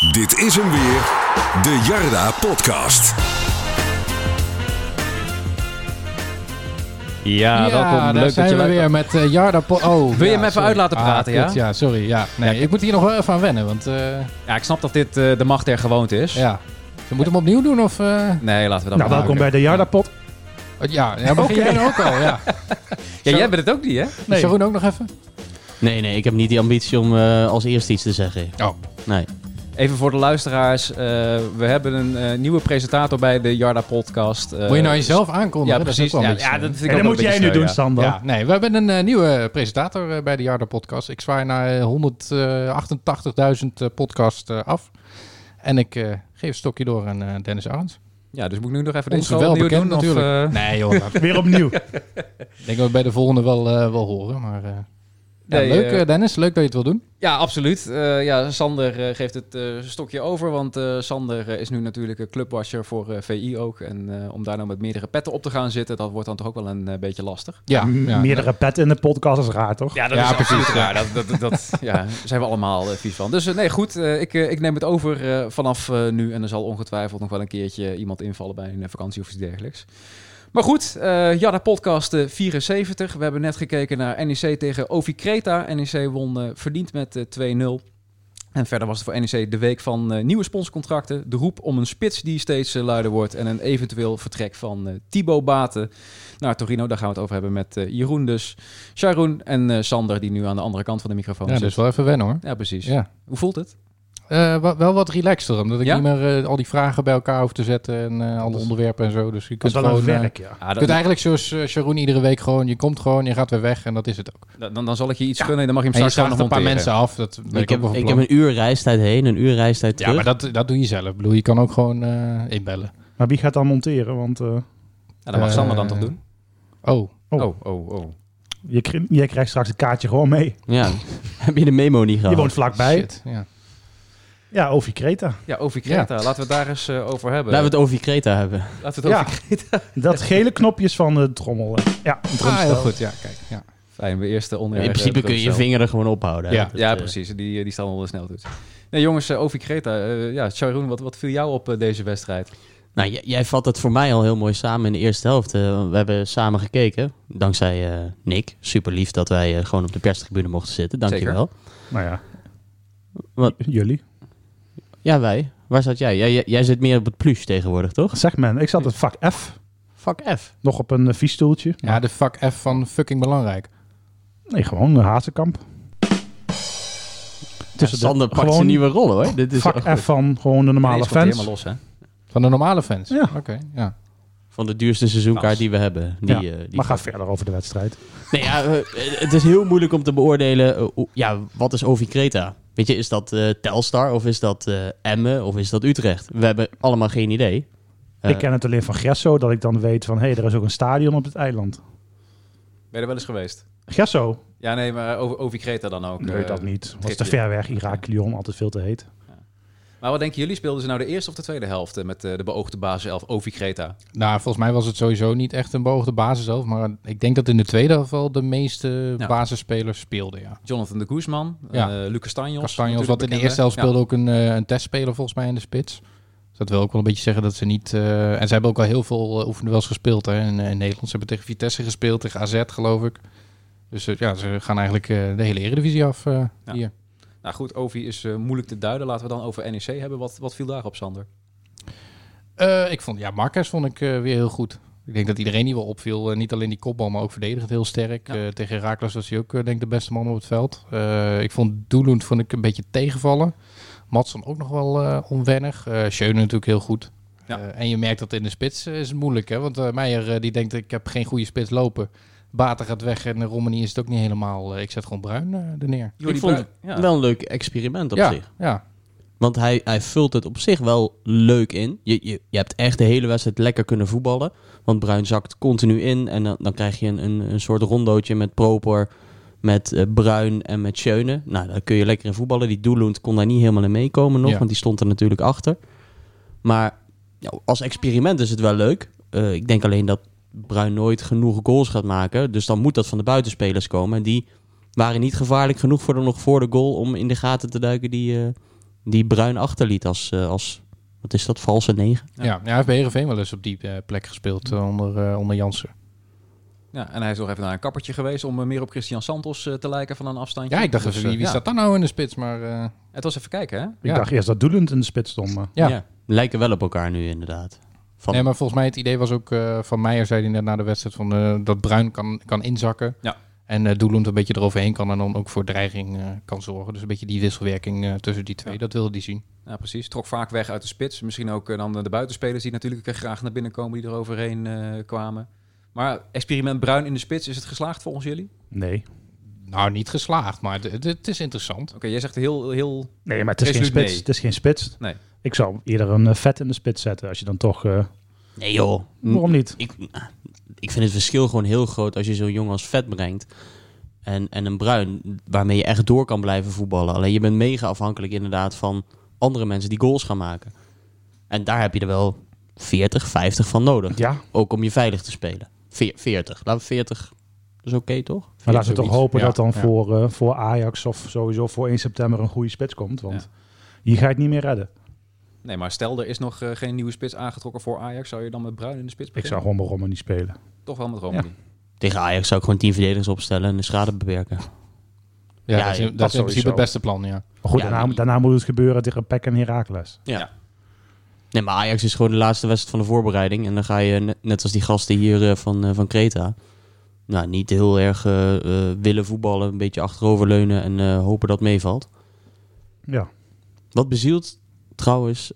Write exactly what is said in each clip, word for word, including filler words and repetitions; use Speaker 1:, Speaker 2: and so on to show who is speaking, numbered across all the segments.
Speaker 1: Dit is hem weer, de Jarda Podcast.
Speaker 2: Ja,
Speaker 3: ja,
Speaker 2: welkom.
Speaker 3: daar
Speaker 2: Leuk
Speaker 3: zijn
Speaker 2: dat je
Speaker 3: we weer met uh, Jarda... Po- oh,
Speaker 2: Wil je
Speaker 3: ja,
Speaker 2: hem even
Speaker 3: sorry.
Speaker 2: uit laten praten,
Speaker 3: ah,
Speaker 2: ja?
Speaker 3: kut, ja, sorry. Ja. Nee,
Speaker 2: Ja.
Speaker 3: ik moet hier nog wel even aan wennen, want... Uh,
Speaker 2: Ja, ik snap dat dit uh, de macht der gewoonte is.
Speaker 3: ja. We moeten hem opnieuw doen, of... Uh...
Speaker 2: Nee, laten we dat
Speaker 4: Nou,
Speaker 2: maar
Speaker 4: welkom bij de Jarda-pot.
Speaker 3: Ja, ja begin jij nou ook al, ja.
Speaker 2: Ja, jij bent het ook niet, hè?
Speaker 3: Nee. Sharon ook nog even?
Speaker 5: Nee, nee, ik heb niet die ambitie om uh, als eerste iets te zeggen.
Speaker 3: Oh.
Speaker 5: Nee.
Speaker 2: Even voor de luisteraars. Uh, we hebben een uh, nieuwe presentator bij de Jarda Podcast. Uh,
Speaker 3: moet je nou jezelf aankondigen?
Speaker 2: Ja, precies.
Speaker 3: Dat,
Speaker 2: ja,
Speaker 3: ja,
Speaker 2: ja, dat vind ik
Speaker 4: En dat moet jij nu doen,
Speaker 3: ja.
Speaker 4: Sander.
Speaker 3: Ja, nee, we hebben een uh, nieuwe presentator uh, bij de Jarda Podcast. Ik zwaai naar uh, honderdachtentachtigduizend uh, podcast uh, af. En ik uh, geef een stokje door aan uh, Dennis Arends.
Speaker 2: Ja, dus moet ik nu nog even de
Speaker 3: Ons
Speaker 2: intro
Speaker 3: wel
Speaker 2: opnieuw
Speaker 3: bekend
Speaker 2: doen?
Speaker 3: natuurlijk.
Speaker 2: Of, uh...
Speaker 3: Nee joh.
Speaker 4: Weer opnieuw.
Speaker 3: Ik denk dat we bij de volgende wel, uh, wel horen. Maar uh,
Speaker 2: Nee,
Speaker 3: ja, leuk
Speaker 2: uh,
Speaker 3: uh, Dennis, leuk dat je het wil doen.
Speaker 2: Ja, absoluut. Uh, ja, Sander uh, geeft het uh, stokje over, want uh, Sander uh, is nu natuurlijk een clubwatcher voor uh, V I ook. En uh, om daar nou met meerdere petten op te gaan zitten, dat wordt dan toch ook wel een uh, beetje lastig.
Speaker 3: Ja,
Speaker 4: M-
Speaker 3: ja,
Speaker 4: Meerdere
Speaker 3: ja.
Speaker 4: petten in de podcast is raar, toch?
Speaker 2: Ja, dat
Speaker 3: Ja,
Speaker 2: is
Speaker 3: precies,
Speaker 2: absoluut
Speaker 3: ja.
Speaker 2: raar. Dat, dat, dat, dat ja, daar zijn we allemaal uh, vies van. Dus uh, nee, goed. Uh, ik, uh, ik neem het over uh, vanaf uh, nu. En er zal ongetwijfeld nog wel een keertje iemand invallen bij een uh, vakantie of iets dergelijks. Maar goed, uh, Jarda Podcast uh, vierenzeventig. We hebben net gekeken naar N E C tegen Ovi Kreta. N E C won uh, verdiend met uh, twee nul. En verder was het voor N E C de week van uh, nieuwe sponsorcontracten. De roep om een spits die steeds uh, luider wordt. En een eventueel vertrek van uh, Thibaut Baten naar Torino. Daar gaan we het over hebben met uh, Jeroen dus. Sharon en uh, Sander die nu aan de andere kant van de microfoon
Speaker 3: Ja,
Speaker 2: zitten.
Speaker 3: dus wel even wennen hoor.
Speaker 2: Ja, precies.
Speaker 3: Ja.
Speaker 2: Hoe voelt het?
Speaker 3: Uh, wel, wel wat relaxter, omdat ik
Speaker 2: Ja?
Speaker 3: niet meer uh, al die vragen bij elkaar hoef te zetten en uh, alle onderwerpen en zo. Dus je
Speaker 4: Dat
Speaker 3: kunt
Speaker 4: is wel een
Speaker 3: gewoon, uh,
Speaker 4: werk, ja.
Speaker 2: Ah,
Speaker 3: je
Speaker 2: dat,
Speaker 3: kunt eigenlijk zoals uh, Sharon iedere week gewoon, je komt gewoon, je gaat weer weg en dat is het ook.
Speaker 2: dan, dan zal ik je iets
Speaker 3: Ja.
Speaker 2: gunnen en dan mag je hem
Speaker 3: En je
Speaker 2: straks gewoon
Speaker 3: vraagt
Speaker 2: nog
Speaker 3: een paar
Speaker 2: monteren.
Speaker 3: mensen af, dat ben ik,
Speaker 5: Ik heb,
Speaker 3: ook wel van
Speaker 5: ik
Speaker 3: plan.
Speaker 5: heb een uur reistijd heen, een uur reistijd terug.
Speaker 3: Ja, maar dat, dat doe je zelf. Ik bedoel, je kan ook gewoon uh, inbellen.
Speaker 4: Maar wie gaat dan monteren? Want uh,
Speaker 2: Ja, dat mag
Speaker 3: Uh,
Speaker 2: Sander dan toch doen?
Speaker 3: Oh,
Speaker 4: Oh.
Speaker 2: Oh, oh, oh.
Speaker 4: je, kri- jij krijgt straks een kaartje gewoon mee.
Speaker 5: Ja, heb je de memo niet gehad?
Speaker 4: Je woont vlakbij.
Speaker 3: shit. Ja.
Speaker 4: Ja, Ovi Kreta.
Speaker 2: Ja, Ovi Kreta. Laten we het daar eens uh, over hebben.
Speaker 5: Laten we het over Kreta hebben.
Speaker 2: Laten we het
Speaker 4: Ja.
Speaker 2: over Kreta.
Speaker 4: Dat gele knopje is van de trommel. hè. Ja, een
Speaker 3: Ah,
Speaker 4: drumstel.
Speaker 3: heel goed. Ja, kijk. Ja.
Speaker 2: Fijn, we eerste onder.
Speaker 5: In principe kun je je vinger er gewoon ophouden. hè.
Speaker 3: Ja.
Speaker 5: Dat,
Speaker 2: Ja,
Speaker 5: eh,
Speaker 2: precies. Die, die staan onder de sneltoets. Nee, jongens, uh, Ovi Kreta. Uh, ja, Sharon, wat, wat viel jou op uh, deze wedstrijd?
Speaker 5: Nou, j- jij vat het voor mij al heel mooi samen in de eerste helft. Uh, we hebben samen gekeken, dankzij uh, Nick. Super lief dat wij uh, gewoon op de perstribune mochten zitten. Dankjewel.
Speaker 4: Nou ja,
Speaker 5: Wat?
Speaker 4: j- jullie.
Speaker 5: Ja, wij. Waar zat jij? jij? Jij zit meer op het plush tegenwoordig, toch?
Speaker 4: Zeg men, ik zat het vak F.
Speaker 5: Fuck F.
Speaker 4: Nog op een uh, viesstoeltje.
Speaker 3: ja, de vak F van fucking belangrijk.
Speaker 4: Nee, gewoon een Hazenkamp.
Speaker 5: Ja,
Speaker 4: de-
Speaker 5: Sander pakt
Speaker 4: gewoon
Speaker 5: zijn nieuwe rol, hoor. Dit is
Speaker 4: Vak
Speaker 5: echt
Speaker 4: F van gewoon de normale
Speaker 2: Ineens komt hij
Speaker 4: fans.
Speaker 2: helemaal los, hè?
Speaker 3: Van de normale fans?
Speaker 4: Ja.
Speaker 3: Oké, okay, ja.
Speaker 5: van de duurste seizoenkaart
Speaker 2: Klas.
Speaker 5: die we hebben. Die,
Speaker 4: Ja,
Speaker 5: uh, die
Speaker 4: Maar ga verder over de wedstrijd.
Speaker 5: Nee, ja, uh, het is heel moeilijk om te beoordelen. Uh, hoe- ja, wat is Ovi Kreta? Weet je, is dat uh, Telstar of is dat uh, Emmen of is dat Utrecht? We hebben allemaal geen idee. Uh,
Speaker 4: Ik ken het alleen van Gesso, dat ik dan weet van... hé, hey, er is ook een stadion op het eiland.
Speaker 2: Ben je er wel eens geweest?
Speaker 4: Gesso?
Speaker 2: Ja, nee, maar over Ovi Kreta dan ook.
Speaker 4: Nee,
Speaker 2: uh,
Speaker 4: dat niet. Was te
Speaker 2: tripje.
Speaker 4: ver weg. Irak-Lyon, altijd veel te heet.
Speaker 2: Maar wat denken jullie? Speelden ze nou de eerste of de tweede helft uh, met uh, de beoogde basiself Ovi Kreta?
Speaker 3: Nou, volgens mij was het sowieso niet echt een beoogde basis zelf. Maar ik denk dat in de tweede helft wel de meeste
Speaker 2: Ja.
Speaker 3: basisspelers speelden, ja.
Speaker 2: Jonathan de Guzman,
Speaker 3: Ja.
Speaker 2: uh, Lucas Tanjos.
Speaker 3: Castanjos,
Speaker 2: natuurlijk
Speaker 3: wat in de
Speaker 2: bekende.
Speaker 3: eerste helft
Speaker 2: Ja.
Speaker 3: speelde ook een, uh, een testspeler volgens mij in de spits. Dus dat wil ook wel een beetje zeggen dat ze niet... Uh, en ze hebben ook al heel veel uh, oefenduels gespeeld hè, in, uh, in Nederland. Ze hebben tegen Vitesse gespeeld, tegen A Z geloof ik. Dus uh, ja, ze gaan eigenlijk uh, de hele Eredivisie af uh,
Speaker 2: Ja.
Speaker 3: hier.
Speaker 2: Nou goed, Ovi is uh, moeilijk te duiden. Laten we dan over N E C hebben. Wat, wat viel daarop, Sander?
Speaker 3: Uh, ik vond, ja, Marquez vond ik uh, weer heel goed. Ik denk dat iedereen die wel opviel. Uh, niet alleen die kopbal, maar ook verdedigend heel sterk.
Speaker 2: Ja.
Speaker 3: Uh, tegen Heracles was hij ook, uh, denk ik, de beste man op het veld. Uh, ik vond Doelund vond ik een beetje tegenvallen. Madsson ook nog wel uh, onwennig. Uh, Schöne natuurlijk heel goed.
Speaker 2: Ja.
Speaker 3: Uh, en je merkt dat in de spits uh, is het moeilijk. Hè? Want uh, Meijer uh, die denkt, ik heb geen goede spits lopen. Baten gaat weg en uh, Romani is het ook niet helemaal. Uh, ik zet gewoon Bruin uh, er neer.
Speaker 5: ik vond het
Speaker 2: ja.
Speaker 5: wel een leuk experiment op
Speaker 3: ja,
Speaker 5: zich.
Speaker 3: ja.
Speaker 5: Want hij, hij vult het op zich wel leuk in. Je, je, je hebt echt de hele wedstrijd lekker kunnen voetballen. Want Bruin zakt continu in. En dan, dan krijg je een, een, een soort rondootje met Proper, met uh, Bruin en met Schöne. Nou, daar kun je lekker in voetballen. Die Doelund kon daar niet helemaal in meekomen nog.
Speaker 3: Ja.
Speaker 5: Want die stond er natuurlijk achter. Maar ja, als experiment is het wel leuk. Uh, ik denk alleen dat Bruin nooit genoeg goals gaat maken. Dus dan moet dat van de buitenspelers komen. En die waren niet gevaarlijk genoeg voor de, nog voor de goal om in de gaten te duiken die, uh, die Bruin achterliet als, uh, als wat is dat, valse negen.
Speaker 3: Ja, ja, hij heeft bij Heerenveen wel eens op die uh, plek gespeeld uh, onder, uh, onder Jansen.
Speaker 2: Ja, en hij is nog even naar een kappertje geweest om uh, meer op Christian Santos uh, te lijken van een afstandje.
Speaker 3: Ja, ik dacht
Speaker 2: dus,
Speaker 3: even, wie, wie
Speaker 2: uh,
Speaker 3: staat dan nou in de spits? Maar uh,
Speaker 2: het was even kijken, hè?
Speaker 4: Ik
Speaker 3: ja.
Speaker 4: dacht eerst dat Doelend in de spits stond. Maar...
Speaker 3: Ja.
Speaker 5: ja, lijken wel op elkaar nu inderdaad. Van...
Speaker 3: Nee, maar volgens mij het idee was ook uh, van Meijer, zei hij net na de wedstrijd, van, uh, dat Bruin kan, kan inzakken.
Speaker 2: Ja.
Speaker 3: En uh, Doelend een beetje eroverheen kan en dan ook voor dreiging uh, kan zorgen. Dus een beetje die wisselwerking uh, tussen die twee, ja. Dat wilde hij zien.
Speaker 2: Ja, precies. Trok vaak weg uit de spits. Misschien ook uh, dan de buitenspelers die natuurlijk uh, graag naar binnen komen, die er overheen uh, kwamen. Maar experiment Bruin in de spits, is het geslaagd volgens jullie?
Speaker 4: Nee.
Speaker 3: Nou, niet geslaagd, maar het, het is interessant.
Speaker 2: Oké, okay, jij zegt heel... heel
Speaker 4: nee, maar het is geen spits.
Speaker 2: Nee.
Speaker 4: Het is geen spits.
Speaker 2: Nee.
Speaker 4: Ik zou eerder een uh, vet in de spits zetten, als je dan toch... Uh...
Speaker 5: Nee joh.
Speaker 4: Waarom niet?
Speaker 5: Ik, ik vind het verschil gewoon heel groot als je zo'n jong als Vet brengt. En, en een Bruin, waarmee je echt door kan blijven voetballen. Alleen je bent mega afhankelijk inderdaad van andere mensen die goals gaan maken. En daar heb je er wel veertig, vijftig van nodig.
Speaker 4: Ja.
Speaker 5: Ook om je veilig te spelen. veertig. Laten we veertig. Dat is oké, okay, toch?
Speaker 4: Maar laten we toch hopen
Speaker 3: ja,
Speaker 4: dat dan
Speaker 3: ja.
Speaker 4: voor, uh, voor Ajax of sowieso voor één september een goede spits komt. Want ja. hier ga je het niet meer redden.
Speaker 2: Nee, maar stel er is nog uh, geen nieuwe spits aangetrokken voor Ajax. Zou je dan met Bruin in de spits beginnen?
Speaker 4: Ik zou gewoon met Romani spelen.
Speaker 2: Toch wel met Romani?
Speaker 4: Ja.
Speaker 5: Tegen Ajax zou ik gewoon tien verdedigers opstellen en de schade beperken.
Speaker 3: Ja,
Speaker 5: ja
Speaker 3: dat is,
Speaker 5: dat
Speaker 3: dat is in
Speaker 4: sowieso.
Speaker 3: principe het beste plan, ja.
Speaker 4: Maar goed,
Speaker 5: ja,
Speaker 4: daarna,
Speaker 5: die...
Speaker 4: daarna moet het gebeuren tegen P E C en Heracles.
Speaker 5: Ja. ja. Nee, maar Ajax is gewoon de laatste wedstrijd van de voorbereiding. En dan ga je, net, net als die gasten hier uh, van, uh, van Kreta... Nou, niet heel erg uh, uh, willen voetballen. Een beetje achteroverleunen en uh, hopen dat meevalt.
Speaker 4: Ja.
Speaker 5: Wat bezielt trouwens...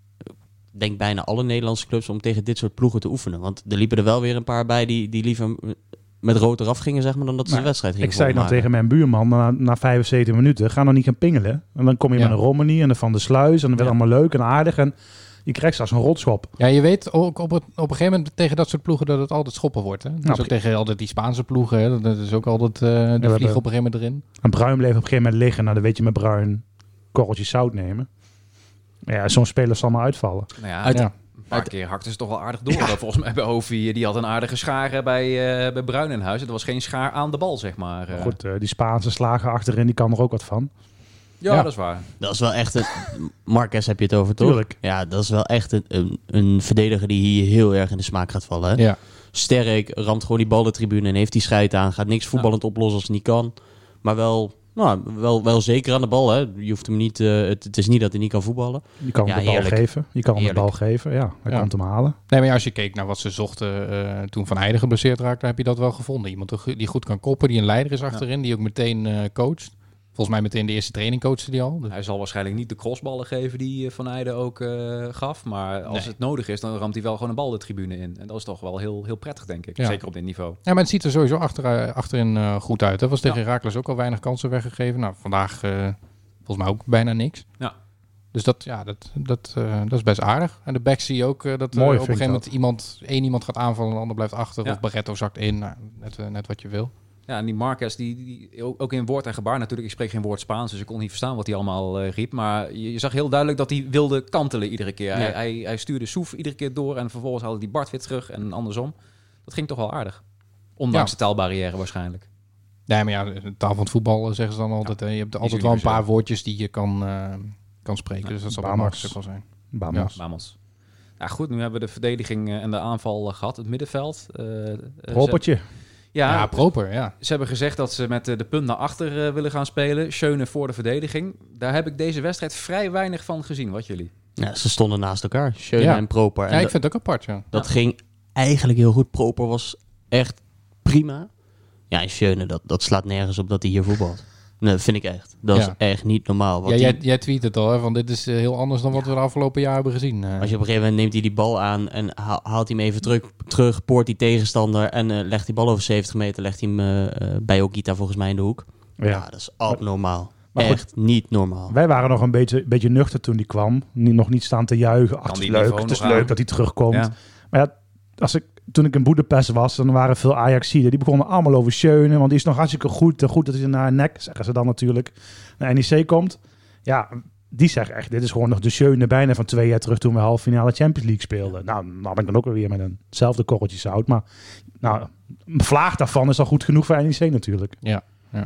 Speaker 5: Ik denk bijna alle Nederlandse clubs om tegen dit soort ploegen te oefenen. Want er liepen er wel weer een paar bij die, die liever met rood eraf gingen, zeg maar, dan dat ze
Speaker 4: maar
Speaker 5: de wedstrijd gingen
Speaker 4: Ik zei dan tegen mijn buurman, na, na vijfenzeventig minuten, ga dan niet gaan pingelen. En dan kom je ja. met een Romani en dan Van de Sluis en dan werd ja. allemaal leuk en aardig. En je krijgt straks een rotschop.
Speaker 3: Ja, je weet ook op, het, op een gegeven moment tegen dat soort ploegen dat het altijd schoppen wordt. Hè? Dat nou, is ook tegen altijd die Spaanse ploegen. Hè? Dat is ook altijd uh, de ja, vliegen op een gegeven moment erin.
Speaker 4: En Bruin bleef op een gegeven moment liggen. Nou, dan weet je met Bruin korreltjes zout nemen. Maar ja, zo'n speler zal maar uitvallen.
Speaker 2: Nou ja,
Speaker 5: Uit,
Speaker 2: ja. Een paar keer hakte ze toch wel aardig door. Ja. Volgens mij bij Hovi, die had een aardige schaar bij, uh, bij Bruin in huis. Het was geen schaar aan de bal, zeg maar. Uh.
Speaker 4: Goed, uh, die Spaanse slagen achterin, die kan er ook wat van.
Speaker 2: Ja, ja, dat is waar.
Speaker 5: Dat is wel echt een... Marquez heb je het over, toch?
Speaker 4: Tuurlijk.
Speaker 5: Ja, dat is wel echt een, een, een verdediger die hier heel erg in de smaak gaat vallen. Hè?
Speaker 3: Ja.
Speaker 5: Sterk, ramt gewoon die bal de tribune en heeft die scheid aan. Gaat niks voetballend ja. oplossen als het niet kan. Maar wel... Nou, wel, wel zeker aan de bal. Hè. Je hoeft hem niet, uh, het, het is niet dat hij niet kan voetballen.
Speaker 4: Je kan hem ja, de bal
Speaker 5: heerlijk.
Speaker 4: geven. Je kan hem
Speaker 5: Heerlijk.
Speaker 4: de bal geven. Ja, hij
Speaker 3: ja.
Speaker 4: komt hem halen.
Speaker 3: Nee, maar als je keek naar wat ze zochten uh, toen Van Heijden geblesseerd raakte, heb je dat wel gevonden. Iemand die goed kan koppen, die een leider is achterin, ja. die ook meteen uh, coacht. Volgens mij meteen de eerste training coachte die al. Dus.
Speaker 2: Hij zal waarschijnlijk niet de crossballen geven die Van Heijden ook uh, gaf. Maar als nee. het nodig is, dan ramt hij wel gewoon een bal de tribune in. En dat is toch wel heel, heel prettig, denk ik. Ja. Zeker op dit niveau.
Speaker 3: Ja, maar het ziet er sowieso achter, uh, achterin uh, goed uit. Er was tegen ja. Heracles ook al weinig kansen weggegeven. Nou, vandaag uh, volgens mij ook bijna niks.
Speaker 2: Ja.
Speaker 3: Dus dat, ja, dat, dat, uh, dat is best aardig. En de back zie je ook uh, dat
Speaker 4: Mooi,
Speaker 3: uh, op een gegeven moment
Speaker 4: dat.
Speaker 3: iemand, één iemand gaat aanvallen en de ander blijft achter.
Speaker 2: Ja.
Speaker 3: Of Barretto zakt in. Nou, net, uh, net wat je wil.
Speaker 2: Ja, en die Marquez, die, die ook in woord en gebaar natuurlijk. Ik spreek geen woord Spaans, dus ik kon niet verstaan wat hij allemaal uh, riep. Maar je, je zag heel duidelijk dat hij wilde kantelen iedere keer. Ja. Hij, hij, hij stuurde Soef iedere keer door en vervolgens haalde die Bart weer terug en andersom. Dat ging toch wel aardig. Ondanks ja. de taalbarrière waarschijnlijk.
Speaker 3: Nee, maar ja, de taal van het voetbal zeggen ze dan altijd. Ja, je hebt altijd wel een paar zo. woordjes die je kan, uh, kan spreken. Ja, dus dat zal bij Marcus ook wel zijn.
Speaker 4: Bamos.
Speaker 2: Ja. Bamos. Ja, goed, nu hebben we de verdediging en de aanval gehad. Het middenveld. Uh,
Speaker 4: Propertje.
Speaker 2: Ja,
Speaker 3: ja, proper, ja.
Speaker 2: Ze hebben gezegd dat ze met de punt naar achter uh, willen gaan spelen. Schöne voor de verdediging. Daar heb ik deze wedstrijd vrij weinig van gezien. Wat jullie?
Speaker 5: Ja, ze stonden naast elkaar. Schöne
Speaker 3: ja.
Speaker 5: en Proper. En
Speaker 3: ja, ik
Speaker 5: dat,
Speaker 3: vind het ook apart, ja.
Speaker 5: Dat
Speaker 2: ja.
Speaker 5: ging eigenlijk heel goed. Proper was echt prima. Ja, en Schöne, dat, dat slaat nergens op dat hij hier voetbalt. Nee, vind ik echt. Dat ja. is echt niet normaal.
Speaker 3: Wat ja, jij, die... jij tweet het al, hè, van dit is uh, heel anders dan wat ja. we de afgelopen jaar hebben gezien. Uh.
Speaker 5: Als je op een gegeven moment neemt hij die bal aan en haal, haalt hij hem even terug, terug poort die tegenstander en uh, legt die bal over zeventig meter, legt hij hem uh, uh, bij Okita volgens mij in de hoek. Ja, ja dat is abnormaal. Maar echt goed, niet normaal.
Speaker 4: Wij waren nog een beetje, beetje nuchter toen die kwam. Niet, nog niet staan te juichen. Ach, het is leuk, het is leuk aan. dat hij terugkomt. Ja. Maar ja, als ik... Toen ik in Boedapest was, dan waren veel Ajaxiden. Die begonnen allemaal over Schöne, want die is nog hartstikke goed. En goed dat hij naar nek, zeggen ze dan natuurlijk, naar N E C komt. Ja, die zeggen echt, dit is gewoon nog de Schöne bijna van twee jaar terug toen we halve finale Champions League speelden. Nou, dan had ik dan ook weer met eenzelfde korreltje zout. Maar nou, een vlaag daarvan is al goed genoeg voor N E C natuurlijk.
Speaker 3: Ja, ja.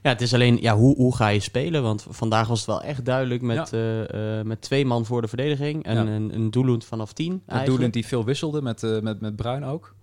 Speaker 5: Ja, het is alleen, ja, hoe, hoe ga je spelen? Want vandaag was het wel echt duidelijk met, ja. uh, uh, met twee man voor de verdediging. En ja. een, een Doelund vanaf tien.
Speaker 2: Een Doelund die veel wisselde met, uh, met, met Bruin ook.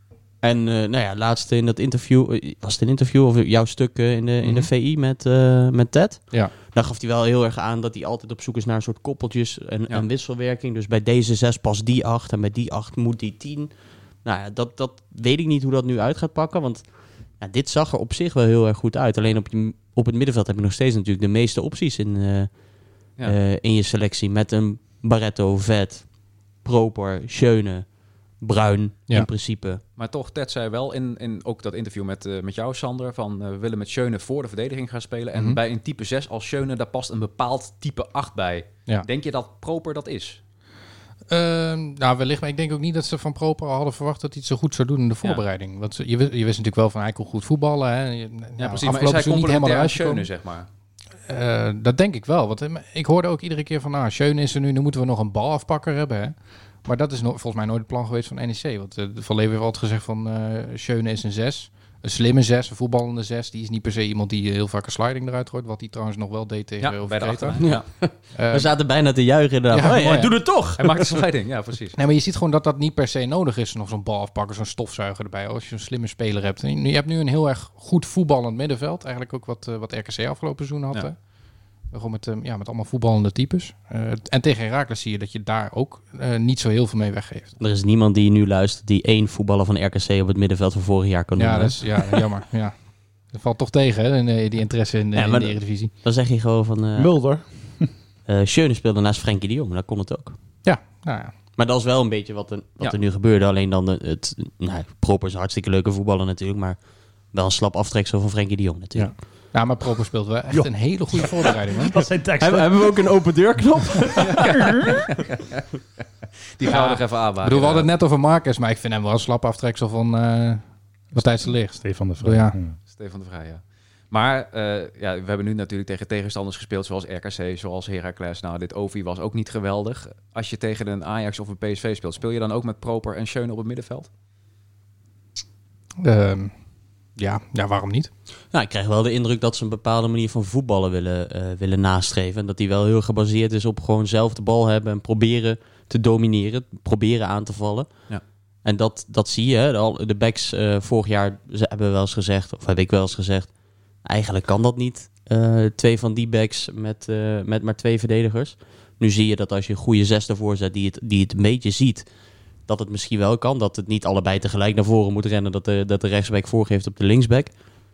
Speaker 5: En uh, nou ja, laatst in dat interview, uh, was het een interview of jouw stuk uh, in, de, mm-hmm. in de V I met, uh, met Ted?
Speaker 3: Ja.
Speaker 5: Dan gaf hij wel heel erg aan dat hij altijd op zoek is naar een soort koppeltjes en, ja. en wisselwerking. Dus bij deze zes past die acht en bij die acht moet die tien. Nou ja, dat, dat weet ik niet hoe dat nu uit gaat pakken, want ja, dit zag er op zich wel heel erg goed uit. Alleen op, je, op het middenveld heb je nog steeds natuurlijk de meeste opties in, uh, ja. uh, in je selectie. Met een Barretto, Vet, Proper, Schöne, Bruin ja. in principe.
Speaker 2: Maar toch, Ted zei wel in, in ook dat interview met, uh, met jou, Sander, van uh, we willen met Schöne voor de verdediging gaan spelen. En mm-hmm. bij een type zes als Schöne, daar past een bepaald type acht bij. Ja. Denk je dat Proper dat is?
Speaker 3: Uh, nou, wellicht, maar ik denk ook niet dat ze van Proper al hadden verwacht dat hij het zo goed zou doen in de voorbereiding. Ja. Want ze, je, je wist natuurlijk wel van hij kon goed voetballen. Hè. Je,
Speaker 2: ja, ja, precies. Maar is hij complementair aan Schöne, zeg maar?
Speaker 3: Uh, dat denk ik wel. Want ik hoorde ook iedere keer van, nou, Schöne is er nu, nu moeten we nog een balafpakker hebben. Hè. Maar dat is no- volgens mij nooit het plan geweest van N E C. Want uh, Van Leeuwen heeft altijd gezegd van uh, Schöne is een zes. Een slimme zes, een voetballende zes. Die is niet per se iemand die heel vaak een sliding eruit gooit. Wat hij trouwens nog wel deed tegen
Speaker 2: ja, bij de
Speaker 3: Kreta.
Speaker 2: Ja.
Speaker 5: uh, We zaten bijna te juichen inderdaad. Ja, oh, ja, hij doet het toch!
Speaker 2: Hij maakt een sliding, ja precies.
Speaker 3: Nee, maar je ziet gewoon dat dat niet per se nodig is. Nog zo'n bal afpakken, zo'n stofzuiger erbij. Als je een slimme speler hebt. En je hebt nu een heel erg goed voetballend middenveld. Eigenlijk ook wat, uh, wat R K C afgelopen seizoen had. Ja. Gewoon met, uh, ja, met allemaal voetballende types. Uh, en tegen Heracles zie je dat je daar ook uh, niet zo heel veel mee weggeeft.
Speaker 5: Er is niemand die nu luistert die één voetballer van R K C op het middenveld van vorig jaar kan noemen.
Speaker 3: Ja, dat is ja, jammer. Ja. Dat valt toch tegen, hè, die interesse in, ja, in de Eredivisie.
Speaker 5: Dan zeg je gewoon van... Uh,
Speaker 4: Mulder.
Speaker 5: uh, Schöne speelde naast Frenkie de Jong, dat kon het ook.
Speaker 3: Ja, nou ja.
Speaker 5: Maar dat is wel een beetje wat er, wat
Speaker 2: ja.
Speaker 5: er nu gebeurde. Alleen dan het... het nou, Proper is een hartstikke leuke voetballer natuurlijk, maar wel een slap aftreksel van Frenkie de Jong natuurlijk.
Speaker 3: Ja. Ja, maar Proper speelt wel echt jo. een hele goede voorbereiding. Man.
Speaker 4: Dat zijn teksten.
Speaker 5: Hebben, hebben we ook een open deurknop?
Speaker 2: Die gaan we nog even aanmaken.
Speaker 3: Ik bedoel, we hadden het net over Marcus, maar ik vind hem wel een slap aftreksel van uh, Matthijs de Ligt.
Speaker 4: Stefan de Vrij.
Speaker 3: Ja.
Speaker 2: Ja. Stefan de Vrij, ja. Maar uh, ja, we hebben nu natuurlijk tegen tegenstanders gespeeld zoals R K C, zoals Heracles. Nou, dit O V I was ook niet geweldig. Als je tegen een Ajax of een P S V speelt, speel je dan ook met Proper en Schöne op het middenveld?
Speaker 3: Um. Ja, ja, waarom niet?
Speaker 5: Nou, ik krijg wel de indruk dat ze een bepaalde manier van voetballen willen, uh, willen nastreven. En dat die wel heel gebaseerd is op gewoon zelf de bal hebben en proberen te domineren, proberen aan te vallen.
Speaker 2: Ja.
Speaker 5: En dat, dat zie je. De, de backs uh, vorig jaar hebben we wel eens gezegd, of heb ik wel eens gezegd, eigenlijk kan dat niet. Uh, twee van die backs met, uh, met maar twee verdedigers. Nu zie je dat als je een goede zes ervoor zet die het, die het een beetje ziet, dat het misschien wel kan. Dat het niet allebei tegelijk naar voren moet rennen. Dat de, dat de rechtsback voorgeeft op de linksback.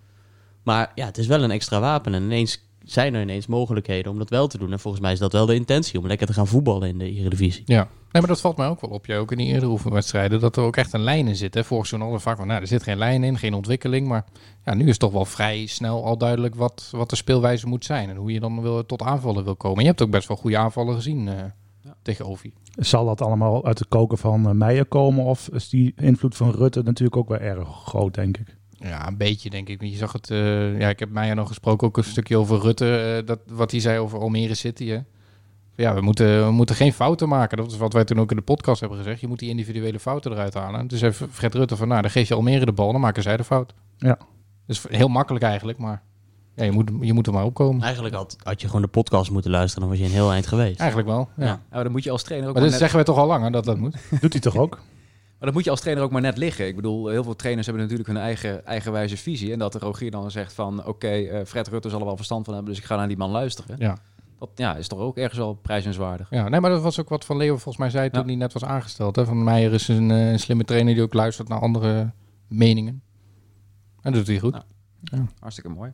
Speaker 5: Maar ja, het is wel een extra wapen. En ineens zijn er ineens mogelijkheden om dat wel te doen. En volgens mij is dat wel de intentie. Om lekker te gaan voetballen in de Eredivisie.
Speaker 3: Ja, nee, maar dat valt mij ook wel op. Je ook in die eerdere oefenwedstrijden. Dat er ook echt een lijn in zit. Hè. Vorig seizoen hadden we vaak van, nou, er zit geen lijn in. Geen ontwikkeling. Maar ja, nu is toch wel vrij snel al duidelijk wat, wat de speelwijze moet zijn. En hoe je dan wil, tot aanvallen wil komen. En je hebt ook best wel goede aanvallen gezien uh, ja. tegen O V I.
Speaker 4: Zal dat allemaal uit de koken van uh, Meijer komen? Of is die invloed van Rutte natuurlijk ook wel erg groot, denk ik?
Speaker 3: Ja, een beetje, denk ik. Je zag het... Uh, ja, ik heb Meijer nog gesproken, ook een stukje over Rutte. Uh, dat, wat hij zei over Almere City, hè. Ja, we moeten, we moeten geen fouten maken. Dat is wat wij toen ook in de podcast hebben gezegd. Je moet die individuele fouten eruit halen. Dus heeft Fred Rutte van, nou, dan geef je Almere de bal, dan maken zij de fout.
Speaker 4: Ja.
Speaker 3: Dus heel makkelijk eigenlijk, maar... Ja, je moet, je moet er maar opkomen.
Speaker 5: Eigenlijk had, had je gewoon de podcast moeten luisteren, dan was je een heel eind geweest.
Speaker 3: Eigenlijk wel, ja. ja.
Speaker 2: Nou, dan moet je als trainer ook
Speaker 3: maar, maar dat net... zeggen we toch al langer dat dat moet?
Speaker 4: Doet hij toch ook?
Speaker 2: Maar dat moet je als trainer ook maar net liggen. Ik bedoel, heel veel trainers hebben natuurlijk hun eigen eigenwijze visie. En dat de Rogier dan zegt van, oké, okay, uh, Fred Rutte zal er wel verstand van hebben, dus ik ga naar die man luisteren.
Speaker 3: Ja.
Speaker 2: Dat ja, is toch ook ergens wel prijzenswaardig.
Speaker 3: Ja, nee, maar dat was ook wat Van Leeuwen volgens mij zei toen ja. hij net was aangesteld. Hè? Van Meijer is een, uh, een slimme trainer die ook luistert naar andere meningen. En dat doet hij goed.
Speaker 2: Ja. Ja. Hartstikke mooi.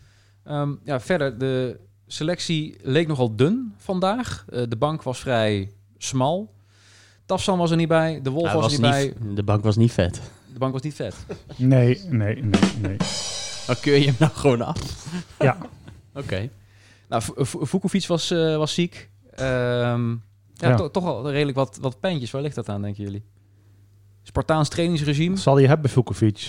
Speaker 2: Um, ja, verder, de selectie leek nogal dun vandaag. Uh, de bank was vrij smal. Tafsan was er niet bij. De Wolf was, was er niet, niet bij.
Speaker 5: De bank was niet vet.
Speaker 2: De bank was niet vet.
Speaker 4: Nee, nee, nee, nee.
Speaker 5: Dan keur je hem nou gewoon af?
Speaker 4: Ja.
Speaker 2: Oké. Okay. Nou, Vukovic was, uh, was ziek. Um, ja, ja. To- toch al redelijk wat, wat pijntjes. Waar ligt dat aan, denken jullie? Spartaans trainingsregime.
Speaker 4: Zal hij hebben, Vukovic?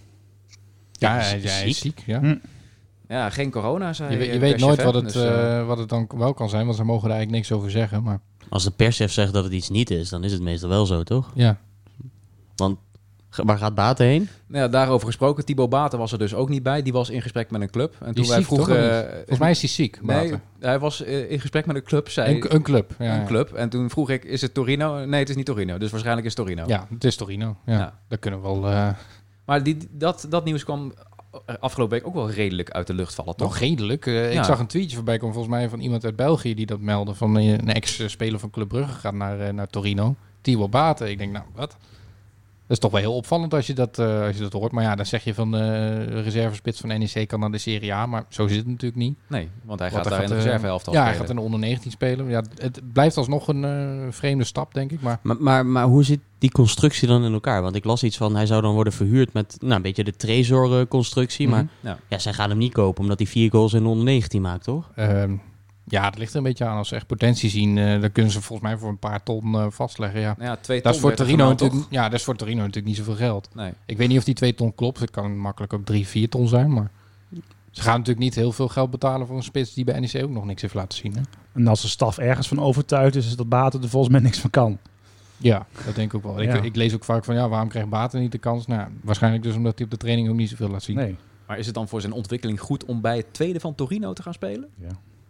Speaker 3: Ja, hij is, hij is ziek. Ja. Hm.
Speaker 2: Ja, geen corona, zei
Speaker 3: je. Weet, je weet nooit wat het, dus, uh, wat het dan wel kan zijn, want ze mogen er eigenlijk niks over zeggen. Maar...
Speaker 5: Als de perschef zegt dat het iets niet is, dan is het meestal wel zo, toch?
Speaker 3: Ja.
Speaker 5: Want Waar gaat Baten heen?
Speaker 2: Nou ja, daarover gesproken. Thibaut Baten was er dus ook niet bij. Die was in gesprek met een club. En toen
Speaker 3: die
Speaker 2: wij
Speaker 3: ziek, toch,
Speaker 2: vroegen... Uh,
Speaker 3: Volgens mij is hij ziek,
Speaker 2: Nee,
Speaker 3: Baten.
Speaker 2: hij was uh, in gesprek met een club. Zei,
Speaker 3: Een, een club. Ja,
Speaker 2: een
Speaker 3: ja.
Speaker 2: club. En toen vroeg ik, is het Torino? Nee, het is niet Torino. Dus waarschijnlijk is het Torino.
Speaker 3: Ja, het is Torino. Ja,
Speaker 2: Ja.
Speaker 3: Dat kunnen we wel... Uh,
Speaker 2: Maar die, dat, dat nieuws kwam afgelopen week ook wel redelijk uit de lucht vallen, toch?
Speaker 3: nog redelijk. Uh,
Speaker 2: Ja.
Speaker 3: Ik zag een tweetje voorbij komen volgens mij van iemand uit België die dat meldde. Van uh, een ex-speler van Club Brugge gaat naar, uh, naar Torino. Thibaut Baten. Ik denk, nou, wat? Dat is toch wel heel opvallend als je dat, uh, als je dat hoort. Maar ja, dan zeg je van uh, de reservespits van N E C kan naar de Serie A. Maar zo zit het natuurlijk niet.
Speaker 2: Nee, want hij
Speaker 3: Want
Speaker 2: gaat daar in de
Speaker 3: uh,
Speaker 2: reservehelft al
Speaker 3: Ja,
Speaker 2: spelen.
Speaker 3: hij gaat in de onder negentien spelen. Ja, het blijft alsnog een uh, vreemde stap, denk ik. Maar
Speaker 5: Maar, maar, maar hoe zit die constructie dan in elkaar? Want ik las iets van, hij zou dan worden verhuurd met nou, een beetje de Trezor-constructie.
Speaker 3: Mhm.
Speaker 5: Maar
Speaker 2: Ja.
Speaker 5: ja, zij gaan hem niet kopen omdat hij vier goals in de onder negentien maakt, toch?
Speaker 3: uh, ja, het ligt er een beetje aan. Als ze echt potentie zien, uh, dan kunnen ze volgens mij voor een paar ton uh, vastleggen. Ja.
Speaker 2: Nou ja, twee
Speaker 3: Dat is,
Speaker 2: ton
Speaker 3: voor
Speaker 2: werd er
Speaker 3: Torino
Speaker 2: genoemd,
Speaker 3: natuurlijk,
Speaker 2: toch?
Speaker 3: ja, dat is voor Torino natuurlijk niet zoveel geld.
Speaker 2: Nee.
Speaker 3: Ik weet niet of die twee ton klopt. Het kan makkelijk ook drie, vier ton zijn. Maar ze gaan natuurlijk niet heel veel geld betalen voor een spits die bij N E C ook nog niks heeft laten zien. Hè?
Speaker 4: En als de staf ergens van overtuigd is, is dat Baten er volgens mij niks van kan.
Speaker 3: Ja, dat denk ik ook wel.
Speaker 4: Ja.
Speaker 3: Ik, ik lees ook vaak van, ja, waarom krijgt Baten niet de kans? Nou, waarschijnlijk dus omdat hij op de training ook niet zoveel laat zien.
Speaker 4: Nee.
Speaker 2: Maar is het dan voor zijn ontwikkeling goed om bij het tweede van Torino te gaan spelen?
Speaker 4: Ja.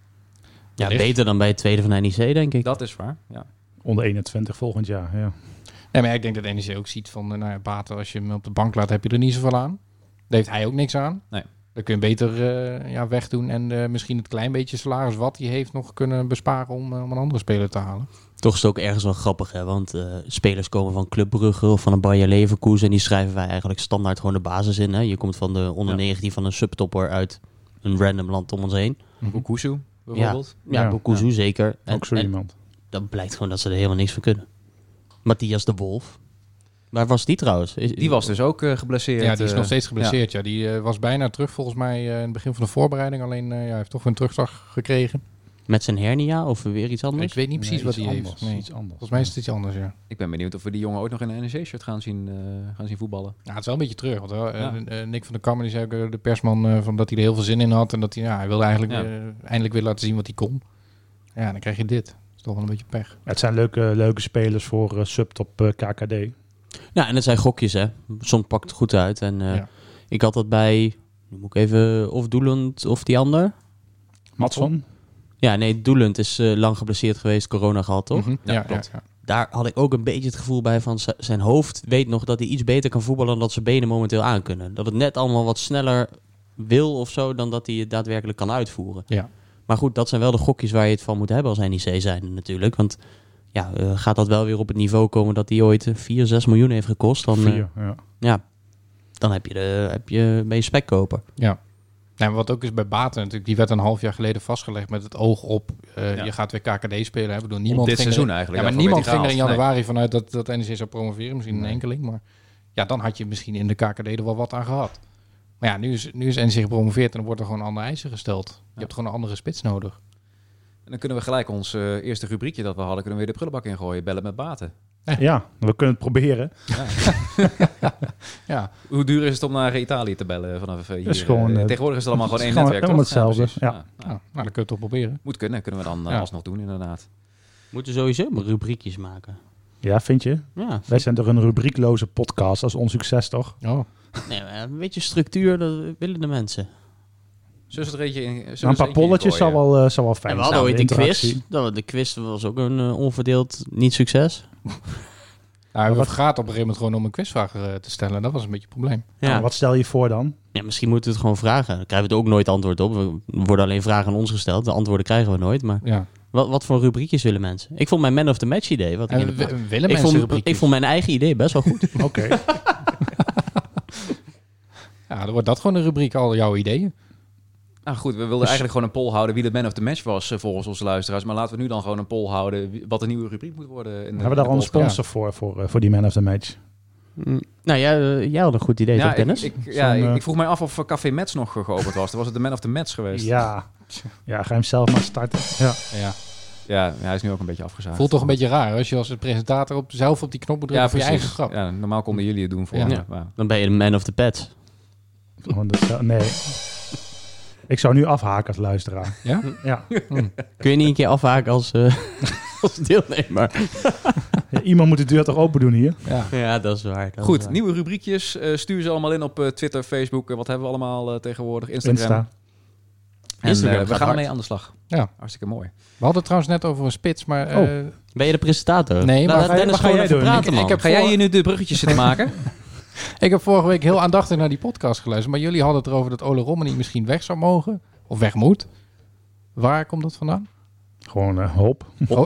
Speaker 5: Ja,
Speaker 3: Wellicht.
Speaker 5: beter dan bij het tweede van de N E C, denk ik.
Speaker 2: Dat is waar, ja.
Speaker 4: Onder eenentwintig volgend jaar, ja.
Speaker 3: Nee, maar ik denk dat N E C ook ziet van, uh, nou ja, Baten, als je hem op de bank laat, heb je er niet zoveel aan. Daar heeft hij ook niks aan.
Speaker 2: Nee.
Speaker 3: Dan kun je beter uh, ja, wegdoen en uh, misschien het klein beetje salaris wat hij heeft nog kunnen besparen om, uh, om een andere speler te halen.
Speaker 5: Toch is het ook ergens wel grappig, hè? Want uh, spelers komen van Club Brugge of van een Bayer Leverkusen en die schrijven wij eigenlijk standaard gewoon de basis in. Hè? Je komt van de onder negentien van een subtopper uit een random land om ons heen.
Speaker 2: Okusu bijvoorbeeld.
Speaker 5: Ja,
Speaker 4: Ja.
Speaker 5: Bokuzu zeker. En,
Speaker 4: Ook zo
Speaker 5: en
Speaker 4: iemand.
Speaker 5: dan blijkt gewoon dat ze er helemaal niks van kunnen. Matthias de Wolf. Waar was die trouwens? Is,
Speaker 2: Die was dus ook uh, geblesseerd.
Speaker 3: Ja, die is
Speaker 2: uh,
Speaker 3: nog steeds geblesseerd. Ja. Ja. Die uh, was bijna terug volgens mij uh, in het begin van de voorbereiding. Alleen uh, ja, hij heeft toch weer een terugslag gekregen.
Speaker 5: Met zijn hernia of weer iets anders?
Speaker 3: Ik weet niet precies
Speaker 4: Nee,
Speaker 3: wat
Speaker 4: iets
Speaker 3: hij
Speaker 4: anders,
Speaker 3: heeft. Nee.
Speaker 4: iets anders.
Speaker 3: Volgens mij is het iets anders, ja.
Speaker 2: Ik ben benieuwd of we die jongen ooit nog in een N E C-shirt gaan zien, uh, gaan zien voetballen.
Speaker 3: Ja, het is wel een beetje terug. Want, uh,
Speaker 2: Ja.
Speaker 3: uh, Nick van der Kammer die zei ook, uh, de persman, uh, van dat hij er heel veel zin in had. En dat hij, ja, hij wilde eigenlijk
Speaker 2: Ja.
Speaker 3: uh, eindelijk weer laten zien wat hij kon. Ja, dan krijg je dit. Dat is toch wel een beetje pech.
Speaker 4: Ja, het zijn leuke, leuke spelers voor uh, subtop uh, K K D.
Speaker 5: Ja, en het zijn gokjes, hè. Soms pakt het goed uit. En uh,
Speaker 3: Ja.
Speaker 5: ik had dat bij, nu moet ik even, of Doelend of die ander.
Speaker 4: Madsson?
Speaker 5: Ja, nee, Doelend is uh, lang geblesseerd geweest, corona gehad, toch?
Speaker 3: Mhm.
Speaker 2: Ja,
Speaker 3: Ja,
Speaker 2: klopt.
Speaker 3: ja, ja.
Speaker 5: Daar had ik ook een beetje het gevoel bij van z- zijn hoofd weet nog dat hij iets beter kan voetballen dan dat zijn benen momenteel aankunnen. Dat het net allemaal wat sneller wil of zo dan dat hij het daadwerkelijk kan uitvoeren.
Speaker 3: Ja.
Speaker 5: Maar goed, dat zijn wel de gokjes waar je het van moet hebben als N E C zijn natuurlijk. Want ja, uh, gaat dat wel weer op het niveau komen dat hij ooit vier, zes miljoen heeft gekost, dan, uh,
Speaker 4: Vier, ja.
Speaker 5: ja, dan heb je de, heb je, ben je spekkoper.
Speaker 3: Ja. Nee, maar wat ook is bij Baten natuurlijk, die werd een half jaar geleden vastgelegd met het oog op, uh,
Speaker 2: Ja.
Speaker 3: je gaat weer K K D spelen. Hè? Ik bedoel, niemand
Speaker 2: dit
Speaker 3: ging
Speaker 2: seizoen
Speaker 3: er,
Speaker 2: eigenlijk,
Speaker 3: Ja, maar
Speaker 2: daarvoor
Speaker 3: niemand
Speaker 2: werd
Speaker 3: ging er
Speaker 2: hij
Speaker 3: in
Speaker 2: gehaald.
Speaker 3: januari vanuit dat, dat N E C zou promoveren, misschien een
Speaker 4: Nee.
Speaker 3: enkeling. Maar ja, dan had je misschien in de K K D er wel wat aan gehad. Maar ja, nu is, nu is N E C gepromoveerd en dan wordt er gewoon andere eisen gesteld. Je
Speaker 2: Ja.
Speaker 3: hebt gewoon een andere spits nodig.
Speaker 2: En dan kunnen we gelijk ons uh, eerste rubriekje dat we hadden, kunnen we weer de prullenbak ingooien. Bellen met Baten.
Speaker 4: Ja, we kunnen het proberen.
Speaker 2: Ja.
Speaker 3: Ja,
Speaker 2: Hoe duur is het om naar Italië te bellen vanaf uh, hier?
Speaker 4: is gewoon,
Speaker 2: Uh,
Speaker 4: uh,
Speaker 2: tegenwoordig is het allemaal gewoon één
Speaker 4: gewoon
Speaker 2: netwerk,
Speaker 4: helemaal
Speaker 2: toch?
Speaker 4: hetzelfde,
Speaker 2: precies.
Speaker 4: ja.
Speaker 3: nou, nou, dan kun je het toch proberen.
Speaker 2: Moet kunnen, kunnen we dan uh,
Speaker 3: Ja.
Speaker 2: alsnog doen inderdaad.
Speaker 5: Moeten sowieso maar rubriekjes maken.
Speaker 4: Ja, vind je?
Speaker 5: Ja,
Speaker 4: Wij zijn toch een rubriekloze podcast. Dat is ons succes, toch?
Speaker 3: Oh.
Speaker 5: nee, maar een beetje structuur, dat willen de mensen.
Speaker 2: Zullen we er eentje in? zullen we
Speaker 4: Maar
Speaker 2: er
Speaker 4: een paar
Speaker 2: eentje
Speaker 4: polletjes zou
Speaker 2: ingooien?
Speaker 4: wel, uh, zou wel fijn
Speaker 5: En we
Speaker 4: zijn.
Speaker 5: hadden ooit de
Speaker 4: interactie.
Speaker 5: quiz. Dat, de quiz was ook een uh, onverdeeld niet-succes.
Speaker 3: Nou, we gaat op een gegeven moment gewoon om een quizvraag uh, te stellen. Dat was een beetje het probleem.
Speaker 5: Ja.
Speaker 4: Nou, wat stel je voor dan?
Speaker 5: ja, misschien moeten we het gewoon vragen. Dan krijgen we er ook nooit antwoord op. We worden alleen vragen aan ons gesteld. De antwoorden krijgen we nooit. Maar
Speaker 3: Ja.
Speaker 5: wat, wat voor rubriekjes willen mensen? Ik vond mijn Man of the Match idee. Wat ik, in
Speaker 3: En
Speaker 5: de-
Speaker 3: w- willen
Speaker 5: ik,
Speaker 3: mensen
Speaker 5: vond,
Speaker 3: rubriekjes?
Speaker 5: ik vond mijn eigen idee best wel goed.
Speaker 4: Oké.
Speaker 3: Ja, dan wordt dat gewoon een rubriek, al jouw ideeën.
Speaker 2: Nou goed, we wilden
Speaker 4: Dus-
Speaker 2: eigenlijk gewoon een poll houden wie de man of the match was uh, volgens onze luisteraars. Maar laten we nu dan gewoon een poll houden wie- wat een nieuwe rubriek moet worden. In de,
Speaker 4: Hebben we daar
Speaker 2: in
Speaker 4: al
Speaker 2: de
Speaker 4: een
Speaker 2: podcast.
Speaker 4: sponsor voor, voor, uh, voor die man of the match?
Speaker 5: Mm, nou ja, uh, jij had een goed idee,
Speaker 2: Ja,
Speaker 5: toch
Speaker 2: ik,
Speaker 5: Dennis?
Speaker 2: ik, ja
Speaker 4: Zo'n,
Speaker 2: ik,
Speaker 4: uh,
Speaker 2: ik vroeg mij af of uh, Café Mets nog uh, geopend was. Dan was het de man of the match geweest.
Speaker 4: Ja. Ja, ga je hem zelf maar starten. Ja.
Speaker 3: Ja.
Speaker 2: Ja, ja, hij is nu ook een beetje afgezaagd.
Speaker 3: Voelt toch een beetje raar als je als presentator op, zelf op die knop moet drukken
Speaker 2: ja,
Speaker 3: voor je eigen
Speaker 2: precies.
Speaker 3: grap.
Speaker 2: Ja, normaal konden jullie het doen voor
Speaker 3: Ja.
Speaker 2: me.
Speaker 5: Ja.
Speaker 2: maar-
Speaker 5: Dan ben je de Man of the Pets.
Speaker 4: Gewoon dat, nee. Ik zou nu afhaken als luisteraar.
Speaker 3: Ja?
Speaker 4: Ja.
Speaker 5: Kun je niet een keer afhaken als... uh, als deelnemer.
Speaker 4: Ja, iemand moet de deur toch open doen hier?
Speaker 3: Ja.
Speaker 5: Ja, dat is waar. Dat
Speaker 2: Goed,
Speaker 5: is waar.
Speaker 2: nieuwe rubriekjes. Uh, stuur ze allemaal in op uh, Twitter, Facebook. Uh, wat hebben we allemaal uh, tegenwoordig? Instagram.
Speaker 4: Insta.
Speaker 2: En
Speaker 5: Instagram
Speaker 2: uh, we
Speaker 5: gaat
Speaker 2: gaan
Speaker 5: hard.
Speaker 2: ermee aan de slag.
Speaker 3: Ja.
Speaker 2: Hartstikke mooi.
Speaker 3: We hadden het trouwens net over een spits, maar... Uh,
Speaker 4: Oh.
Speaker 5: Ben je de presentator?
Speaker 3: Nee, maar
Speaker 5: nou,
Speaker 3: ga je-
Speaker 5: Dennis
Speaker 4: wat ga
Speaker 5: gewoon
Speaker 4: jij
Speaker 5: even
Speaker 4: doen?
Speaker 5: praten,
Speaker 3: Ik-
Speaker 5: man.
Speaker 3: ik heb
Speaker 2: Ga jij
Speaker 3: voor-
Speaker 2: hier nu de bruggetjes zitten maken?
Speaker 3: Ik heb vorige week heel aandachtig naar die podcast geluisterd, maar jullie hadden het erover dat Ole Romani misschien weg zou mogen, of weg moet. Waar komt dat vandaan?
Speaker 4: Gewoon uh, hoop.
Speaker 3: Oh.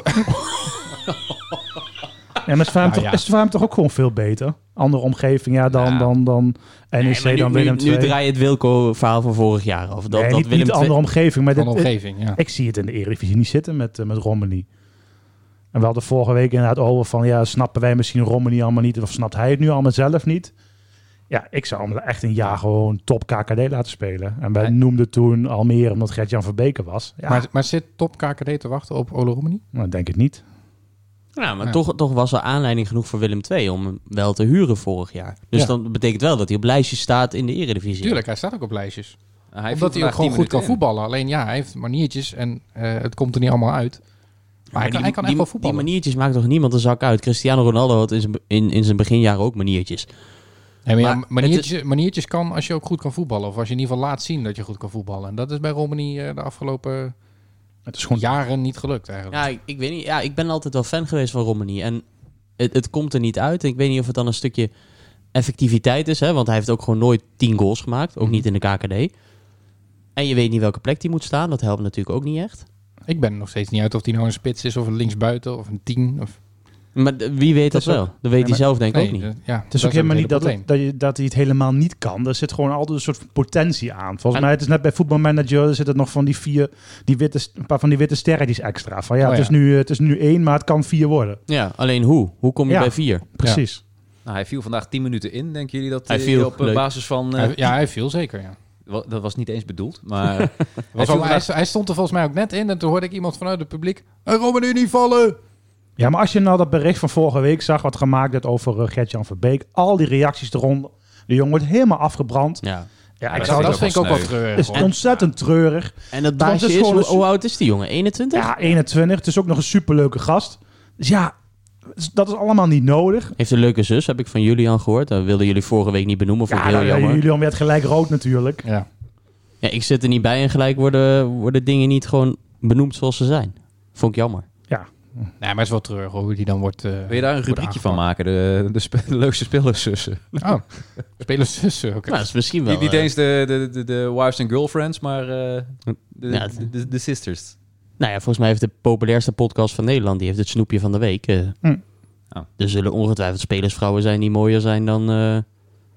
Speaker 4: Ja, maar is het voor hem,
Speaker 3: Nou,
Speaker 4: toch,
Speaker 3: ja.
Speaker 4: is het voor hem toch ook gewoon veel beter? Andere omgeving, ja, dan,
Speaker 2: Ja.
Speaker 4: dan, dan N E C,
Speaker 5: Nee, maar nu,
Speaker 4: dan
Speaker 5: nu,
Speaker 4: Willem
Speaker 5: nu
Speaker 4: twee.
Speaker 5: draai je het Wilco-verhaal van vorig jaar af. Dat,
Speaker 4: nee,
Speaker 5: dat
Speaker 4: niet,
Speaker 5: Willem
Speaker 4: niet de
Speaker 5: twee-
Speaker 4: andere omgeving, maar
Speaker 3: Van
Speaker 4: dit,
Speaker 3: de omgeving, ja.
Speaker 4: ik zie het in de Eredivisie niet zitten met, uh, met Romani. En we hadden vorige week inderdaad over van, ja, snappen wij misschien Romani allemaal niet, of snapt hij het nu allemaal zelf niet? Ja, ik zou hem echt een jaar gewoon top K K D laten spelen. En wij
Speaker 2: Hij-
Speaker 4: noemden toen Almere omdat Gert-Jan Verbeek er was. Ja,
Speaker 3: Maar, maar zit top K K D te wachten op Ole Romani?
Speaker 4: nou, denk ik niet.
Speaker 5: Ja, maar
Speaker 3: Ja.
Speaker 5: Toch, toch was er aanleiding genoeg voor Willem twee om hem wel te huren vorig jaar. Dus
Speaker 3: Ja.
Speaker 5: dan betekent wel dat hij op lijstjes staat in de Eredivisie.
Speaker 3: Tuurlijk, hij staat ook op lijstjes.
Speaker 2: Hij
Speaker 3: Omdat
Speaker 2: viel
Speaker 3: hij ook
Speaker 2: vandaag
Speaker 3: gewoon
Speaker 2: tien
Speaker 3: goed kan
Speaker 2: minuten in.
Speaker 3: voetballen. Alleen ja, hij heeft maniertjes en uh, het komt er niet allemaal uit. Maar, hij kan,
Speaker 5: die,
Speaker 3: hij kan
Speaker 5: die,
Speaker 3: echt wel
Speaker 5: die
Speaker 3: voetballen.
Speaker 5: maniertjes maakt toch niemand een zak uit? Cristiano Ronaldo had in zijn, in, in zijn beginjaren ook maniertjes.
Speaker 3: Nee, maar ja,
Speaker 5: Maar
Speaker 3: maniertjes, maniertjes kan als je ook goed kan voetballen. Of als je in ieder geval laat zien dat je goed kan voetballen. En dat is bij Romani uh, de afgelopen
Speaker 4: Het is gewoon
Speaker 3: jaren niet gelukt eigenlijk.
Speaker 5: Ja, ik, ik weet niet. Ja, ik ben altijd wel fan geweest van Romani. En het, het komt er niet uit. Ik weet niet of het dan een stukje effectiviteit is. Hè? Want hij heeft ook gewoon nooit tien goals gemaakt. Ook niet in de K K D. En je weet niet welke plek die moet staan. Dat helpt natuurlijk ook niet echt.
Speaker 3: Ik ben er nog steeds niet uit of hij nou een spits is of een linksbuiten of een tien. Of...
Speaker 5: Maar d- wie weet dat,
Speaker 4: Dat is
Speaker 5: wel? Dat weet hij
Speaker 3: maar-
Speaker 5: zelf denk ik
Speaker 3: Nee,
Speaker 5: ook niet.
Speaker 3: uh, ja,
Speaker 4: Het is ook helemaal niet dat,
Speaker 3: het
Speaker 4: het, dat, je, dat hij het helemaal niet kan. Er zit gewoon altijd een soort potentie aan. Volgens
Speaker 5: En-
Speaker 4: mij, het is net bij voetbalmanager, er zitten nog van die vier, die witte, een paar van die witte sterretjes extra. Van ja,
Speaker 3: Oh,
Speaker 4: het,
Speaker 3: ja.
Speaker 4: is nu, het is nu één, maar het kan vier worden.
Speaker 5: Ja, alleen hoe? Hoe kom je
Speaker 4: Ja.
Speaker 5: bij vier?
Speaker 4: Precies.
Speaker 2: Nou, hij viel vandaag tien minuten in. Denken jullie dat
Speaker 5: Hij
Speaker 2: hij
Speaker 5: viel,
Speaker 2: op uh,
Speaker 5: leuk.
Speaker 2: basis van... uh,
Speaker 3: Hij, ja, hij viel zeker, ja.
Speaker 2: wa- dat was niet eens bedoeld, maar...
Speaker 3: Was
Speaker 2: hij
Speaker 3: wel-
Speaker 2: viel
Speaker 3: hij,
Speaker 2: vandaag-
Speaker 3: hij stond er volgens mij ook net in en toen hoorde ik iemand vanuit het publiek... Hey, Romani niet vallen!
Speaker 4: Ja, maar als je nou dat bericht van vorige week zag, wat gemaakt werd over uh, Gert-Jan Verbeek, al die reacties eronder, de jongen wordt helemaal afgebrand.
Speaker 5: Ja.
Speaker 4: Ja, ik
Speaker 2: dat
Speaker 4: zou
Speaker 2: vind
Speaker 4: dat
Speaker 3: dat
Speaker 2: ook
Speaker 3: vind ik ook
Speaker 2: wel
Speaker 3: wel
Speaker 2: sneu.
Speaker 3: treurig.
Speaker 4: het is
Speaker 3: hoor.
Speaker 4: ontzettend treurig.
Speaker 5: En dat
Speaker 4: Want het
Speaker 5: baasje
Speaker 4: is
Speaker 5: is,
Speaker 4: gewoon
Speaker 5: hoe,
Speaker 4: een su-
Speaker 5: hoe oud is die jongen? eenentwintig?
Speaker 4: Ja, eenentwintig. Het is ook nog een superleuke gast. Dus ja, dat is allemaal niet nodig.
Speaker 5: Heeft een leuke zus, heb ik van Julian gehoord. Dat wilden jullie vorige week niet benoemen, vond ik
Speaker 4: Ja,
Speaker 5: heel
Speaker 4: nou,
Speaker 5: jammer.
Speaker 4: Julian werd gelijk rood natuurlijk.
Speaker 3: Ja.
Speaker 5: Ja, ik zit er niet bij en gelijk worden, worden dingen niet gewoon benoemd zoals ze zijn. Vond ik jammer.
Speaker 3: Nee, maar het is wel treurig hoor, hoe die dan wordt... Uh,
Speaker 2: Wil je daar een rubriekje van maken? De, de, spe- de leukste spelerszussen.
Speaker 3: Oh, spelers zussen. Oké.
Speaker 5: Nou, dat is misschien wel...
Speaker 2: Niet, niet
Speaker 5: eh,
Speaker 2: eens de, de, de, de wives and girlfriends, maar uh, de,
Speaker 5: Ja,
Speaker 2: de, de, de sisters.
Speaker 5: Nou ja, volgens mij heeft de populairste podcast van Nederland... die heeft het snoepje van de week. eh.
Speaker 4: Hm.
Speaker 2: Oh.
Speaker 5: Er zullen ongetwijfeld spelersvrouwen zijn die mooier zijn dan... eh,
Speaker 2: En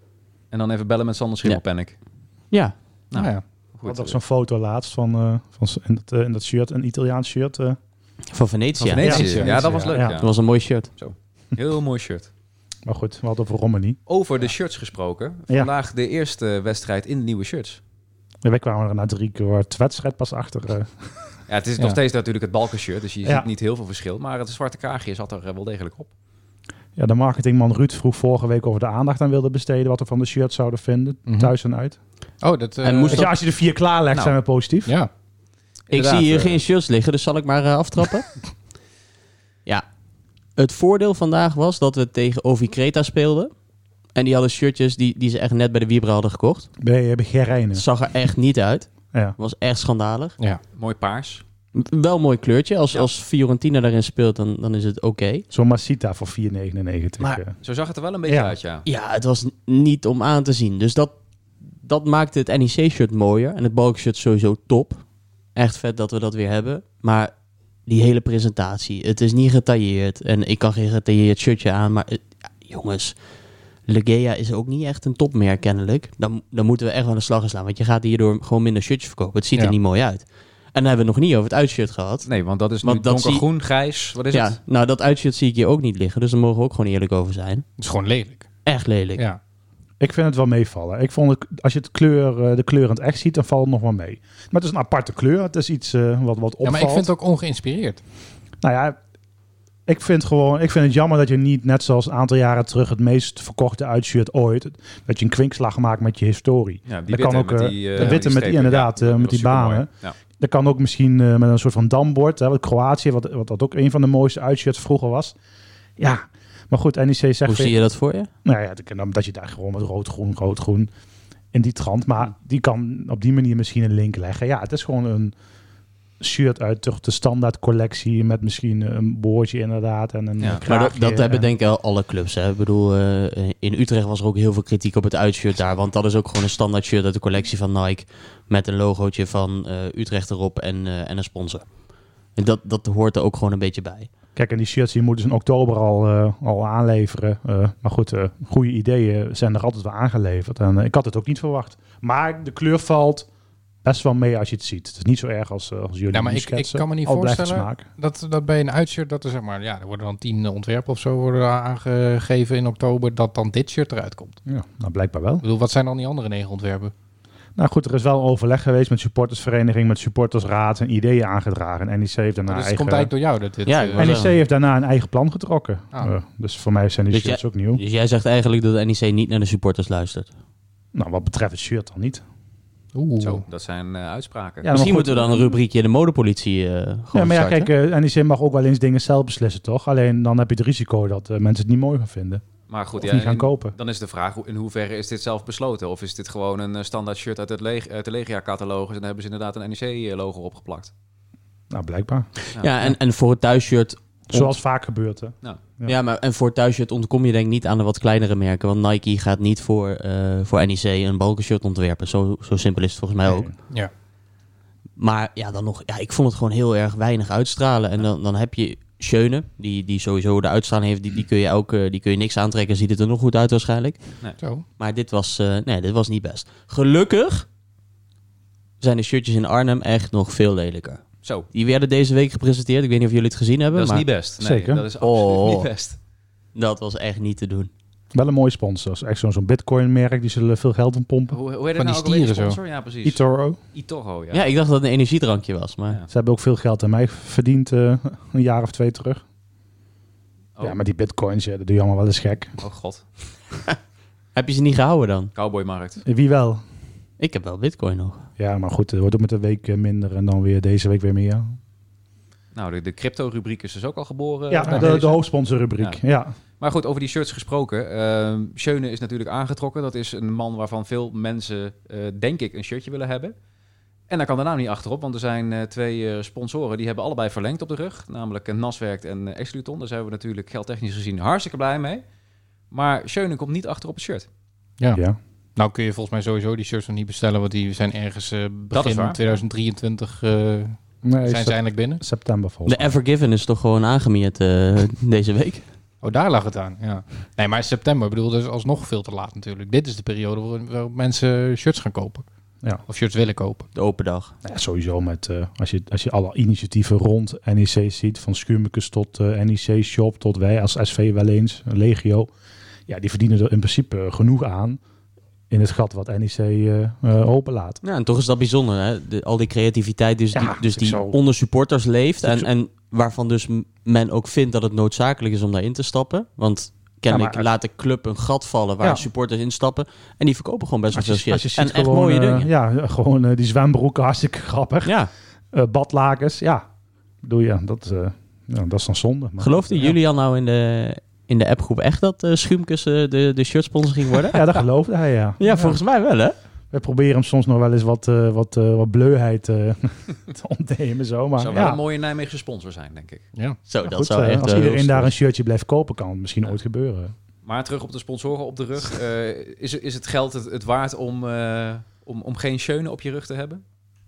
Speaker 2: dan even bellen met Sander Schimmelpenninck.
Speaker 5: ja,
Speaker 2: Nou,
Speaker 3: Nou ja.
Speaker 4: Ik had ook zo'n foto laatst van, uh, van s- in, dat, uh, in dat shirt, een Italiaans shirt. Uh.
Speaker 5: van Venetië.
Speaker 2: Van Venetië.
Speaker 3: Ja,
Speaker 2: Ja, dat was leuk.
Speaker 4: ja.
Speaker 2: Ja.
Speaker 5: Dat was een mooi shirt.
Speaker 2: Heel mooi shirt.
Speaker 4: Maar goed, we hadden het over Romani.
Speaker 2: Over de shirts gesproken.
Speaker 4: Ja.
Speaker 2: Vandaag de eerste wedstrijd in de nieuwe shirts.
Speaker 4: Ja, wij kwamen er na drie keer wedstrijd pas achter. Uh.
Speaker 2: Ja, het is
Speaker 3: Ja.
Speaker 2: nog steeds natuurlijk het balkenshirt, dus je
Speaker 4: Ja.
Speaker 2: ziet niet heel veel verschil. Maar het zwarte kraagje zat er uh, wel degelijk op.
Speaker 4: Ja, de marketingman Ruud vroeg vorige week over de aandacht aan wilde besteden. Wat we van de shirt zouden vinden,
Speaker 3: Mhm.
Speaker 4: thuis en uit.
Speaker 3: Oh, dat... uh,
Speaker 5: En moest
Speaker 4: Dus ja, als je de vier klaarlegt,
Speaker 2: Nou.
Speaker 4: zijn we positief.
Speaker 3: Ja.
Speaker 5: Ik
Speaker 2: Inderdaad,
Speaker 5: zie hier
Speaker 2: eh,
Speaker 5: geen shirts liggen, dus zal ik maar eh, aftrappen. Ja, het voordeel vandaag was dat we tegen Ovi Kreta speelden. En die hadden shirtjes die, die ze echt net bij de Wieber hadden gekocht.
Speaker 4: Bij uh, Gerijnen.
Speaker 5: Het zag er echt niet uit.
Speaker 4: Ja.
Speaker 5: Was echt schandalig.
Speaker 3: Ja.
Speaker 2: Mooi paars.
Speaker 5: M- Wel een mooi kleurtje. Als,
Speaker 2: Ja.
Speaker 5: als Fiorentina daarin speelt, dan, dan is het oké.
Speaker 4: Zo'n Masita voor vier negenennegentig.
Speaker 5: Maar-
Speaker 4: uh.
Speaker 2: Zo zag het er wel een beetje
Speaker 4: Ja.
Speaker 2: uit, ja.
Speaker 5: Ja, het was n- niet om aan te zien. Dus dat, dat maakte het N E C-shirt mooier. En het balkshirt sowieso top. Echt vet dat we dat weer hebben. Maar die hele presentatie, het is niet getailleerd. En ik kan geen getailleerd shirtje aan. Maar het- ja, jongens, Legea is ook niet echt een topmerk kennelijk. Dan, dan moeten we echt wel een slag in slaan. Want je gaat hierdoor gewoon minder shirtjes verkopen. Het ziet
Speaker 3: Ja.
Speaker 5: er niet mooi uit. En dan hebben we het nog niet over het uitshirt gehad.
Speaker 2: Nee, want dat is
Speaker 5: Want
Speaker 2: nu
Speaker 5: dat zie-
Speaker 2: donkergroen, grijs. Wat is
Speaker 5: ja,
Speaker 2: het?
Speaker 5: nou dat uitshirt zie ik hier ook niet liggen. Dus daar mogen we ook gewoon eerlijk over zijn.
Speaker 3: Het is gewoon lelijk.
Speaker 5: Echt lelijk.
Speaker 3: Ja.
Speaker 4: Ik vind het wel meevallen. Ik vond het, als je het kleur, uh, de kleur in het echt ziet, dan valt het nog wel mee. Maar het is een aparte kleur. Het is iets uh, wat, wat opvalt.
Speaker 3: ja, maar ik vind het ook ongeïnspireerd.
Speaker 4: Nou ja, ik vind, gewoon, ik vind het jammer dat je niet, net zoals een aantal jaren terug, het meest verkochte uitshirt ooit, dat je een kwinkslag maakt met je historie.
Speaker 2: Ja, die
Speaker 4: Dat kan
Speaker 2: witte
Speaker 4: ook,
Speaker 2: met
Speaker 4: uh,
Speaker 2: die, uh,
Speaker 4: de witte met die
Speaker 2: strepen.
Speaker 4: inderdaad,
Speaker 2: Ja,
Speaker 4: uh,
Speaker 2: dat
Speaker 4: met
Speaker 2: was
Speaker 4: die
Speaker 2: supermooi.
Speaker 4: banen.
Speaker 2: Ja.
Speaker 4: Dat kan ook misschien uh, met een soort van dambord. Hè, wat Kroatië, wat, wat dat ook een van de mooiste uitshirts vroeger was. Ja, maar goed, N E C zegt...
Speaker 5: Hoe zie je dat voor je?
Speaker 4: Nou ja, dat je daar gewoon met rood-groen, rood-groen in die trant. Maar die kan op die manier misschien een link leggen. Ja, het is gewoon een shirt uit de standaard collectie met misschien een boordje inderdaad en een
Speaker 5: ja,
Speaker 4: kraagje.
Speaker 5: Maar dat, dat
Speaker 4: en...
Speaker 5: hebben denk ik alle clubs. Hè? Ik bedoel, uh, in Utrecht was er ook heel veel kritiek op het uitshirt daar. Want dat is ook gewoon een standaard shirt uit de collectie van Nike met een logootje van uh, Utrecht erop en, uh, en een sponsor. En dat, dat hoort er ook gewoon een beetje bij.
Speaker 4: Kijk, en die shirts die moeten ze in oktober al, uh, al aanleveren. Uh, maar goed, uh, goede ideeën zijn er altijd wel aangeleverd. En uh, ik had het ook niet verwacht. Maar de kleur valt best wel mee als je het ziet. Het is niet zo erg als, uh, als jullie
Speaker 3: ja, maar ik, ik kan me niet voorstellen dat, dat bij een uitshirt, dat er zeg maar, ja, er worden dan tien ontwerpen of zo worden aangegeven in oktober, dat dan dit shirt eruit komt.
Speaker 4: Ja, nou blijkbaar wel.
Speaker 3: Ik bedoel, wat zijn dan die andere negen ontwerpen?
Speaker 4: Nou goed, er is wel overleg geweest met supportersvereniging, met supportersraad en ideeën aangedragen. En N E C heeft daarna
Speaker 3: dus het
Speaker 4: eigen...
Speaker 3: komt eigenlijk door jou dat dit...
Speaker 5: Ja,
Speaker 3: uh,
Speaker 4: N E C heeft daarna een eigen plan getrokken.
Speaker 3: Ah.
Speaker 4: Uh, dus voor mij zijn die
Speaker 5: dus
Speaker 4: shirts
Speaker 5: jij,
Speaker 4: ook nieuw.
Speaker 5: Dus jij zegt eigenlijk dat de N E C niet naar de supporters luistert?
Speaker 4: Nou, wat betreft het shirt dan niet.
Speaker 2: Oeh. Zo, dat zijn uh, uitspraken.
Speaker 5: Ja, misschien moeten we dan een rubriekje in de modepolitie uh, gewoon
Speaker 4: Ja, maar ja,
Speaker 5: starten.
Speaker 4: kijk, uh, N E C mag ook wel eens dingen zelf beslissen, toch? Alleen dan heb je het risico dat uh, mensen het niet mooi gaan vinden.
Speaker 2: Maar goed,
Speaker 4: of
Speaker 2: ja,
Speaker 4: niet gaan
Speaker 2: in,
Speaker 4: kopen.
Speaker 2: Dan is de vraag, in hoeverre is dit zelf besloten? Of is dit gewoon een uh, standaard shirt uit, het leg, uit de Legia-catalogus en dan hebben ze inderdaad een N E C-logo opgeplakt?
Speaker 4: Nou, blijkbaar.
Speaker 5: Ja, ja en, en voor het thuisshirt...
Speaker 4: Zoals ont... vaak gebeurt, hè?
Speaker 2: Nou.
Speaker 5: Ja. ja, maar en voor het thuisshirt ontkom je denk ik niet aan de wat kleinere merken. Want Nike gaat niet voor, uh, voor N E C een balkenshirt ontwerpen. Zo, zo simpel is het volgens mij ook.
Speaker 3: Ja.
Speaker 5: Maar ja, dan nog, ja, ik vond het gewoon heel erg weinig uitstralen. En dan, dan heb je Schöne, die, die sowieso de uitstraling heeft. Die, die, kun je ook, die kun je niks aantrekken. Ziet het er nog goed uit waarschijnlijk.
Speaker 2: Nee.
Speaker 3: Zo.
Speaker 5: Maar dit was, uh, nee, dit was niet best. Gelukkig zijn de shirtjes in Arnhem echt nog veel lelijker.
Speaker 2: Zo.
Speaker 5: Die werden deze week gepresenteerd. Ik weet niet of jullie het gezien hebben.
Speaker 2: Dat is
Speaker 5: maar...
Speaker 2: niet best. Nee,
Speaker 4: Zeker.
Speaker 2: Dat is absoluut
Speaker 5: oh,
Speaker 2: niet best.
Speaker 5: Dat was echt niet te doen.
Speaker 4: Wel een mooie sponsor. Echt zo'n, zo'n Bitcoin-merk. Die zullen veel geld in pompen.
Speaker 2: Hoe, hoe heet
Speaker 3: Van
Speaker 2: het
Speaker 3: die
Speaker 2: nou ook alweer,
Speaker 3: stieren
Speaker 2: sponsor? Ja, precies.
Speaker 4: eToro.
Speaker 2: eToro, ja.
Speaker 5: Ja, ik dacht dat het een energiedrankje was. Maar...
Speaker 2: Ja.
Speaker 4: Ze hebben ook veel geld aan mij verdiend uh, een jaar of twee terug.
Speaker 2: Oh.
Speaker 4: Ja, maar die bitcoins, ja, dat doe je allemaal wel eens gek.
Speaker 2: Oh god.
Speaker 5: Heb je ze niet gehouden dan?
Speaker 2: Cowboymarkt.
Speaker 4: Wie wel?
Speaker 5: Ik heb wel bitcoin nog.
Speaker 4: Ja, maar goed, het wordt ook met de week minder en dan weer deze week weer meer.
Speaker 2: Nou, de, de crypto-rubriek is dus ook al geboren.
Speaker 4: Ja, de, de hoofdsponsorrubriek, ja. ja.
Speaker 2: Maar goed, over die shirts gesproken. Uh, Schöne is natuurlijk aangetrokken. Dat is een man waarvan veel mensen, uh, denk ik, een shirtje willen hebben. En daar kan de naam niet achterop, want er zijn uh, twee uh, sponsoren die hebben allebei verlengd op de rug. Namelijk uh, Naswerkt en uh, Exluton. Daar zijn we natuurlijk geldtechnisch gezien hartstikke blij mee. Maar Schöne komt niet achter op het shirt.
Speaker 3: Ja.
Speaker 4: ja.
Speaker 3: Nou kun je volgens mij sowieso die shirts nog niet bestellen, want die zijn ergens uh, begin twintig drieëntwintig uh, nee, zijn ze eindelijk binnen.
Speaker 4: September volgens
Speaker 5: mij. De Evergiven is toch gewoon aangemeerd uh, deze week?
Speaker 3: Oh, daar lag het aan, ja. Nee, maar september, ik bedoel, dat is alsnog veel te laat natuurlijk. Dit is de periode waarop mensen shirts gaan kopen.
Speaker 4: Ja.
Speaker 3: Of shirts willen kopen.
Speaker 5: De open dag.
Speaker 4: Ja, sowieso met, uh, als, je, als je alle initiatieven rond N E C ziet, van Schuurmekes tot uh, N E C Shop, tot wij als S V wel eens, Legio. Ja, die verdienen er in principe genoeg aan in het gat wat N E C uh, uh, openlaat.
Speaker 5: Ja, en toch is dat bijzonder, hè? De, al die creativiteit dus
Speaker 4: ja,
Speaker 5: die, dus die
Speaker 4: zo...
Speaker 5: onder supporters leeft en, en waarvan dus men ook vindt dat het noodzakelijk is om daarin te stappen. Want kennelijk ja, maar, laat de club een gat vallen waar ja. supporters instappen en die verkopen gewoon best wel veel shit. En echt
Speaker 4: gewoon,
Speaker 5: mooie
Speaker 4: uh,
Speaker 5: dingen.
Speaker 4: Ja, gewoon uh, die zwembroeken, hartstikke grappig.
Speaker 5: Ja.
Speaker 4: Uh, badlakens, ja. Bedoel je, dat, uh, ja, dat is dan zonde. Maar
Speaker 5: geloofde uh, Julian nou in de... in de appgroep echt dat uh, Schuurmekes uh, de, de shirtsponsor ging worden?
Speaker 4: Ja, dat geloofde hij, ja.
Speaker 5: Ja, volgens ja. mij wel, hè?
Speaker 4: We proberen hem soms nog wel eens wat, uh, wat, uh, wat bleuheid uh, te ontnemen. Zo, maar,
Speaker 2: zou
Speaker 4: ja.
Speaker 2: wel een mooie Nijmeegse sponsor zijn, denk ik.
Speaker 3: Ja.
Speaker 5: Zo,
Speaker 4: ja,
Speaker 5: dat
Speaker 4: goed,
Speaker 5: zou
Speaker 4: uh,
Speaker 5: echt...
Speaker 4: als
Speaker 5: uh,
Speaker 4: iedereen daar een shirtje blijft kopen, kan het misschien
Speaker 2: ja.
Speaker 4: ooit gebeuren.
Speaker 2: Maar terug op de sponsoren op de rug. Uh, is, is het geld het, het waard om, uh, om, om geen Schöne op je rug te hebben?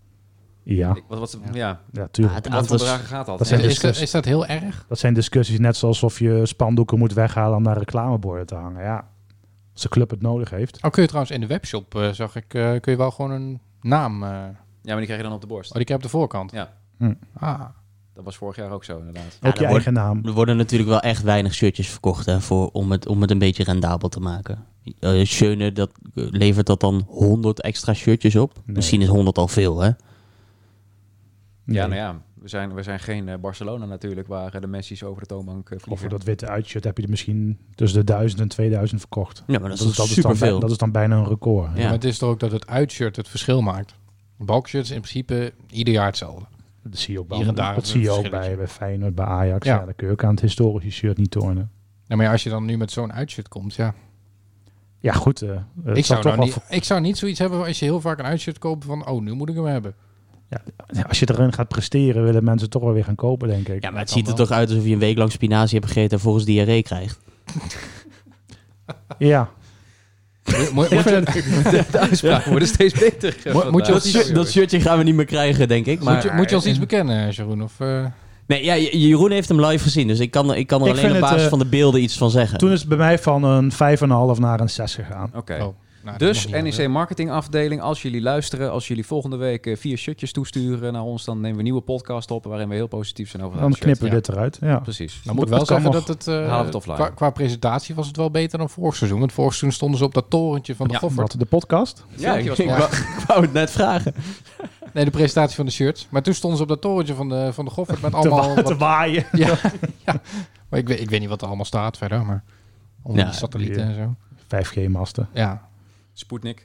Speaker 4: Ja.
Speaker 2: Ik, wat, wat, ja. ja.
Speaker 4: Ja, tuurlijk.
Speaker 2: Ja, wat voor bedragen gaat dat?
Speaker 4: dat zijn
Speaker 3: ja, is, dat is dat heel erg?
Speaker 4: Dat zijn discussies net zoals of je spandoeken moet weghalen om naar reclameborden te hangen. Ja, als de club het nodig heeft.
Speaker 3: Oh, kun je trouwens in de webshop, uh, zag ik, uh, kun je wel gewoon een naam... Uh...
Speaker 2: Ja, maar die krijg je dan op de borst.
Speaker 3: Oh, die krijg je op de voorkant?
Speaker 2: Ja.
Speaker 4: Hm.
Speaker 3: Ah.
Speaker 2: Dat was vorig jaar ook zo, inderdaad.
Speaker 4: Ja, ook je eigen naam.
Speaker 5: Er worden natuurlijk wel echt weinig shirtjes verkocht hè, voor, om, het, om het een beetje rendabel te maken. Uh, Schöne, dat, uh, levert dat dan honderd extra shirtjes op? Nee. Misschien is honderd al veel, hè?
Speaker 2: Nee. Ja, nou ja, we zijn, we zijn geen uh, Barcelona natuurlijk, waar uh, de Messi's over de toonbank uh, vliegen.
Speaker 4: Of voor dat witte uitshirt heb je er misschien tussen de duizend en tweeduizend verkocht.
Speaker 5: Ja, maar dat,
Speaker 4: dat
Speaker 5: is,
Speaker 4: is
Speaker 5: superveel.
Speaker 4: Dat is dan bijna een record.
Speaker 3: Ja. Ja, maar het is toch ook dat het uitshirt het verschil maakt? Balkshirts in principe ieder jaar hetzelfde.
Speaker 4: Dat zie je ook,
Speaker 3: Hier en daar
Speaker 4: dat zie je ook
Speaker 3: verschilletje.
Speaker 4: bij, bij Feyenoord, bij Ajax.
Speaker 3: Ja.
Speaker 4: Ja. Dan kun je ook aan het historische shirt niet tornen.
Speaker 3: Nou, maar ja, als je dan nu met zo'n uitshirt komt, ja.
Speaker 4: Ja, goed. Uh,
Speaker 3: Ik zou, nou niet, ik zou niet zoiets hebben als je heel vaak een uitshirt koopt van, oh, nu moet ik hem hebben.
Speaker 4: Ja, als je erin gaat presteren, willen mensen toch wel weer gaan kopen, denk ik.
Speaker 5: Ja, maar het ziet er toch uit alsof je een week lang spinazie hebt gegeten en volgens diarree krijgt.
Speaker 4: Ja.
Speaker 3: Moet, moet, moet je,
Speaker 2: De, de uitspraken worden steeds beter. eh,
Speaker 3: Moet- moet je
Speaker 2: vandaag.
Speaker 5: Dat, shirt- dat shirtje gaan we niet meer krijgen, denk ik. Maar,
Speaker 3: moet, je, moet je ons iets bekennen, Jeroen? Of, uh...
Speaker 5: Nee, ja, J- Jeroen heeft hem live gezien, dus ik kan, ik kan er
Speaker 4: Ik
Speaker 5: alleen op
Speaker 4: vind het,
Speaker 5: basis
Speaker 4: uh,
Speaker 5: van de beelden iets van zeggen.
Speaker 4: Toen is het bij mij van een vijf komma vijf naar een zes gegaan.
Speaker 2: Oké.
Speaker 3: Oh, nou,
Speaker 2: Dus
Speaker 3: dat mag
Speaker 2: N
Speaker 3: niet,
Speaker 2: E C marketingafdeling, als jullie luisteren, als jullie volgende week uh, vier shirtjes toesturen naar ons, dan nemen we een nieuwe podcast op waarin we heel positief zijn over
Speaker 4: Dan
Speaker 2: dat shirt.
Speaker 4: knippen we
Speaker 3: ja.
Speaker 4: dit eruit. Ja.
Speaker 2: Precies.
Speaker 3: Dan moet ik wel
Speaker 4: Het kan
Speaker 3: zeggen
Speaker 4: nog-
Speaker 3: dat het, uh,
Speaker 2: halen we het offline.
Speaker 3: qua, qua presentatie was het wel beter dan vorig seizoen. Want vorig seizoen stonden ze op dat torentje van de
Speaker 2: Ja,
Speaker 3: Goffert.
Speaker 4: Wat, de podcast?
Speaker 5: Ja, ik,
Speaker 2: was
Speaker 5: ik,
Speaker 3: mooi.
Speaker 5: wou, ik wou het net vragen.
Speaker 3: Nee, de presentatie van de shirts. Maar toen stonden ze op dat torentje van de, van de Goffert met
Speaker 4: Te,
Speaker 3: allemaal...
Speaker 4: wa- te
Speaker 3: wat-
Speaker 4: waaien.
Speaker 3: ja, ja. Maar ik weet, ik weet niet wat er allemaal staat verder, maar... Onder
Speaker 5: Ja,
Speaker 3: die satellieten
Speaker 4: die,
Speaker 3: en zo.
Speaker 4: vijf G-masten.
Speaker 3: Ja,
Speaker 2: Sputnik.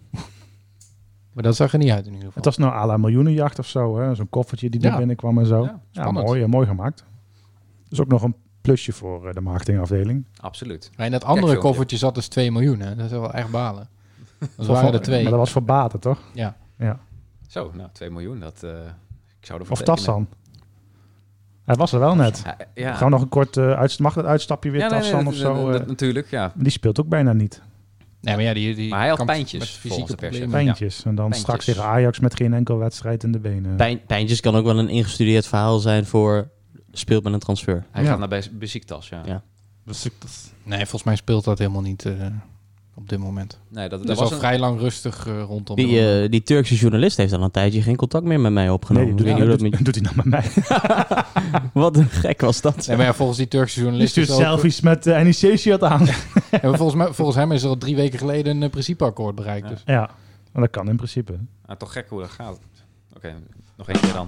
Speaker 3: maar dat zag er niet uit in ieder geval.
Speaker 4: Het was nou à la miljoenenjacht of zo. hè? Zo'n koffertje die
Speaker 3: Ja.
Speaker 4: er binnenkwam en zo.
Speaker 2: Ja,
Speaker 4: Ja,
Speaker 3: spannend.
Speaker 4: mooi, mooi gemaakt. Dus ook nog een plusje voor uh, de marketingafdeling.
Speaker 2: Absoluut.
Speaker 3: Maar in dat andere
Speaker 2: filmpje.
Speaker 3: koffertje zat dus twee miljoen, hè. Dat is wel echt balen. Dat
Speaker 4: Voor-
Speaker 3: waren er twee.
Speaker 4: Maar dat was voor Baten, toch?
Speaker 3: Ja.
Speaker 4: Ja.
Speaker 2: Zo, nou, twee miljoen, dat... uh, ik zou ervoor
Speaker 4: Of
Speaker 2: tekenen.
Speaker 4: Tassan. Hij was er wel net.
Speaker 2: Ja, ja.
Speaker 4: Gewoon nog een kort uh, uit, mag dat uitstapje weer
Speaker 2: ja, nee, nee,
Speaker 4: Tassan
Speaker 2: dat-
Speaker 4: of zo?
Speaker 2: dat-
Speaker 4: uh,
Speaker 2: dat- natuurlijk, ja.
Speaker 4: die speelt ook bijna niet.
Speaker 3: Nee, maar ja, die, die
Speaker 2: Maar hij had
Speaker 3: kampt
Speaker 2: pijntjes,
Speaker 3: met
Speaker 2: volgens
Speaker 3: fysieke
Speaker 2: de pers.
Speaker 3: problemen.
Speaker 4: Pijntjes. En dan
Speaker 2: Pijntjes.
Speaker 4: straks tegen Ajax met geen enkel wedstrijd in de benen.
Speaker 5: Pijn, pijntjes kan ook wel een ingestudeerd verhaal zijn voor speelt met een transfer.
Speaker 2: Hij
Speaker 4: Ja.
Speaker 2: gaat naar Bes- Besiktas, ja.
Speaker 5: Ja.
Speaker 3: Nee, volgens mij speelt dat helemaal niet uh, op dit moment.
Speaker 2: Nee, dat,
Speaker 3: Het
Speaker 2: dat
Speaker 3: is
Speaker 2: was
Speaker 3: al
Speaker 2: een...
Speaker 3: vrij lang rustig uh, rondom.
Speaker 5: Die,
Speaker 3: de-
Speaker 5: uh, die Turkse journalist heeft al een tijdje geen contact meer met mij
Speaker 4: nee,
Speaker 5: opgenomen.
Speaker 4: die doet,
Speaker 5: Ik
Speaker 4: hij,
Speaker 5: weet
Speaker 4: doet,
Speaker 5: niet hoe
Speaker 4: doet hij nou met mij.
Speaker 5: dat- Wat een gek was dat.
Speaker 3: Nee, maar ja, volgens die Turkse
Speaker 4: Die
Speaker 3: journalist
Speaker 4: stuurt
Speaker 3: is ook-
Speaker 4: selfies met uh, N E C-shirt aan.
Speaker 3: Ja, maar volgens, mij, volgens hem is er al drie weken geleden een uh, principeakkoord bereikt.
Speaker 2: Ja.
Speaker 3: Dus.
Speaker 4: Ja, maar dat kan in principe.
Speaker 2: Ah, toch gek hoe dat gaat. Oké, nog één keer dan.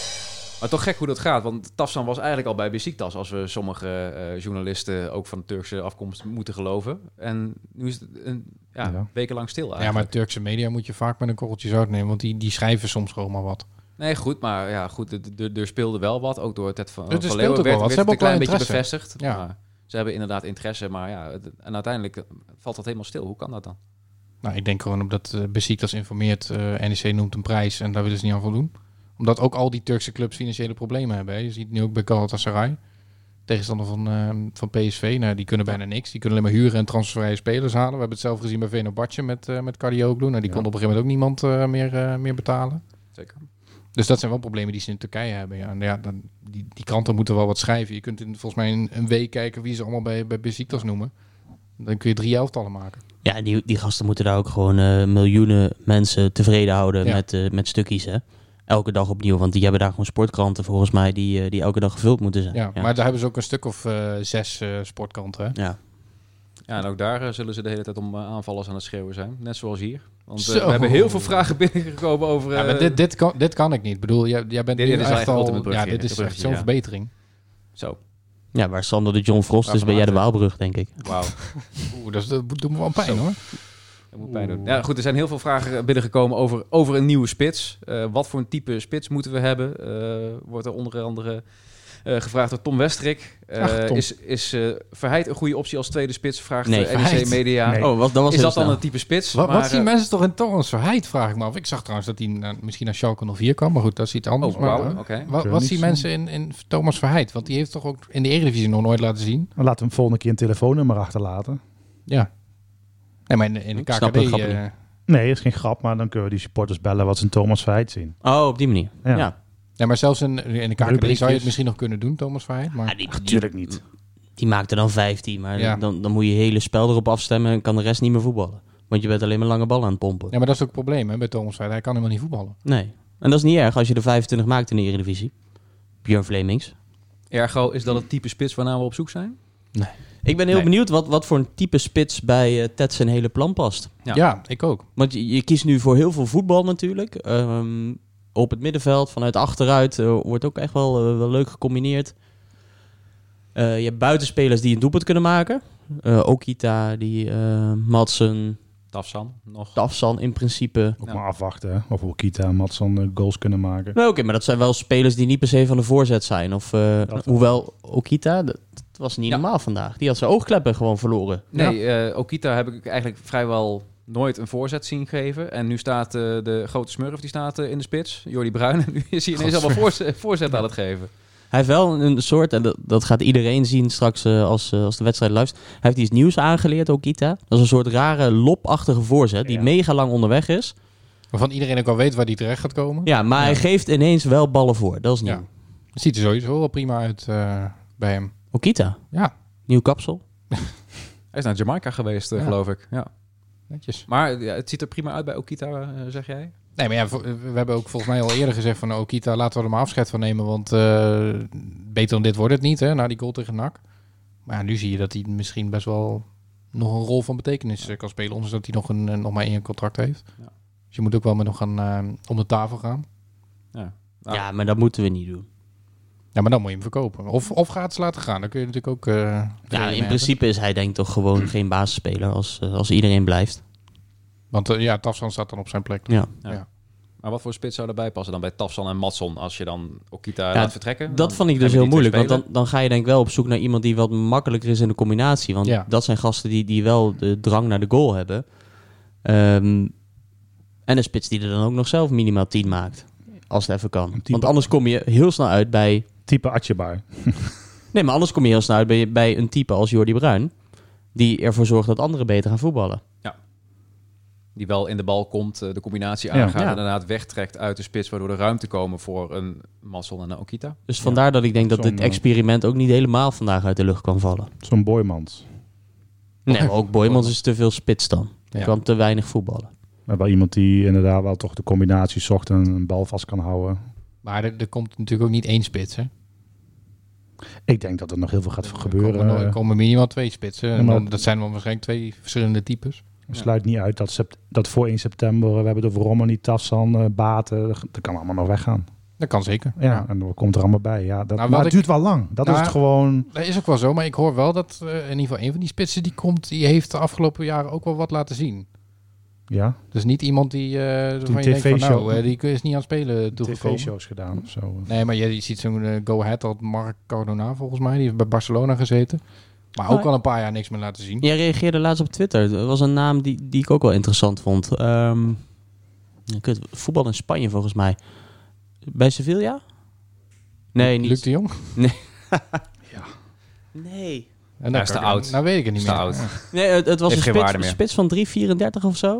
Speaker 2: Maar toch gek hoe dat gaat, want Tafsan was eigenlijk al bij Besiktas, als we sommige uh, journalisten ook van de Turkse afkomst moeten geloven. En nu is het een, ja,
Speaker 4: Ja.
Speaker 2: wekenlang stil
Speaker 3: Ja,
Speaker 2: eigenlijk.
Speaker 3: maar Turkse media moet je vaak met een korreltje zout nemen, want die, die schrijven soms gewoon maar wat.
Speaker 2: Nee, goed, maar ja, goed, er- er- er speelde wel wat, ook door Ted van,
Speaker 3: Er- er
Speaker 2: van
Speaker 3: speelt
Speaker 2: Leeuwen
Speaker 3: ook wel
Speaker 2: werd,
Speaker 3: wat. Ze
Speaker 2: werd het
Speaker 3: hebben
Speaker 2: een
Speaker 3: ook
Speaker 2: klein
Speaker 3: wel
Speaker 2: beetje
Speaker 3: interesse.
Speaker 2: bevestigd.
Speaker 3: Ja.
Speaker 2: Maar ze hebben inderdaad interesse, maar ja, het- en uiteindelijk valt dat helemaal stil. Hoe kan dat dan?
Speaker 3: Nou, ik denk gewoon omdat uh, Besiktas informeert, uh, N E C noemt een prijs en daar willen ze niet aan voldoen. Omdat ook al die Turkse clubs financiële problemen hebben. Hè. Je ziet het nu ook bij Galatasaray, tegenstander van, uh, van P S V. Nou, die kunnen bijna niks. Die kunnen alleen maar huren en transfervrije spelers halen. We hebben het zelf gezien bij Fenerbahce met, uh, met Kadioglu. Nou, die
Speaker 4: Ja.
Speaker 3: kon op een gegeven moment ook niemand uh, meer, uh, meer betalen.
Speaker 2: Zeker.
Speaker 3: Dus dat zijn wel problemen die ze in Turkije hebben. Ja. En ja, dan, die, die kranten moeten wel wat schrijven. Je kunt in, volgens mij in een week kijken wie ze allemaal bij, bij Besiktas noemen. Dan kun je drie elftallen maken.
Speaker 5: Ja, die, die gasten moeten daar ook gewoon uh, miljoenen mensen tevreden houden
Speaker 3: Ja.
Speaker 5: met, uh, met stukjes, hè. Elke dag opnieuw, want die hebben daar gewoon sportkranten volgens mij die, uh, die elke dag gevuld moeten zijn.
Speaker 3: Ja, maar daar hebben ze ook een stuk of uh, zes uh, sportkranten. Hè?
Speaker 5: Ja.
Speaker 2: Ja, en ook daar uh, zullen ze de hele tijd om uh, aanvallers aan het schreeuwen zijn. Net zoals hier. Want uh,
Speaker 3: Zo.
Speaker 2: we hebben heel veel vragen binnengekomen over... Uh,
Speaker 3: Ja, maar dit, dit, kan, dit kan ik niet. Ik bedoel, jij, jij bent
Speaker 2: Dit-
Speaker 3: nu
Speaker 2: dit is
Speaker 3: echt
Speaker 2: echt
Speaker 3: al...
Speaker 2: ultimate
Speaker 3: Ja,
Speaker 2: brugje,
Speaker 3: dit is
Speaker 2: de
Speaker 3: echt
Speaker 2: brugje,
Speaker 3: zo'n
Speaker 2: ja.
Speaker 3: verbetering.
Speaker 2: Zo,
Speaker 5: ja, waar Sander de John Frost is,
Speaker 2: Waarvan
Speaker 5: ben jij de
Speaker 2: harte.
Speaker 5: Waalbrug, denk ik.
Speaker 2: wauw.
Speaker 3: Oeh, dat, is- dat doet me wel pijn,
Speaker 2: Zo.
Speaker 3: hoor.
Speaker 2: Dat moet pijn doen. Ja, goed, er zijn heel veel vragen binnengekomen over, over een nieuwe spits. Uh, wat voor een type spits moeten we hebben? Uh, wordt er onder andere uh, gevraagd door Tom Westrik. Uh,
Speaker 4: Ach, Tom.
Speaker 2: Is, is uh, Verheid een goede optie als tweede spits? Vraagt
Speaker 5: Nee,
Speaker 2: uh, N E C
Speaker 3: Verheid.
Speaker 2: Media.
Speaker 4: Nee.
Speaker 5: Oh, wat, dat was
Speaker 2: Is
Speaker 5: heel
Speaker 2: dat dan
Speaker 5: snel.
Speaker 2: een type spits?
Speaker 3: Wat,
Speaker 2: Maar,
Speaker 3: wat zien
Speaker 2: uh,
Speaker 3: mensen toch in Thomas Verheid, vraag ik me af. Ik zag trouwens dat hij naar, misschien naar Schalke nul vier kwam, maar goed, dat is iets anders.
Speaker 2: Oh,
Speaker 3: maar,
Speaker 2: wauw,
Speaker 3: uh,
Speaker 2: oké.
Speaker 3: wat,
Speaker 4: Kun
Speaker 3: wat
Speaker 4: je
Speaker 3: zien
Speaker 4: niks
Speaker 3: mensen in, in Thomas Verheid? Want die heeft toch ook in de Eredivisie nog nooit laten zien?
Speaker 4: Dan laten we hem volgende keer een telefoonnummer achterlaten.
Speaker 3: Ja. Nee, maar in, de- in de
Speaker 5: Ik
Speaker 3: K K
Speaker 5: snap
Speaker 3: D...
Speaker 5: de grap
Speaker 3: eh,
Speaker 5: niet.
Speaker 4: Nee, dat is geen grap, maar dan kunnen we die supporters bellen wat ze in Thomas Verheid zien.
Speaker 5: Oh, op die manier.
Speaker 4: Ja.
Speaker 5: Ja.
Speaker 3: ja, maar zelfs in, in de K K D
Speaker 4: Rubriekjes.
Speaker 3: zou je het misschien nog kunnen doen, Thomas Verheid. Maar...
Speaker 5: Ja, die, die,
Speaker 4: Natuurlijk niet.
Speaker 5: die maakte dan vijftien, maar
Speaker 3: Ja.
Speaker 5: dan, dan moet je je hele spel erop afstemmen en kan de rest niet meer voetballen. Want je bent alleen maar lange ballen aan het pompen.
Speaker 3: Ja, maar dat is ook het probleem hè, bij Thomas Verheid. Hij kan helemaal niet voetballen.
Speaker 5: Nee. En dat is niet erg als je er vijfentwintig maakt in de Eredivisie. Björn Vlemings.
Speaker 2: Ergo, is dat het type spits waarnaar we op zoek zijn?
Speaker 5: Ik ben heel
Speaker 3: Nee.
Speaker 5: benieuwd wat, wat voor een type spits bij uh, Ted zijn hele plan past.
Speaker 2: Ja.
Speaker 3: Ja, ik ook.
Speaker 5: Want je, je kiest nu voor heel veel voetbal natuurlijk. Ehm, op het middenveld, vanuit achteruit, uh, wordt ook echt wel, uh, wel leuk gecombineerd. Uh, je hebt buitenspelers die een doelpunt kunnen maken. Uh, Okita, die uh, Madsen,
Speaker 2: Tafsan nog.
Speaker 5: Tafsan in principe.
Speaker 4: Ook
Speaker 2: Ja.
Speaker 4: maar afwachten hè, of Okita en Maatsan uh, goals kunnen maken.
Speaker 5: Nou, oké, okay, maar dat zijn wel spelers die niet per se van de voorzet zijn. Of, uh, hoewel Okita, dat, dat was niet ja. normaal vandaag. Die had zijn oogkleppen gewoon verloren.
Speaker 2: Nee, ja. uh, Okita heb ik eigenlijk vrijwel nooit een voorzet zien geven. En nu staat uh, de grote smurf, die staat uh, in de spits. Jordi Bruin. En nu is hij ineens allemaal voorzet, voorzet aan het geven.
Speaker 5: Hij heeft wel een soort, en dat, dat gaat iedereen zien straks uh, als, uh, als de wedstrijd luistert. Hij heeft iets nieuws aangeleerd, Okita. Dat is een soort rare lopachtige voorzet die ja. mega lang onderweg is.
Speaker 3: Waarvan iedereen ook al weet waar die terecht gaat komen.
Speaker 5: Ja, maar ja. hij geeft ineens wel ballen voor. Dat is nieuw. Ja.
Speaker 3: Het ziet er sowieso wel prima uit uh, bij hem.
Speaker 5: Okita?
Speaker 3: Ja.
Speaker 5: Nieuw kapsel.
Speaker 2: Hij is naar Jamaica geweest, uh, ja. geloof ik. Ja.
Speaker 3: Netjes.
Speaker 2: Maar ja, het ziet er prima uit bij Okita, uh, zeg jij?
Speaker 3: Nee, maar ja, we hebben ook volgens mij al eerder gezegd van Okita, laten we er maar afscheid van nemen, want uh, beter dan dit wordt het niet, hè, na die goal tegen N A C. Maar ja, nu zie je dat hij misschien best wel nog een rol van betekenis ja. kan spelen, ondanks dat hij nog, een, nog maar één contract heeft. Ja. Dus je moet ook wel met nog gaan uh, om de tafel gaan.
Speaker 5: Ja. Ah. ja, maar dat moeten we niet doen.
Speaker 3: Ja, maar dan moet je hem verkopen. Of, of gratis laten gaan, dan kun je natuurlijk ook... Uh,
Speaker 5: ja, in hebben. principe is hij denk ik toch gewoon geen basisspeler als, uh, als iedereen blijft.
Speaker 3: Want uh, ja, Tafsan staat dan op zijn plek.
Speaker 2: Ja. Ja. Ja. Maar wat voor spits zou erbij passen dan bij Tafsan en Maatson als je dan Okita ja, laat vertrekken?
Speaker 5: Dat vond ik dus heel moeilijk, want dan, dan ga je denk ik wel op zoek naar iemand die wat makkelijker is in de combinatie. Want ja. dat zijn gasten die, die wel de drang naar de goal hebben. Um, en een spits die er dan ook nog zelf minimaal tien maakt. Als het even kan. Want anders kom je heel snel uit bij...
Speaker 4: Type Atjebaar.
Speaker 5: Nee, maar anders kom je heel snel uit bij, bij een type als Jordi Bruin. Die ervoor zorgt dat anderen beter gaan voetballen.
Speaker 2: Ja. Die wel in de bal komt, de combinatie aangaat ja. en inderdaad wegtrekt uit de spits, waardoor er ruimte komen voor een Maatson en een Okita.
Speaker 5: Dus vandaar ja. dat ik denk dat dit experiment ook niet helemaal vandaag uit de lucht kan vallen.
Speaker 4: Zo'n Boymans.
Speaker 5: Nee, maar ook Boymans is te veel spits dan. Ja. Kan te weinig voetballen.
Speaker 4: We hebben iemand die inderdaad wel toch de combinatie zocht en een bal vast kan houden.
Speaker 3: Maar er, er komt natuurlijk ook niet één spits, hè?
Speaker 4: Ik denk dat er nog heel veel gaat er gebeuren.
Speaker 3: Komen, er komen minimaal twee spitsen. En dan, dat zijn wel waarschijnlijk twee verschillende types.
Speaker 4: Het sluit niet uit dat, sept- dat voor één september, we hebben het over Romani, Tafsan, uh, Baten, dat kan allemaal nog weggaan.
Speaker 3: Dat kan zeker.
Speaker 4: Ja, ja. En dat komt er allemaal bij. Ja, dat, nou, maar het ik, duurt wel lang. Dat nou, is het gewoon...
Speaker 3: Dat is ook wel zo, maar ik hoor wel dat uh, in ieder geval een van die spitsen die komt, die heeft de afgelopen jaren ook wel wat laten zien.
Speaker 4: Ja.
Speaker 3: Dus niet iemand die, uh, waarvan je denkt van nou, uh, die is niet aan het spelen toegekomen.
Speaker 4: tv-shows gedaan of zo.
Speaker 3: Nee, maar je, je ziet zo'n uh, go-ahead had Marc Cardona volgens mij, die heeft bij Barcelona gezeten. Maar ook al een paar jaar niks meer laten zien.
Speaker 5: Jij reageerde laatst op Twitter. Dat was een naam die, die ik ook wel interessant vond. Um, voetbal in Spanje volgens mij. Bij Sevilla? Nee, niet.
Speaker 3: Luc de Jong?
Speaker 5: Nee.
Speaker 2: ja.
Speaker 5: Nee.
Speaker 3: En dat is te oud. Nou weet ik het niet meer.
Speaker 2: Oud.
Speaker 3: Ja.
Speaker 5: Nee, het, het was een spits, spits van drie vierendertig of zo.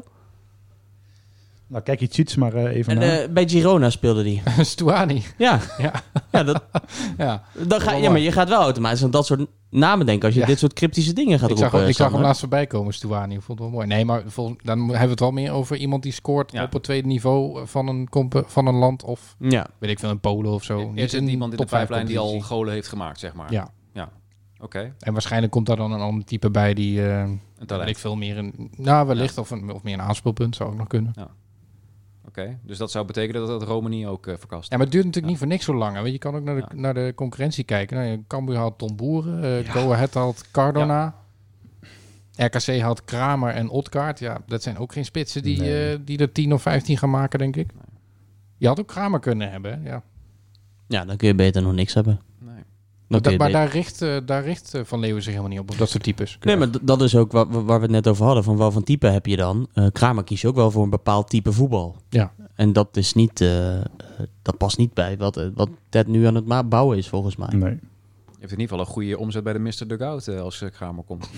Speaker 4: Nou, kijk je cheats maar uh, even
Speaker 5: en,
Speaker 4: naar.
Speaker 5: Uh, bij Girona speelde die.
Speaker 3: Stuani.
Speaker 5: Ja. Ja. Ja, dat, ja. Dan ga, ja, maar je gaat wel automatisch aan dat soort namen denken als je ja. dit soort cryptische dingen gaat
Speaker 3: ik
Speaker 5: roepen.
Speaker 3: Zag, ik zag hem laatst voorbij komen, Stuani. Ik vond het wel mooi. Nee, maar vol, dan hebben we het wel meer over iemand die scoort ja. op het tweede niveau van een, comp- van een land of
Speaker 5: ja.
Speaker 3: weet ik veel, een Polen of zo.
Speaker 2: Is het iemand in de pijplijn die al golen heeft gemaakt, zeg maar?
Speaker 3: Ja.
Speaker 2: Ja. Oké. Okay.
Speaker 3: En waarschijnlijk komt daar dan een ander type bij die... Uh, weet ik veel meer een... Nou, wellicht. Ja. Of, een, of meer een aanspeelpunt zou ook nog kunnen.
Speaker 2: Ja. Oké, okay. Dus dat zou betekenen dat dat Romani ook uh, verkast.
Speaker 3: Ja, maar het duurt natuurlijk ja. niet voor niks zo lang. Hè? Want je kan ook naar de, ja. naar de concurrentie kijken. Nou, Cambuur haalt Tom Boeren. Uh, ja. Go Ahead haalt Cardona. Ja. R K C haalt Kramer en Odgaard. Ja, dat zijn ook geen spitsen die, nee. uh, die er tien of vijftien gaan maken, denk ik. Nee. Je had ook Kramer kunnen hebben, ja.
Speaker 5: Ja, dan kun je beter nog niks hebben.
Speaker 2: Nee.
Speaker 3: Maar, da- maar daar richt, uh, daar richt uh, Van Leeuwen zich helemaal niet op, op dat soort types.
Speaker 5: Nee, maar d- dat is ook waar, waar we het net over hadden. Van wat voor type heb je dan? Uh, Kramer kiest ook wel voor een bepaald type voetbal.
Speaker 3: Ja.
Speaker 5: En dat is niet, uh, uh, dat past niet bij wat, uh, wat Ted nu aan het ma- bouwen is, volgens mij.
Speaker 4: Nee.
Speaker 2: Je heeft in ieder geval een goede omzet bij de mister Dugout uh, als uh, Kramer komt.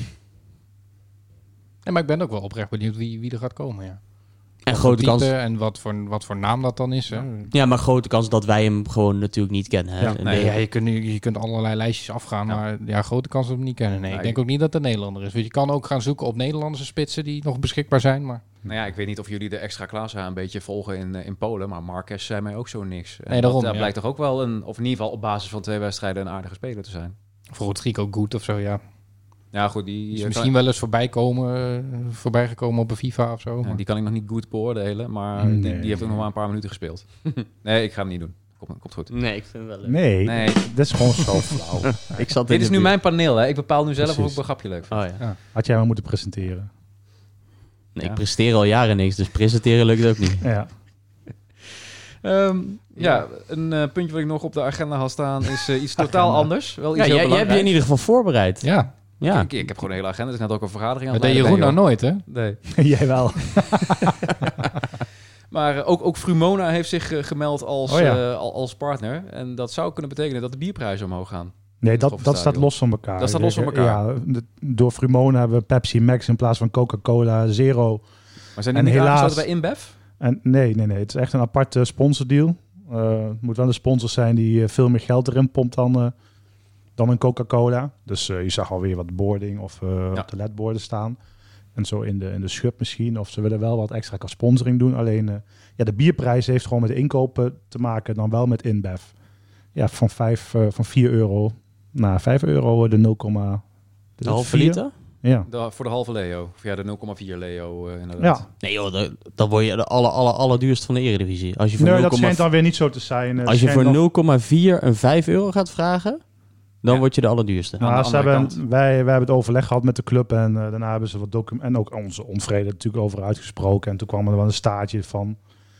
Speaker 3: Nee, maar ik ben ook wel oprecht benieuwd wie, wie er gaat komen, ja.
Speaker 5: En grote kans.
Speaker 3: En wat voor, wat voor naam dat dan is. Hè?
Speaker 5: Ja, maar grote kans dat wij hem gewoon natuurlijk niet kennen. Hè?
Speaker 3: Ja, nee, ja, je, kunt, je kunt allerlei lijstjes afgaan, ja. maar ja, grote kans dat we hem niet kennen. Nee, nee, ik denk ook niet dat het een Nederlander is. Want je kan ook gaan zoeken op Nederlandse spitsen die nog beschikbaar zijn. Maar...
Speaker 2: Nou ja, ik weet niet of jullie de extra klasse een beetje volgen in, in Polen, maar Marquez zei mij ook zo niks.
Speaker 3: Nee, daarom,
Speaker 2: dat,
Speaker 3: ja.
Speaker 2: blijkt toch ook wel een, of in ieder geval op basis van twee wedstrijden een aardige speler te zijn.
Speaker 3: Voor Rodrigo Goed of zo, ja.
Speaker 2: Ja, goed, die...
Speaker 3: Dus misschien wel eens voorbij, komen, voorbij gekomen op een FIFA of zo.
Speaker 2: Ja, die kan ik nog niet goed beoordelen, maar nee. die, die heeft ook nog maar een paar minuten gespeeld. Nee, ik ga hem niet doen. Komt, komt goed.
Speaker 5: Nee, ik vind het wel leuk.
Speaker 4: Nee, nee. Dat is gewoon zo flauw.
Speaker 5: ik zat
Speaker 2: Dit is nu buurt. Mijn paneel, hè. Ik bepaal nu zelf
Speaker 4: Precies.
Speaker 2: of ik een grapje leuk vind.
Speaker 5: Oh, ja.
Speaker 4: Ja. Had jij maar moeten presenteren.
Speaker 5: Nee,
Speaker 2: Ja.
Speaker 5: Ik presteer al jaren niks, dus presenteren lukt ook niet.
Speaker 4: Ja.
Speaker 2: Um, ja, een uh, puntje wat ik nog op de agenda had staan is uh, iets totaal anders. Wel iets
Speaker 5: Ja,
Speaker 2: heel
Speaker 5: jij, jij hebt je in ieder geval voorbereid.
Speaker 3: Ja,
Speaker 5: Ja.
Speaker 2: Ik, ik heb gewoon een hele agenda. Dus net ook een vergadering aan
Speaker 3: dat
Speaker 2: het
Speaker 3: deed
Speaker 2: leiden
Speaker 3: Jeroen
Speaker 2: ben,
Speaker 3: nou
Speaker 2: joh.
Speaker 3: nooit, hè?
Speaker 2: Nee.
Speaker 4: Jij wel.
Speaker 2: Maar uh, ook, ook Frumona heeft zich uh, gemeld als,
Speaker 4: Oh ja.
Speaker 2: uh, als partner. En dat zou kunnen betekenen dat de bierprijzen omhoog gaan.
Speaker 4: Nee, dat, dat staat
Speaker 2: Stadion.
Speaker 4: los van elkaar.
Speaker 2: Dat staat los van elkaar.
Speaker 4: Ja, de, door Frumona hebben we Pepsi Max in plaats van Coca-Cola Zero.
Speaker 2: Maar zijn die
Speaker 4: En
Speaker 2: niet
Speaker 4: helaas-
Speaker 2: aangesloten bij InBev?
Speaker 4: En nee, nee, nee. Het is echt een aparte sponsordeal. Uh, het moet wel een sponsor zijn die uh, veel meer geld erin pompt dan, uh, dan een Coca-Cola. Dus uh, je zag alweer wat boarding of uh,
Speaker 2: Ja.
Speaker 4: op de ledborden staan. En zo in de, in de schub misschien. Of ze willen wel wat extra qua sponsoring doen. Alleen uh, ja, de bierprijs heeft gewoon met de inkopen te maken. Dan wel met InBev. Ja, van, vijf, uh, van vier euro naar vijf euro de nul,
Speaker 5: De halve liter?
Speaker 4: Ja.
Speaker 2: De, voor de halve Leo. Of ja, de nul komma vier Leo uh, inderdaad.
Speaker 4: Ja.
Speaker 5: Nee joh, dan, dan word je de aller, aller, allerduurste van de Eredivisie. Als je voor
Speaker 4: Nee,
Speaker 5: nul
Speaker 4: dat
Speaker 5: komma
Speaker 4: schijnt dan weer niet zo te zijn. Uh,
Speaker 5: Als je
Speaker 4: schijnt
Speaker 5: voor
Speaker 4: nog-
Speaker 5: nul komma vier en vijf euro gaat vragen, dan
Speaker 2: Ja.
Speaker 5: word je de allerduurste.
Speaker 2: Aan de
Speaker 4: Nou, ze
Speaker 2: andere
Speaker 4: hebben,
Speaker 2: kant.
Speaker 4: wij, wij hebben het overleg gehad met de club en uh, daarna hebben ze wat documenten en ook onze onvrede natuurlijk over uitgesproken. En toen kwam er wel een staartje van,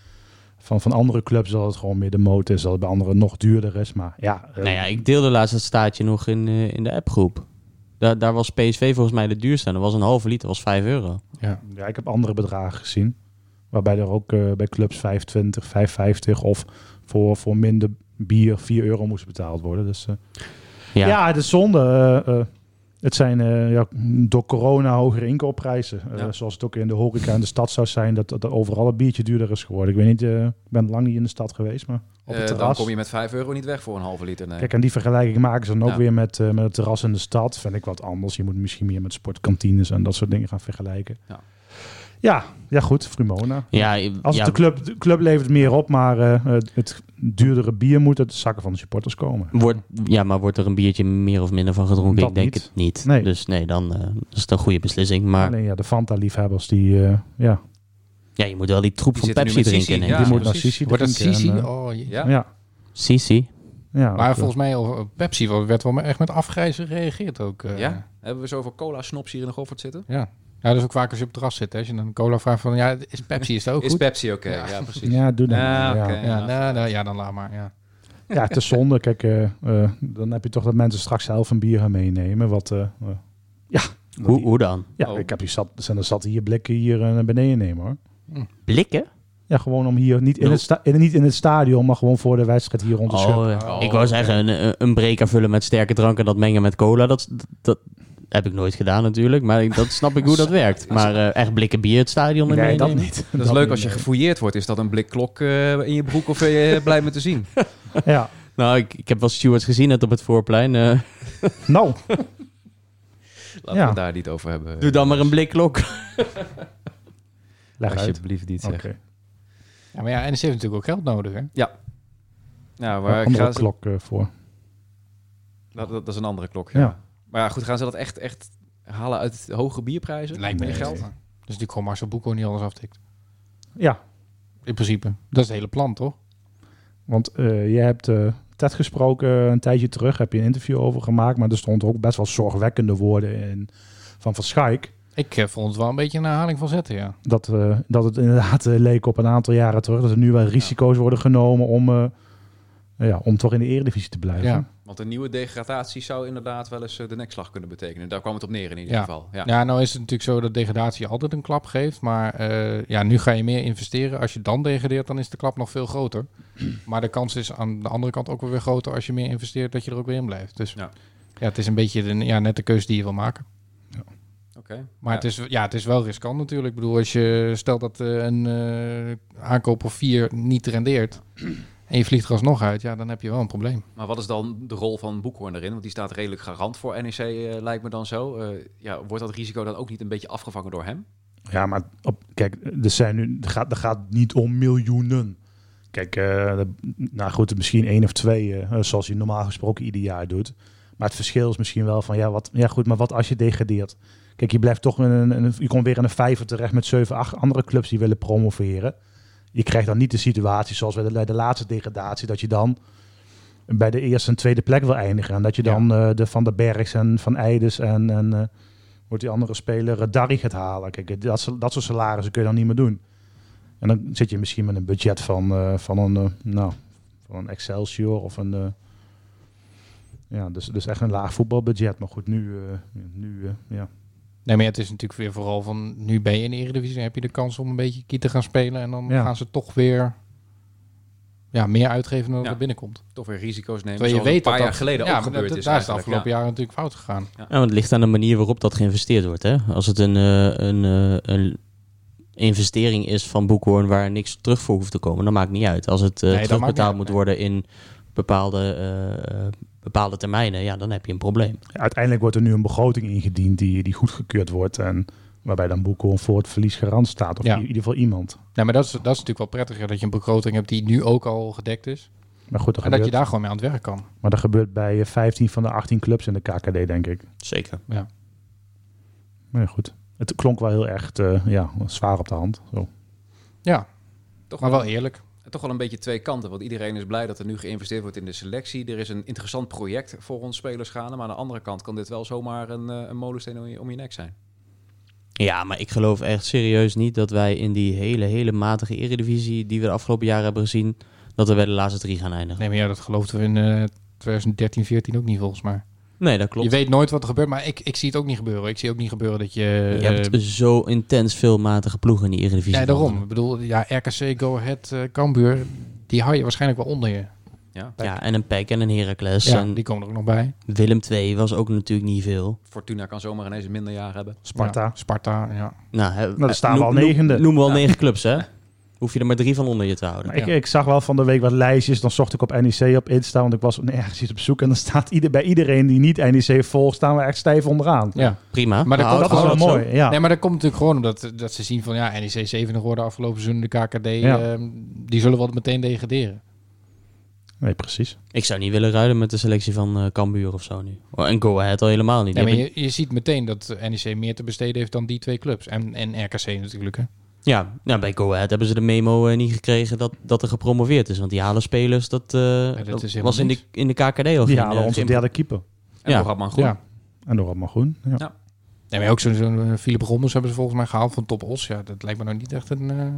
Speaker 4: van, van andere clubs dat het gewoon meer de mode is, dat het bij anderen nog duurder is. Maar ja, uh,
Speaker 5: Nou ja, ik deelde laatst het staartje nog in, uh, in de appgroep. Daar, daar was P S V volgens mij de duurste. En dat was een halve liter, was vijf euro.
Speaker 3: Ja.
Speaker 4: ja, ik heb andere bedragen gezien. Waarbij er ook uh, bij clubs vijfentwintig, vijf vijftig of voor, voor minder bier vier euro moest betaald worden. Dus uh,
Speaker 5: Ja.
Speaker 4: ja. het is zonde. Uh, uh, het zijn uh, ja, door corona hogere inkoopprijzen. Uh,
Speaker 2: Ja.
Speaker 4: Zoals het ook in de horeca in de stad zou zijn. Dat, dat er overal een biertje duurder is geworden. Ik weet niet, uh, ik ben lang niet in de stad geweest. Maar op het
Speaker 2: Uh, dan
Speaker 4: terras.
Speaker 2: kom je met vijf euro niet weg voor een halve liter. Nee.
Speaker 4: Kijk, en die vergelijking maken ze dan ook
Speaker 2: Ja.
Speaker 4: weer met, uh, met het terras in de stad. Vind ik wat anders. Je moet misschien meer met sportkantines en dat soort dingen gaan vergelijken.
Speaker 2: Ja.
Speaker 4: Ja, ja goed, Frumona.
Speaker 5: Ja,
Speaker 4: Als
Speaker 5: ja,
Speaker 4: het de club, de club levert meer op, maar uh, het, het duurdere bier moet uit de zakken van de supporters komen.
Speaker 5: wordt, ja, maar wordt er een biertje meer of minder van gedronken?
Speaker 4: Dat
Speaker 5: Ik denk
Speaker 4: niet.
Speaker 5: het niet.
Speaker 4: Nee.
Speaker 5: Dus nee, dan uh, is het een goede beslissing. Maar
Speaker 4: Alleen ja, de Fanta-liefhebbers die, uh, ja,
Speaker 5: ja, je moet wel die troep
Speaker 2: Die
Speaker 5: van
Speaker 2: zitten nu
Speaker 5: Pepsi
Speaker 2: met
Speaker 5: drinken.
Speaker 2: Sisi.
Speaker 5: denk ik.
Speaker 2: Ja,
Speaker 4: die moet naar
Speaker 2: precies.
Speaker 4: Sisi
Speaker 3: Wordt dat
Speaker 4: drinken.
Speaker 3: Sisi?
Speaker 4: en, uh,
Speaker 3: Oh, je-
Speaker 2: Ja?
Speaker 4: ja,
Speaker 5: Sisi.
Speaker 4: ja.
Speaker 3: Maar
Speaker 4: dat,
Speaker 3: volgens mij, al- Pepsi werd wel echt met afgrijzen gereageerd ook. uh.
Speaker 2: Ja? Hebben we zoveel cola-snops hier in de Goffert zitten?
Speaker 3: Ja. Ja, dat is ook vaak als je op het terras zit. Hè. Als je een cola vraagt van, ja, is Pepsi, is dat ook
Speaker 2: Is
Speaker 3: goed?
Speaker 2: Pepsi oké?
Speaker 3: Ja.
Speaker 2: Ja. precies.
Speaker 4: ja, doe dat.
Speaker 2: Ja,
Speaker 4: maar, ja.
Speaker 2: oké.
Speaker 3: Ja,
Speaker 2: Ja.
Speaker 3: nou, nou, ja, dan laat maar. Ja.
Speaker 4: Ja, het is zonde. Kijk, uh, uh, dan heb je toch dat mensen straks zelf een bier gaan meenemen. Wat, uh, uh, ja.
Speaker 5: Hoe, hoe dan?
Speaker 4: Ja,
Speaker 2: Oh.
Speaker 4: ik heb hier zat, zijn er zat hier blikken hier uh, naar beneden nemen hoor.
Speaker 5: Blikken?
Speaker 4: Ja, gewoon om hier, niet in,
Speaker 5: No.
Speaker 4: het sta- in, niet in het stadion, maar gewoon voor de wedstrijd hier rond de schub.
Speaker 5: Oh, ja.
Speaker 3: Oh,
Speaker 5: ik wou zeggen, een, een- een breker vullen met sterke drank en dat mengen met cola. Dat, dat heb ik nooit gedaan natuurlijk. Maar ik- dat snap ik hoe dat werkt. Maar uh, echt blikken bier het stadion in
Speaker 4: Nee, dat
Speaker 5: meenemen?
Speaker 4: niet.
Speaker 2: Dat is leuk als je gefouilleerd wordt. Is dat een blik klok uh, in je broek of ben je blij met te zien?
Speaker 4: Ja,
Speaker 5: Nou, ik, ik heb wel stewards gezien net op het voorplein. Uh,
Speaker 4: nou.
Speaker 2: Laten
Speaker 4: Ja.
Speaker 2: we het daar niet over hebben.
Speaker 5: doe dan maar een blik klok.
Speaker 4: Leg uit.
Speaker 2: Alsjeblieft niet
Speaker 4: Oké.
Speaker 2: zeggen.
Speaker 3: Ja, maar ja, en ze heeft natuurlijk ook geld nodig, hè?
Speaker 2: Ja,
Speaker 4: Waar
Speaker 2: maar
Speaker 4: andere
Speaker 2: gaan ze,
Speaker 4: klok uh, voor.
Speaker 2: dat, dat is een andere klok. Ja.
Speaker 4: Ja.
Speaker 2: Maar ja, goed, gaan ze dat echt, echt halen uit hoge bierprijzen?
Speaker 3: Lijkt me
Speaker 2: Meer
Speaker 3: niet.
Speaker 2: geld?
Speaker 3: Dus natuurlijk gewoon Marcel Boeko niet alles aftikt.
Speaker 4: Ja,
Speaker 3: In principe. Dat is het hele plan, toch?
Speaker 4: want uh, je hebt uh, Ted gesproken uh, een tijdje terug. Heb je een interview over gemaakt. Maar er stond ook best wel zorgwekkende woorden in van Van Schaik.
Speaker 3: Ik uh, vond het wel een beetje een herhaling van zetten, ja.
Speaker 4: Dat, uh, dat het inderdaad uh, leek op een aantal jaren terug. Dat er nu wel risico's worden genomen om, uh, ja, om toch in de Eredivisie te blijven.
Speaker 3: Ja.
Speaker 2: Want een nieuwe degradatie zou inderdaad wel eens uh, de nekslag kunnen betekenen. Daar kwam het op neer in ieder
Speaker 3: Ja.
Speaker 2: geval. Ja.
Speaker 3: Ja, nou is het natuurlijk zo dat degradatie altijd een klap geeft. Maar uh, ja, nu ga je meer investeren. Als je dan degradeert, dan is de klap nog veel groter. Maar de kans is aan de andere kant ook wel weer groter als je meer investeert, dat je er ook weer in blijft. Dus
Speaker 2: Ja.
Speaker 3: ja, het is een beetje de, ja, net de keuze die je wil maken.
Speaker 2: Oké.
Speaker 3: Maar
Speaker 2: Ja.
Speaker 3: het, is, ja, het is wel riskant natuurlijk. Ik bedoel, als je stelt dat uh, een uh, aankoop of vier niet rendeert en je vliegt er alsnog uit, ja, dan heb je wel een probleem.
Speaker 2: Maar wat is dan de rol van Boekhoorn erin? Want die staat redelijk garant voor N E C, uh, lijkt me dan zo. Uh, ja, wordt dat risico dan ook niet een beetje afgevangen door hem?
Speaker 4: Ja, maar op, kijk, er zijn nu, er gaat, er gaat niet om miljoenen. Kijk, uh, de, nou goed, misschien één of twee, uh, zoals je normaal gesproken ieder jaar doet. Maar het verschil is misschien wel van, ja, wat, ja goed, maar wat als je degradeert? Kijk, je blijft toch in een, een, je komt weer in een vijver terecht met zeven, acht andere clubs die willen promoveren. Je krijgt dan niet de situatie zoals bij de, bij de laatste degradatie, dat je dan bij de eerste en tweede plek wil eindigen. En dat je dan uh, de Van der Bergs en Van Eides en, en uh, wordt die andere speler Darry gaat halen. Kijk, dat, dat soort salarissen kun je dan niet meer doen. En dan zit je misschien met een budget van, uh, van, een, uh, nou, van een Excelsior of een... Uh, ja, dus, dus echt een laag voetbalbudget. Maar goed, nu... Uh, nu uh, ja.
Speaker 3: Nee, maar het is natuurlijk weer vooral van... Nu ben je in de Eredivisie, heb je de kans om een beetje kiet te gaan spelen. En dan ja. gaan ze toch weer... Ja, meer uitgeven dan ja. er binnenkomt.
Speaker 2: Toch weer risico's nemen.
Speaker 3: Terwijl je weet
Speaker 2: een paar
Speaker 3: dat
Speaker 2: jaar
Speaker 3: dat,
Speaker 2: geleden
Speaker 3: ja,
Speaker 2: ook gebeurd
Speaker 3: dat,
Speaker 2: is.
Speaker 3: Daar is de afgelopen ja. jaren natuurlijk fout gegaan.
Speaker 5: Ja. Ja, want het ligt aan de manier waarop dat geïnvesteerd wordt. Hè? Als het een, uh, een, uh, een investering is van Boekhorn waar niks terug voor hoeft te komen, dan maakt het niet uit. Als het uh, nee, terugbetaald moet nee. worden in bepaalde, uh, bepaalde termijnen, ja, dan heb je een probleem.
Speaker 4: Ja, uiteindelijk wordt er nu een begroting ingediend die, die goedgekeurd wordt en waarbij dan Boekhorn voor het verlies garant staat. Of ja. in ieder geval iemand.
Speaker 3: Ja, maar dat is, dat is natuurlijk wel prettiger dat je een begroting hebt die nu ook al gedekt is.
Speaker 4: Maar goed,
Speaker 3: en
Speaker 4: gebeurt,
Speaker 3: dat je daar gewoon mee aan het werk kan.
Speaker 4: Maar dat gebeurt bij vijftien van de achttien clubs in de K K D, denk ik.
Speaker 5: Zeker.
Speaker 3: Ja.
Speaker 4: Maar goed, het klonk wel heel erg uh, ja, zwaar op de hand. Zo.
Speaker 3: Ja,
Speaker 2: toch
Speaker 3: maar
Speaker 2: wel,
Speaker 3: wel eerlijk.
Speaker 2: Toch wel een beetje twee kanten, want iedereen is blij dat er nu geïnvesteerd wordt in de selectie. Er is een interessant project voor ons spelers gaande, maar aan de andere kant kan dit wel zomaar een, een molensteen om je, om je nek zijn.
Speaker 5: Ja, maar ik geloof echt serieus niet dat wij in die hele, hele matige Eredivisie die we de afgelopen jaren hebben gezien, dat we bij de laatste drie gaan eindigen.
Speaker 3: Nee, maar ja, dat geloofden we in uh, twintig dertien, veertien ook niet volgens mij.
Speaker 5: Nee, dat klopt.
Speaker 3: Je weet nooit wat er gebeurt, maar ik, ik zie het ook niet gebeuren. Ik zie ook niet gebeuren dat je...
Speaker 5: Je uh, hebt zo intens veel matige ploegen in die Eredivisie.
Speaker 3: Nee, daarom. Ik bedoel, ja, R K C, Go Ahead, uh, Cambuur, die hou je waarschijnlijk wel onder je.
Speaker 2: Ja,
Speaker 5: ja en een P E C en een Heracles.
Speaker 3: Ja,
Speaker 5: en
Speaker 3: die komen er ook nog bij.
Speaker 5: Willem twee was ook natuurlijk niet veel.
Speaker 2: Fortuna kan zomaar ineens een minder jaar hebben.
Speaker 4: Sparta.
Speaker 3: Ja, Sparta, ja.
Speaker 5: Nou, he,
Speaker 4: nou daar staan
Speaker 5: noem,
Speaker 4: we al negende.
Speaker 5: Noem, noem we al
Speaker 2: ja.
Speaker 5: negen clubs, hè? Hoef je er maar drie van onder je te houden.
Speaker 4: Ik, ja. ik zag wel van de week wat lijstjes. Dan zocht ik op N E C op Insta, want ik was nergens iets op zoek. En dan staat ieder, bij iedereen die niet N E C volgt, staan we echt stijf onderaan.
Speaker 5: Ja, prima.
Speaker 3: Maar
Speaker 5: nou,
Speaker 3: dat,
Speaker 4: dat is wel mooi. Ja.
Speaker 3: Nee, maar dat komt natuurlijk gewoon omdat dat ze zien van ja, N E C zeventig worden afgelopen seizoen de K K D.
Speaker 4: Ja.
Speaker 3: Uh, die zullen wel meteen degraderen.
Speaker 4: Nee, precies.
Speaker 5: Ik zou niet willen ruilen met de selectie van uh, Cambuur of zo nu. En Go Ahead al helemaal niet.
Speaker 3: Ja, maar je, je ziet meteen dat N E C meer te besteden heeft dan die twee clubs. En, en R K C natuurlijk, hè.
Speaker 5: Ja, nou, bij Go Ahead hebben ze de memo uh, niet gekregen dat, dat er gepromoveerd is. Want die halen spelers, dat, uh,
Speaker 3: ja, dat
Speaker 5: dat
Speaker 3: is
Speaker 5: was in de, in de K K D al
Speaker 4: die
Speaker 5: geen...
Speaker 4: halen
Speaker 5: uh,
Speaker 4: onze
Speaker 5: geen...
Speaker 4: derde keeper.
Speaker 2: En
Speaker 5: ja.
Speaker 2: nog allemaal goed.
Speaker 3: Ja.
Speaker 4: En nog allemaal groen. Ja.
Speaker 2: Ja.
Speaker 3: Ja, maar ook zo'n zo Philip Rommels hebben ze volgens mij gehaald van Top Os. Ja, dat lijkt me nou niet echt een... Uh,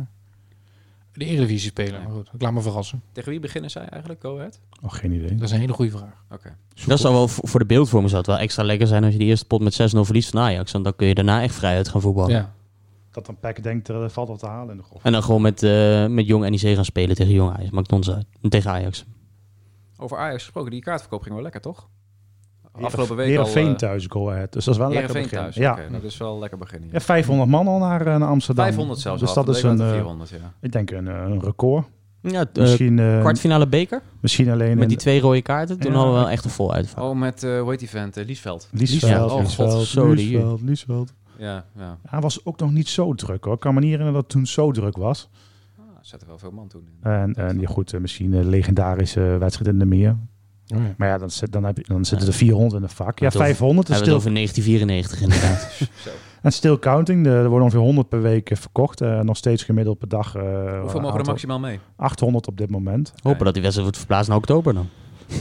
Speaker 3: de Eredivisie speler.
Speaker 2: Nee.
Speaker 3: Maar goed, ik laat me verrassen.
Speaker 2: Tegen wie beginnen zij eigenlijk, Go Ahead?
Speaker 4: Oh, geen idee.
Speaker 3: Dat is een hele goede vraag.
Speaker 2: Oké. Okay.
Speaker 5: Dat zou wel voor de beeldvorming zou het wel extra lekker zijn als je die eerste pot met zes nul verliest van Ajax. Want dan kun je daarna echt vrij uit gaan voetballen.
Speaker 3: Ja.
Speaker 4: Dat een P E C denkt, er valt wat te halen in de golf.
Speaker 5: En dan gewoon met, uh, met jong N E C gaan spelen tegen jong Ajax. Maakt ons uit. Tegen Ajax.
Speaker 2: Over Ajax gesproken, die kaartverkoop ging wel lekker, toch? Afgelopen week
Speaker 4: Heerenveen
Speaker 2: al... Uh,
Speaker 4: thuis, Go Ahead. Dus dat is wel lekker begin.
Speaker 2: Thuis,
Speaker 4: ja.
Speaker 2: Okay, dat is wel lekker beginnen. Ja.
Speaker 4: Ja, vijfhonderd man al naar, naar Amsterdam.
Speaker 2: vijfhonderd zelfs
Speaker 4: dus
Speaker 2: al.
Speaker 4: dat is een,
Speaker 2: vierhonderd, ja.
Speaker 4: ik denk een, een record.
Speaker 5: Ja, uh,
Speaker 4: misschien, uh,
Speaker 5: kwartfinale beker.
Speaker 4: Misschien alleen
Speaker 5: met
Speaker 4: in,
Speaker 5: die twee rode kaarten. Toen
Speaker 4: ja,
Speaker 5: hadden we wel echt een vol uitvak.
Speaker 2: Oh, met, uh, hoe heet die vent? Uh, Liesveld.
Speaker 4: Liesveld.
Speaker 5: Ja,
Speaker 4: oh,
Speaker 5: Liesveld,
Speaker 4: God,
Speaker 5: zo die-
Speaker 4: Liesveld, Liesveld.
Speaker 2: Ja, ja.
Speaker 4: Hij was ook nog niet zo druk hoor. Ik kan me niet herinneren dat het toen zo druk was.
Speaker 2: Ah, er zaten wel veel man toen in.
Speaker 4: En, en ja, goed, uh, misschien een legendarische wedstrijd in de meer.
Speaker 3: Oh, ja.
Speaker 4: Maar ja, dan, zit, dan, heb je, dan zitten er vierhonderd in de vak. Ja,
Speaker 5: Het over-
Speaker 4: vijfhonderd is
Speaker 5: Hebben we het
Speaker 4: stil.
Speaker 5: over negentien vierennegentig inderdaad.
Speaker 2: Zo.
Speaker 4: En still counting. De, er worden ongeveer honderd per week uh, verkocht. Uh, nog steeds gemiddeld per dag. Uh,
Speaker 2: Hoeveel mogen er
Speaker 4: aantal-
Speaker 2: maximaal mee?
Speaker 4: achthonderd op dit moment.
Speaker 5: Hopen dat die wedstrijd wordt verplaatst naar oktober dan.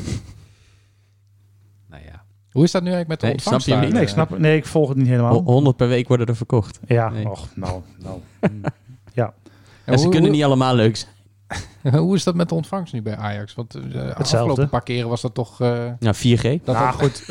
Speaker 2: Nou ja.
Speaker 3: Hoe is dat nu eigenlijk met de
Speaker 5: Nee,
Speaker 3: ontvangst?
Speaker 5: snap je hem
Speaker 3: daar?
Speaker 4: Nee, ik snap, nee, ik volg het niet helemaal.
Speaker 5: Ho- honderd per week worden er verkocht.
Speaker 4: Ja,
Speaker 5: Nee.
Speaker 4: och, nou, nou.
Speaker 3: Ja,
Speaker 5: En ze
Speaker 3: hoe-
Speaker 5: kunnen
Speaker 3: hoe-
Speaker 5: niet allemaal leuk zijn.
Speaker 3: Hoe is dat met de ontvangst nu bij Ajax? Want uh, de afgelopen paar keren was dat toch... Uh,
Speaker 5: Ja, vier G.
Speaker 3: dat
Speaker 4: Nou,
Speaker 3: dat-
Speaker 4: goed.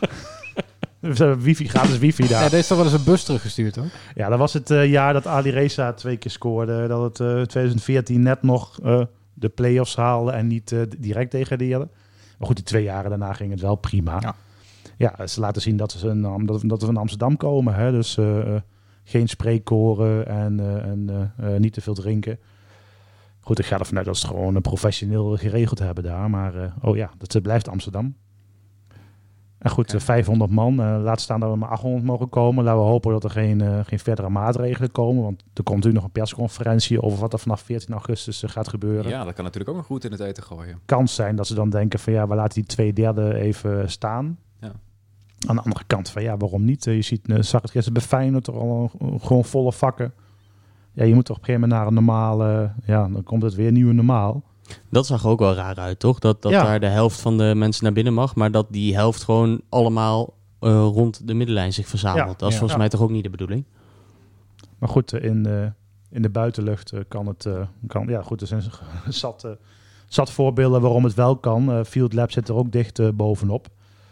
Speaker 4: wifi, gratis wifi daar.
Speaker 3: Ja, er is toch wel eens een bus teruggestuurd, hoor?
Speaker 4: Ja, dat was het uh, jaar dat Ali Reza twee keer scoorde. Dat het uh, twintig veertien net nog uh, de play-offs haalde en niet uh, direct degradeerde. Maar goed, die twee jaren daarna ging het wel prima.
Speaker 3: Ja,
Speaker 4: ja ze laten zien dat, ze een, dat, dat we van Amsterdam komen. Hè? Dus uh, geen spreekkoren en, uh, en uh, uh, niet te veel drinken. Goed, ik ga ervan uit dat ze het gewoon uh, professioneel geregeld hebben daar. Maar uh, oh ja, dat blijft Amsterdam. En goed, okay. vijfhonderd man. Uh, laat staan dat we maar achthonderd mogen komen. Laten we hopen dat er geen, uh, geen verdere maatregelen komen. Want er komt natuurlijk nog een persconferentie over wat er vanaf veertien augustus uh, gaat gebeuren.
Speaker 2: Ja, dat kan natuurlijk ook nog goed in het eten gooien.
Speaker 4: Kans zijn dat ze dan denken van ja, we laten die twee derde even staan.
Speaker 2: Ja.
Speaker 4: Aan de andere kant van ja, waarom niet? Uh, je ziet, uh, zag het gisteren bij Feyenoord toch al uh, gewoon volle vakken. Ja, je moet toch op een gegeven moment naar een normale... Ja, dan komt het weer nieuwe normaal.
Speaker 5: Dat zag ook wel raar uit, toch? Dat, dat
Speaker 4: ja.
Speaker 5: daar de helft van de mensen naar binnen mag, maar dat die helft gewoon allemaal uh, rond de middenlijn zich verzamelt.
Speaker 4: Ja,
Speaker 5: dat is
Speaker 4: ja.
Speaker 5: volgens
Speaker 4: ja.
Speaker 5: mij toch ook niet de bedoeling.
Speaker 4: Maar goed, in, uh, in de buitenlucht uh, kan het... Uh, kan, ja, goed, er zijn zat, uh, zat voorbeelden waarom het wel kan. Uh, Field Lab zit er ook dicht uh, bovenop.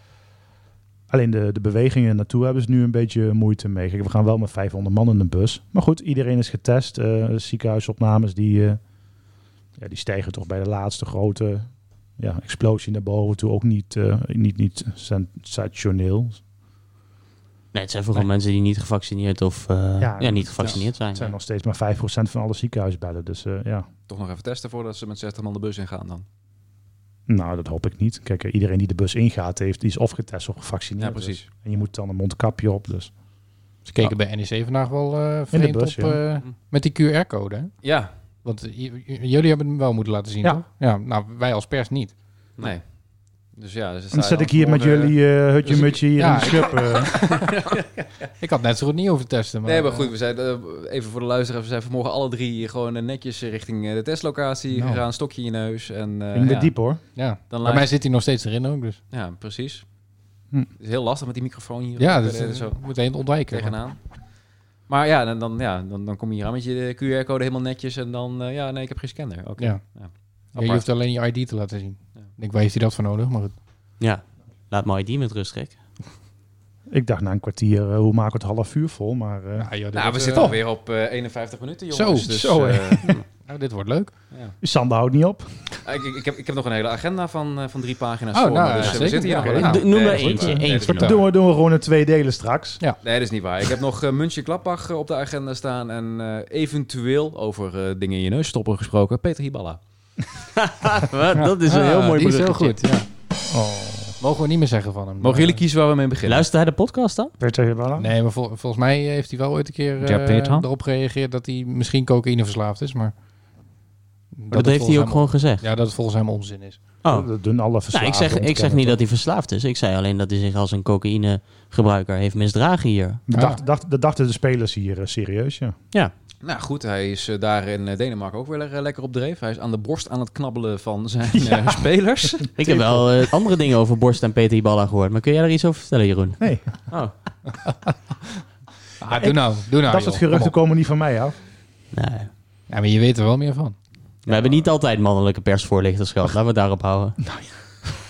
Speaker 4: Alleen de, de bewegingen naartoe hebben ze nu een beetje moeite mee. Kijk, we gaan wel met vijfhonderd man in de bus. Maar goed, iedereen is getest. Uh, ziekenhuisopnames die, uh, ja, die stijgen toch bij de laatste grote ja, explosie naar boven toe. Ook niet, uh, niet, niet sensationeel.
Speaker 5: Nee, het zijn vooral nee. mensen die niet gevaccineerd of uh, ja, ja, niet gevaccineerd
Speaker 4: ja,
Speaker 5: zijn.
Speaker 4: Het zijn
Speaker 5: ja.
Speaker 4: nog steeds maar vijf procent van alle ziekenhuisbedden. Dus uh, ja.
Speaker 2: Toch nog even testen voordat ze met zestig man de bus ingaan dan?
Speaker 4: Nou, dat hoop ik niet. Kijk, iedereen die de bus ingaat, heeft, die is of getest of gevaccineerd.
Speaker 2: Ja, precies.
Speaker 4: Dus. En je moet dan een mondkapje op, dus...
Speaker 3: Ze keken oh. bij N E C vandaag wel uh, vreemd bus, op ja. uh, met die Q R-code, hè?
Speaker 2: Ja.
Speaker 3: Want uh, j- j- jullie hebben hem wel moeten laten zien,
Speaker 4: ja.
Speaker 3: toch? Ja, nou, wij als pers niet.
Speaker 2: Nee. Dus ja, dus
Speaker 4: dan zit ik hier met jullie uh, hutje-mutje hier ja, in de schub. Uh.
Speaker 3: Ik had net zo goed niet over testen. Maar,
Speaker 2: nee, maar goed, we zijn uh, even voor de luisteraars. We zijn vanmorgen alle drie gewoon uh, netjes richting uh, de testlocatie nou. gegaan. Stokje in je neus. En, uh,
Speaker 4: in de
Speaker 2: ja.
Speaker 4: diep hoor.
Speaker 3: Ja. Dan Bij mij zit hij nog steeds erin ook. Dus.
Speaker 2: Ja, precies.
Speaker 4: Hm.
Speaker 2: Het is heel lastig met die microfoon hier.
Speaker 3: Ja, dat is, zo moet je ontwijken.
Speaker 2: Tegenaan. Maar ja, dan, dan, ja dan, dan kom je hier aan met je Q R-code helemaal netjes. En dan, uh, ja, nee, ik heb geen scanner. Oké. Okay.
Speaker 3: Ja. Ja. Ja, je hoeft alleen je I D te laten zien. Ja. Ik denk, waar heeft hij dat voor nodig? Maar goed.
Speaker 5: Ja, laat mijn I D met rust, gek.
Speaker 4: Ik dacht na een kwartier, uh, hoe maken we het half uur vol? Maar uh...
Speaker 2: ja, joh, nou, we uh, zitten alweer op uh, eenenvijftig minuten, jongens.
Speaker 3: Zo,
Speaker 2: dus,
Speaker 3: zo
Speaker 2: uh,
Speaker 3: nou, dit wordt leuk.
Speaker 4: Ja. Sander houdt niet op.
Speaker 2: Ik, ik, ik, heb, ik heb nog een hele agenda van, uh, van drie pagina's
Speaker 3: oh,
Speaker 2: voor
Speaker 3: nou,
Speaker 2: me. Dus
Speaker 3: ja,
Speaker 2: we zitten hier nog
Speaker 5: wel.
Speaker 2: nou,
Speaker 5: Noem maar
Speaker 2: nee,
Speaker 5: eentje.
Speaker 2: Nee,
Speaker 5: eentje
Speaker 2: dat
Speaker 4: doen, we, doen we gewoon in twee delen straks.
Speaker 3: Ja.
Speaker 2: Nee, dat is niet waar. Ik heb nog uh, München-Gladbach uh, op de agenda staan. En uh, eventueel over uh, dingen in je neus stoppen gesproken. Peter Hiballa.
Speaker 5: Dat is een heel
Speaker 3: ah,
Speaker 5: mooi
Speaker 3: die is heel goed, ja.
Speaker 4: Oh.
Speaker 3: Mogen we niet meer zeggen van hem.
Speaker 2: Mogen jullie kiezen waar we mee beginnen?
Speaker 5: Luister hij de podcast dan?
Speaker 4: Peter Hiballa?
Speaker 3: Nee, maar vol, volgens mij heeft hij wel ooit een keer uh,
Speaker 2: ja,
Speaker 3: erop gereageerd dat hij misschien cocaïne verslaafd is, maar...
Speaker 5: Dat, dat heeft hij ook gewoon gezegd?
Speaker 3: Ja, dat het volgens hem onzin is.
Speaker 5: Oh.
Speaker 4: Dat doen alle
Speaker 5: nou, ik zeg, ik zeg niet dat hij verslaafd is. Ik zei alleen dat hij zich als een cocaïnegebruiker heeft misdragen hier.
Speaker 4: Dat, dacht, dacht, dat dachten de spelers hier uh, serieus, ja.
Speaker 5: Ja.
Speaker 2: Nou goed, hij is uh, daar in uh, Denemarken ook weer uh, lekker op dreef. Hij is aan de borst aan het knabbelen van zijn ja. uh, spelers.
Speaker 5: Ik heb wel uh, andere dingen over Borst en Peter Hiballa gehoord. Maar kun jij daar iets over vertellen, Jeroen?
Speaker 4: Nee.
Speaker 5: Oh.
Speaker 3: ah, doe nou, doe nou.
Speaker 4: Dat soort geruchten komen niet van mij af.
Speaker 5: Nee.
Speaker 3: Ja, maar je weet er wel meer van.
Speaker 5: We ja. hebben niet altijd mannelijke persvoorlichters gehad. Laten we het daarop houden.
Speaker 4: Nou, ja.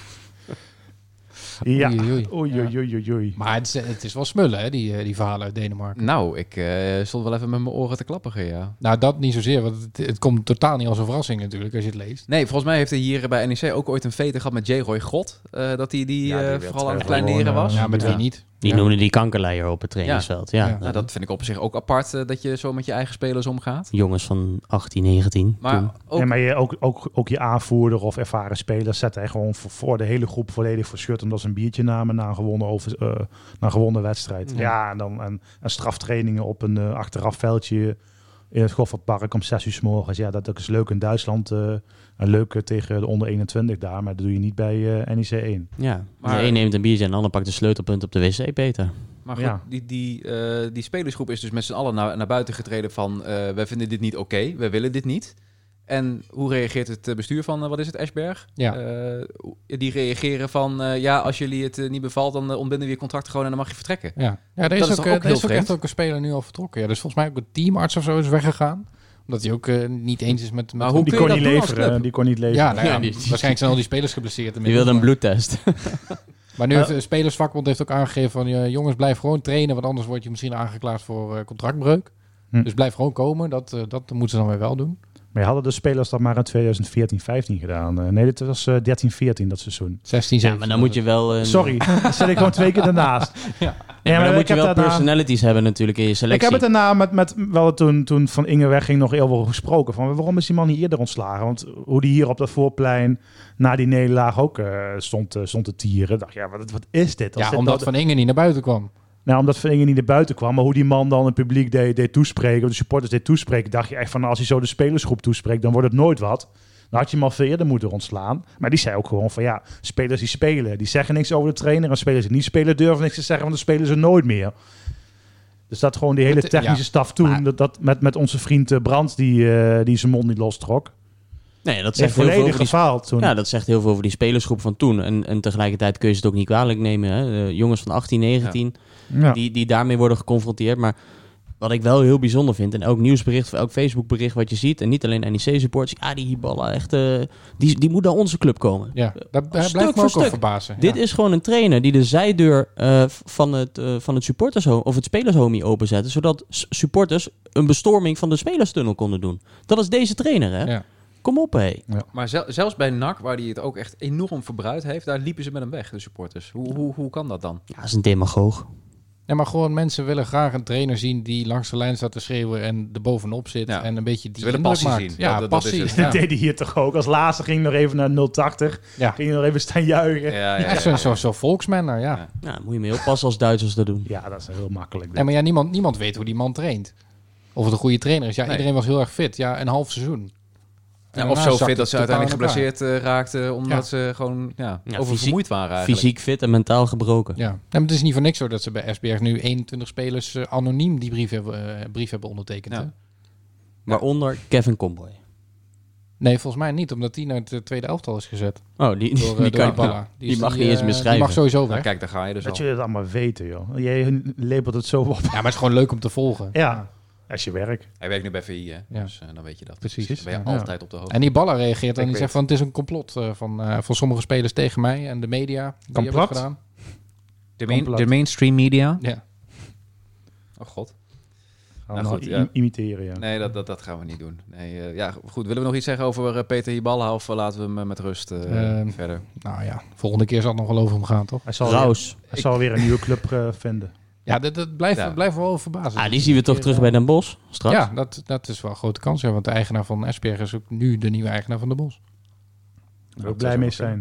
Speaker 4: Ja,
Speaker 3: oei, oei.
Speaker 4: Oei, oei, oei, oei, oei.
Speaker 3: Maar het is, het is wel smullen, hè, die, die verhalen uit Denemarken.
Speaker 2: Nou, ik uh, stond wel even met mijn oren te klapperen, ja.
Speaker 3: Nou, dat niet zozeer, want het, het komt totaal niet als een verrassing natuurlijk, als je het leest.
Speaker 2: Nee, volgens mij heeft hij hier bij N E C ook ooit een vete gehad met J-Roy God. Uh, dat hij die,
Speaker 4: ja, die
Speaker 2: uh, vooral aan het kleineren was.
Speaker 3: Ja, met
Speaker 2: ja.
Speaker 3: wie niet?
Speaker 5: Die
Speaker 3: ja.
Speaker 5: noemde die kankerleier op het trainingsveld. Ja. Ja.
Speaker 2: Ja. Nou, dat vind ik op zich ook apart, uh, dat je zo met je eigen spelers omgaat.
Speaker 5: Jongens van achttien, negentien.
Speaker 2: Maar, ook...
Speaker 4: ja, maar je, ook, ook, ook je aanvoerder of ervaren spelers zet hij gewoon voor, voor de hele groep volledig voor schut. Omdat ze een biertje namen na een gewonnen, over, uh, na een gewonnen wedstrijd. Ja, ja en dan en, en straftrainingen op een uh, achteraf veldje in het Goffertpark om zes uur 's morgens. Ja, dat, dat is leuk in Duitsland. Uh, en leuk uh, tegen de onder eenentwintig daar. Maar dat doe je niet bij uh, N E C één.
Speaker 5: Ja, maar de een neemt een biertje en de ander pakt een sleutelpunt op de wc, Peter.
Speaker 2: Maar goed,
Speaker 4: ja.
Speaker 2: die, die, uh, die spelersgroep is dus met z'n allen naar, naar buiten getreden van... Uh, wij vinden dit niet oké, okay, wij willen dit niet. En hoe reageert het bestuur van, uh, wat is het, Ashberg?
Speaker 3: Ja.
Speaker 2: Uh, die reageren van, uh, ja, als jullie het uh, niet bevalt... dan uh, ontbinden we je contract gewoon en dan mag je vertrekken.
Speaker 3: Ja, ja er is,
Speaker 2: dat
Speaker 3: ook,
Speaker 2: is,
Speaker 3: uh,
Speaker 2: ook,
Speaker 3: er is ook echt ook een speler nu al vertrokken. Ja, dus volgens mij ook een teamarts of zo is weggegaan. Omdat hij ook uh, niet eens is met... met
Speaker 2: maar hoe
Speaker 4: die
Speaker 2: kun
Speaker 4: kon
Speaker 2: je
Speaker 4: niet
Speaker 2: dat
Speaker 4: leveren. Die kon niet leveren.
Speaker 3: Ja, nou ja,
Speaker 5: ja die,
Speaker 3: waarschijnlijk zijn al die spelers geblesseerd.
Speaker 5: Die wilde een bloedtest.
Speaker 3: Maar nu heeft de spelersvakbond heeft ook aangegeven van... Uh, jongens, blijf gewoon trainen, want anders word je misschien aangeklaagd voor uh, contractbreuk. Hm. Dus blijf gewoon komen, dat, uh, dat moeten ze dan weer wel doen.
Speaker 4: Maar hadden de spelers dat maar in twintig veertien vijftien gedaan? Uh, nee, dit was uh, dertien veertien dat seizoen.
Speaker 3: zestien zeventien.
Speaker 5: Ja, maar dan moet je wel... Een...
Speaker 4: Sorry, dan zet ik gewoon twee keer ernaast.
Speaker 5: Ja. Ja, maar, maar dan moet je wel daarna... personalities hebben natuurlijk in je selectie.
Speaker 4: Ik heb het daarna met, met wel toen, toen Van Inge wegging nog heel veel gesproken van waarom is die man niet eerder ontslagen? Want hoe die hier op dat voorplein na die nederlaag ook uh, stond, uh, stond te tieren. Dacht ja, wat, wat is dit? Als
Speaker 3: ja,
Speaker 4: dit
Speaker 3: omdat
Speaker 4: nou...
Speaker 3: Van Inge niet naar buiten kwam.
Speaker 4: Nou, omdat Van Inge niet naar buiten kwam, maar hoe die man dan het publiek deed, deed toespreken, of de supporters deed toespreken, dacht je echt van, nou, als hij zo de spelersgroep toespreekt, dan wordt het nooit wat. Dan had je hem al veel eerder moeten ontslaan. Maar die zei ook gewoon van, ja, spelers die spelen, die zeggen niks over de trainer, en spelers die niet spelen durven niks te zeggen, want dan spelen ze nooit meer. Dus dat gewoon die hele technische ja, staf toen, maar... dat, dat met, met onze vriend Brandt, die, uh, die zijn mond niet lostrok.
Speaker 5: Nee, dat
Speaker 4: Ze heeft
Speaker 5: zegt heel veel
Speaker 4: volledig
Speaker 5: over die
Speaker 4: gefaald toen.
Speaker 5: Ja, dat zegt heel veel over die spelersgroep van toen. En, en tegelijkertijd kun je ze het ook niet kwalijk nemen. Hè? Uh, jongens van achttien, negentien,
Speaker 4: Ja.
Speaker 5: die, die daarmee worden geconfronteerd. Maar wat ik wel heel bijzonder vind, en elk nieuwsbericht of elk Facebookbericht wat je ziet, en niet alleen N E C-supporters, ah, die Hiballa, echt, uh, die, die moet naar onze club komen.
Speaker 3: Ja, daar, daar
Speaker 5: Stuk
Speaker 3: blijft me
Speaker 5: voor
Speaker 3: ook al
Speaker 5: stuk.
Speaker 3: verbazen.
Speaker 5: Dit
Speaker 3: ja.
Speaker 5: is gewoon een trainer die de zijdeur uh, van het, uh, van het supporters of het spelershomie openzette, zodat supporters een bestorming van de spelerstunnel konden doen. Dat is deze trainer, hè?
Speaker 3: Ja.
Speaker 5: Kom op, hé.
Speaker 2: Ja. Maar zel- zelfs bij N A C, waar hij het ook echt enorm verbruid heeft, daar liepen ze met hem weg, de supporters. Hoe, hoe, hoe kan dat dan?
Speaker 5: Ja, dat is een demagoog.
Speaker 3: Ja, maar gewoon mensen willen graag een trainer zien die langs de lijn staat te schreeuwen en er bovenop zit
Speaker 2: Ja.
Speaker 3: en een beetje die
Speaker 2: Ze willen
Speaker 3: indruk
Speaker 2: passie
Speaker 3: maakt.
Speaker 2: zien.
Speaker 3: Ja,
Speaker 2: Dat- dat- dat
Speaker 3: passie.
Speaker 2: is het.
Speaker 3: ja.
Speaker 4: Dat deed hij hier toch ook. Als laatste ging hij nog even naar nul tachtig.
Speaker 3: Ja.
Speaker 4: Ging hij nog even staan juichen. Ja,
Speaker 2: Ja,
Speaker 3: Ja, echt zo'n zo, zo volksmanner, ja.
Speaker 2: Ja.
Speaker 5: Ja, moet je mee oppassen als Duitsers dat doen.
Speaker 4: dat is heel makkelijk.
Speaker 3: Nee, maar ja, niemand, niemand weet hoe die man traint. Of het een goede trainer is. Ja,
Speaker 2: Nee.
Speaker 3: iedereen was heel erg fit. Ja, een half seizoen. En
Speaker 2: Ja, of
Speaker 3: daarna
Speaker 2: zo
Speaker 3: zakt
Speaker 2: fit dat
Speaker 3: het
Speaker 2: ze
Speaker 3: totaal
Speaker 2: uiteindelijk
Speaker 3: in elkaar.
Speaker 2: geblesseerd uh, raakten, omdat ze gewoon ja,
Speaker 5: Ja,
Speaker 2: oververmoeid waren eigenlijk.
Speaker 5: Fysiek fit en mentaal gebroken.
Speaker 3: Ja, nee, maar het is niet voor niks zo dat ze bij S B R nu eenentwintig spelers uh, anoniem die brief hebben, uh, brief hebben ondertekend.
Speaker 2: Ja.
Speaker 3: Hè?
Speaker 5: Waaronder Kevin Comboy.
Speaker 3: Nee, volgens mij niet, omdat die naar het uh, tweede elftal is gezet.
Speaker 5: Oh, die,
Speaker 3: Door, uh,
Speaker 5: die,
Speaker 3: door
Speaker 5: kan,
Speaker 3: Hiballa.
Speaker 5: ja, die
Speaker 3: is
Speaker 5: mag niet eens
Speaker 3: uh,
Speaker 5: meer
Speaker 3: Die
Speaker 5: schrijven.
Speaker 3: mag sowieso
Speaker 2: Nou,
Speaker 3: weg.
Speaker 2: kijk, daar ga je dus
Speaker 4: Dat
Speaker 2: al.
Speaker 4: jullie het allemaal weten, joh. Jij labelt het zo op.
Speaker 3: Ja, maar het is gewoon leuk om te volgen.
Speaker 4: Ja, als je werkt.
Speaker 2: Hij werkt nu bij V I, hè?
Speaker 3: Ja.
Speaker 2: Dus uh, dan weet je dat.
Speaker 3: Precies.
Speaker 2: Dan ben je
Speaker 3: Ja.
Speaker 2: altijd op de hoogte.
Speaker 3: En die Balla reageert en
Speaker 4: Ik
Speaker 3: die zegt
Speaker 4: weet.
Speaker 3: van het is een complot uh, van, uh, van sommige spelers tegen mij en de media. Die hebben het
Speaker 4: Complot?
Speaker 3: gedaan.
Speaker 2: de, main,
Speaker 4: Complot.
Speaker 2: de mainstream media?
Speaker 3: Ja.
Speaker 2: Oh god.
Speaker 4: Gaan
Speaker 2: Nou,
Speaker 4: we
Speaker 2: goed,
Speaker 4: nou
Speaker 2: ja.
Speaker 4: i- imiteren, ja.
Speaker 2: Nee, dat, dat, dat gaan we niet doen. Nee, uh, ja, goed. Willen we nog iets zeggen over uh, Peter Hiballa of uh, laten we hem uh, met rust uh,
Speaker 3: Ehm,
Speaker 2: verder?
Speaker 3: Nou ja, volgende keer zal het nog wel over hem gaan, toch?
Speaker 4: Hij zal, weer,
Speaker 5: Raus.
Speaker 4: hij zal weer een nieuwe club uh, vinden.
Speaker 3: Ja, dat, dat blijft,
Speaker 2: Ja.
Speaker 3: blijft wel verbazen.
Speaker 5: Ah, die zien we toch terug bij Den Bosch straks?
Speaker 3: Ja, dat, dat is wel een grote kans. Ja, want de eigenaar van Esbjerg is ook nu de nieuwe eigenaar van de Bos.
Speaker 4: Daar wil ik blij mee zijn.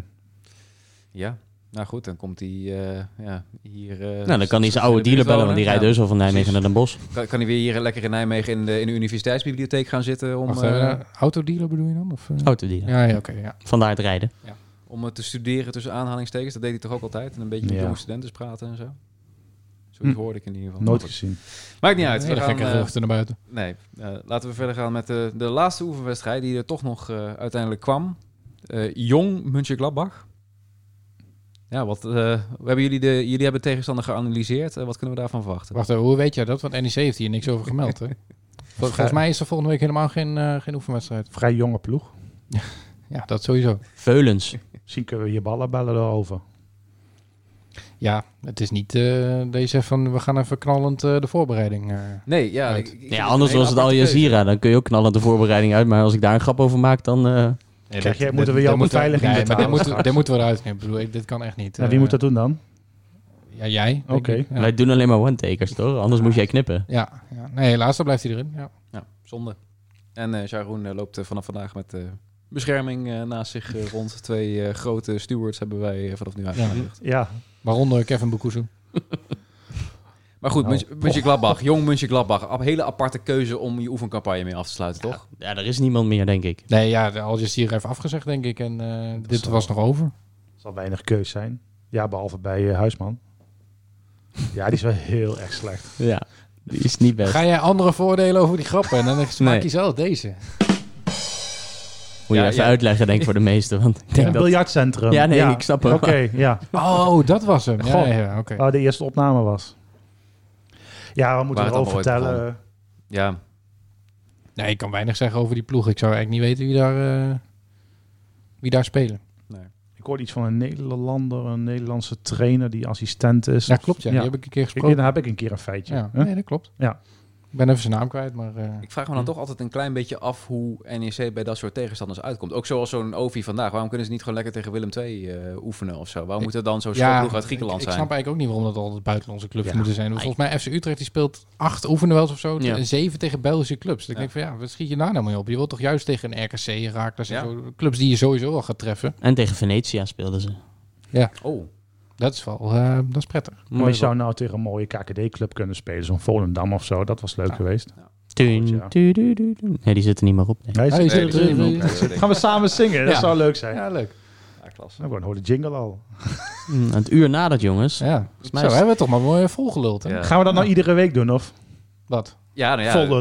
Speaker 2: Ja. Nou goed, dan komt hij uh, ja, hier... Uh,
Speaker 5: Nou, dan kan hij zijn oude dealer bellen, want die rijdt dus al van Nijmegen
Speaker 2: precies.
Speaker 5: naar Den Bosch.
Speaker 2: Kan, kan hij weer hier lekker in Nijmegen in de, in de universiteitsbibliotheek gaan zitten om,
Speaker 3: Wacht,
Speaker 2: uh,
Speaker 3: uh, autodealer bedoel je dan? Of, uh?
Speaker 5: Autodealer.
Speaker 3: Ja, ja oké. ja.
Speaker 5: Vandaar het rijden.
Speaker 2: om uh, te studeren tussen aanhalingstekens? Dat deed hij toch ook altijd? En een beetje met
Speaker 4: Ja.
Speaker 2: jonge studenten praten en zo? Zoiets
Speaker 4: Hm.
Speaker 2: hoorde ik in ieder geval.
Speaker 4: Nooit
Speaker 2: Maar goed.
Speaker 4: gezien.
Speaker 2: Maakt niet uit.
Speaker 3: Hele
Speaker 2: We gaan,
Speaker 3: gekke
Speaker 2: uh,
Speaker 3: geruchten naar buiten.
Speaker 2: nee, uh, laten we verder gaan met de, de laatste oefenwedstrijd die er toch nog uh, uiteindelijk kwam. Uh, Jong Mönchengladbach. Ja, wat, uh, we hebben jullie, de, jullie hebben tegenstander geanalyseerd. Uh, wat kunnen we daarvan verwachten?
Speaker 3: Wacht, uh, hoe weet jij dat? Want N E C heeft hier niks over gemeld. Hè? Vol- Volgens mij is er volgende week helemaal geen, uh, geen oefenwedstrijd.
Speaker 4: Vrij jonge ploeg.
Speaker 3: Ja, dat sowieso.
Speaker 5: Veulens.
Speaker 4: Misschien kunnen we je ballen bellen erover.
Speaker 3: Ja, het is niet uh, dat je zegt van we gaan even knallend uh, de voorbereiding. Uh.
Speaker 2: Nee, ja.
Speaker 3: Uit.
Speaker 2: Ik, ik vind
Speaker 5: Ja,
Speaker 2: het
Speaker 5: anders
Speaker 2: een
Speaker 5: was
Speaker 2: hele
Speaker 5: het Al
Speaker 2: aparte keuze.
Speaker 5: Jazeera. Dan kun je ook knallend de voorbereiding uit. Maar als ik daar een grap over maak, dan... Uh,
Speaker 3: Nee,
Speaker 4: Krijg jij-
Speaker 3: dit-
Speaker 4: moeten we
Speaker 3: dit-
Speaker 4: jouw
Speaker 3: dit moeten-
Speaker 4: beveiliging
Speaker 3: nee, maar dit
Speaker 4: betalen
Speaker 3: moeten,
Speaker 4: straks?
Speaker 3: dit moeten we eruit nemen. Ik bedoel, ik, dit kan echt niet.
Speaker 4: Nou, wie
Speaker 3: Uh,
Speaker 4: moet dat doen dan?
Speaker 3: Ja, jij. denk
Speaker 4: Oké.
Speaker 3: ik. Ja.
Speaker 5: Wij doen alleen maar one-takers, toch? Anders moet jij knippen.
Speaker 3: Ja, ja. Nee, helaas, dan blijft hij erin. Ja.
Speaker 2: Ja, zonde. En uh, Sharon uh, loopt uh, vanaf vandaag met uh, bescherming uh, naast zich uh, rond. Twee uh, grote stewards hebben wij uh, vanaf nu aangekondigd.
Speaker 4: Ja,
Speaker 3: Waaronder Kevin Bukusu.
Speaker 2: Maar goed,
Speaker 4: Nou,
Speaker 2: Mönch- Mönchengladbach, jong Mönchengladbach. Een hele aparte keuze om je oefencampagne mee af te sluiten, toch?
Speaker 5: Ja, er is niemand meer, denk ik.
Speaker 3: Nee, ja, de Al Jazeera heeft afgezegd, denk ik. En uh, dit
Speaker 4: zal-
Speaker 3: was nog over.
Speaker 4: zal weinig keus zijn. Ja, behalve bij uh, Huisman. Ja, die is wel heel erg slecht.
Speaker 5: Ja, die is niet best.
Speaker 3: Ga jij andere voordelen over die grappen? En dan maak
Speaker 5: Nee.
Speaker 3: je zelf deze.
Speaker 5: Moet je
Speaker 2: Ja,
Speaker 5: even
Speaker 2: ja.
Speaker 5: uitleggen, denk ik, voor de meesten. Want ik denk
Speaker 4: Een
Speaker 5: dat...
Speaker 4: biljartcentrum.
Speaker 5: Ja, nee, ik snap hem.
Speaker 4: Oké, ja.
Speaker 3: Oh, dat was hem. Ja,
Speaker 4: Goh.
Speaker 3: ja, oké.
Speaker 4: Waar de eerste opname was. Ja, we moeten
Speaker 2: Waar het
Speaker 4: erover
Speaker 2: allemaal ooit
Speaker 4: vertellen.
Speaker 2: Ja,
Speaker 3: Nee, ik kan weinig zeggen over die ploeg. Ik zou eigenlijk niet weten wie daar, uh, wie daar spelen.
Speaker 2: nee.
Speaker 4: Ik hoorde iets van een Nederlander, een Nederlandse trainer die assistent is.
Speaker 3: Ja, klopt. Ja. Die heb ik een keer
Speaker 4: Kijk,
Speaker 3: gesproken.
Speaker 4: daar heb ik een keer een feitje.
Speaker 3: Ja,
Speaker 4: Huh?
Speaker 3: nee, dat klopt.
Speaker 4: Ja.
Speaker 3: Ik ben even zijn naam kwijt, maar... Uh,
Speaker 2: Ik vraag me dan toch altijd een klein beetje af hoe N E C bij dat soort tegenstanders uitkomt. Ook zoals zo'n Ovi vandaag. Waarom kunnen ze niet gewoon lekker tegen Willem twee uh, oefenen of zo? Waarom
Speaker 3: Ik-
Speaker 2: moet er dan zo'n
Speaker 3: ja,
Speaker 2: schotploeg uit Griekenland
Speaker 3: ik, ik
Speaker 2: zijn?
Speaker 3: snap eigenlijk ook niet waarom dat altijd buitenlandse clubs
Speaker 4: Ja.
Speaker 3: moeten zijn. Want volgens mij F C Utrecht die speelt acht oefenduels of zo.
Speaker 5: Ja.
Speaker 3: En zeven tegen Belgische clubs. Dus ik
Speaker 2: Ja.
Speaker 3: denk van ja, wat schiet je daar nou mee op? Je wilt toch juist tegen een R K C, Raakles en
Speaker 2: Ja.
Speaker 3: zo. Clubs die je sowieso wel gaat treffen.
Speaker 5: En tegen Venetia speelden ze.
Speaker 2: Oh,
Speaker 3: Dat is wel, uh, dat is prettig.
Speaker 4: Maar je zou nou tegen een mooie K K D-club kunnen spelen. Zo'n Volendam of zo. Dat was leuk
Speaker 3: Ja.
Speaker 4: geweest.
Speaker 5: Tuun,
Speaker 4: Ja.
Speaker 5: tu, du, du, du. Nee, die zitten niet meer op. Nee.
Speaker 4: Nee,
Speaker 3: Ja,
Speaker 4: ze-
Speaker 3: je
Speaker 2: nee,
Speaker 3: zit
Speaker 2: die
Speaker 3: er-
Speaker 2: zitten er
Speaker 3: je-
Speaker 2: ook. Ja, dat denk
Speaker 4: gaan we samen zingen? Dat
Speaker 3: Ja.
Speaker 4: zou leuk zijn.
Speaker 3: Ja, leuk.
Speaker 2: Ja, klasse.
Speaker 4: Nou, gewoon hoor de jingle al.
Speaker 5: Mm, het uur nadat, jongens.
Speaker 3: Ja.
Speaker 5: mij
Speaker 3: Zo,
Speaker 5: is-
Speaker 3: hebben we toch maar mooi volgeluld. Hè?
Speaker 2: Ja.
Speaker 4: Gaan we dat nou iedere week doen of
Speaker 3: Wat?
Speaker 2: Ja, nou ja,
Speaker 4: vol lullen?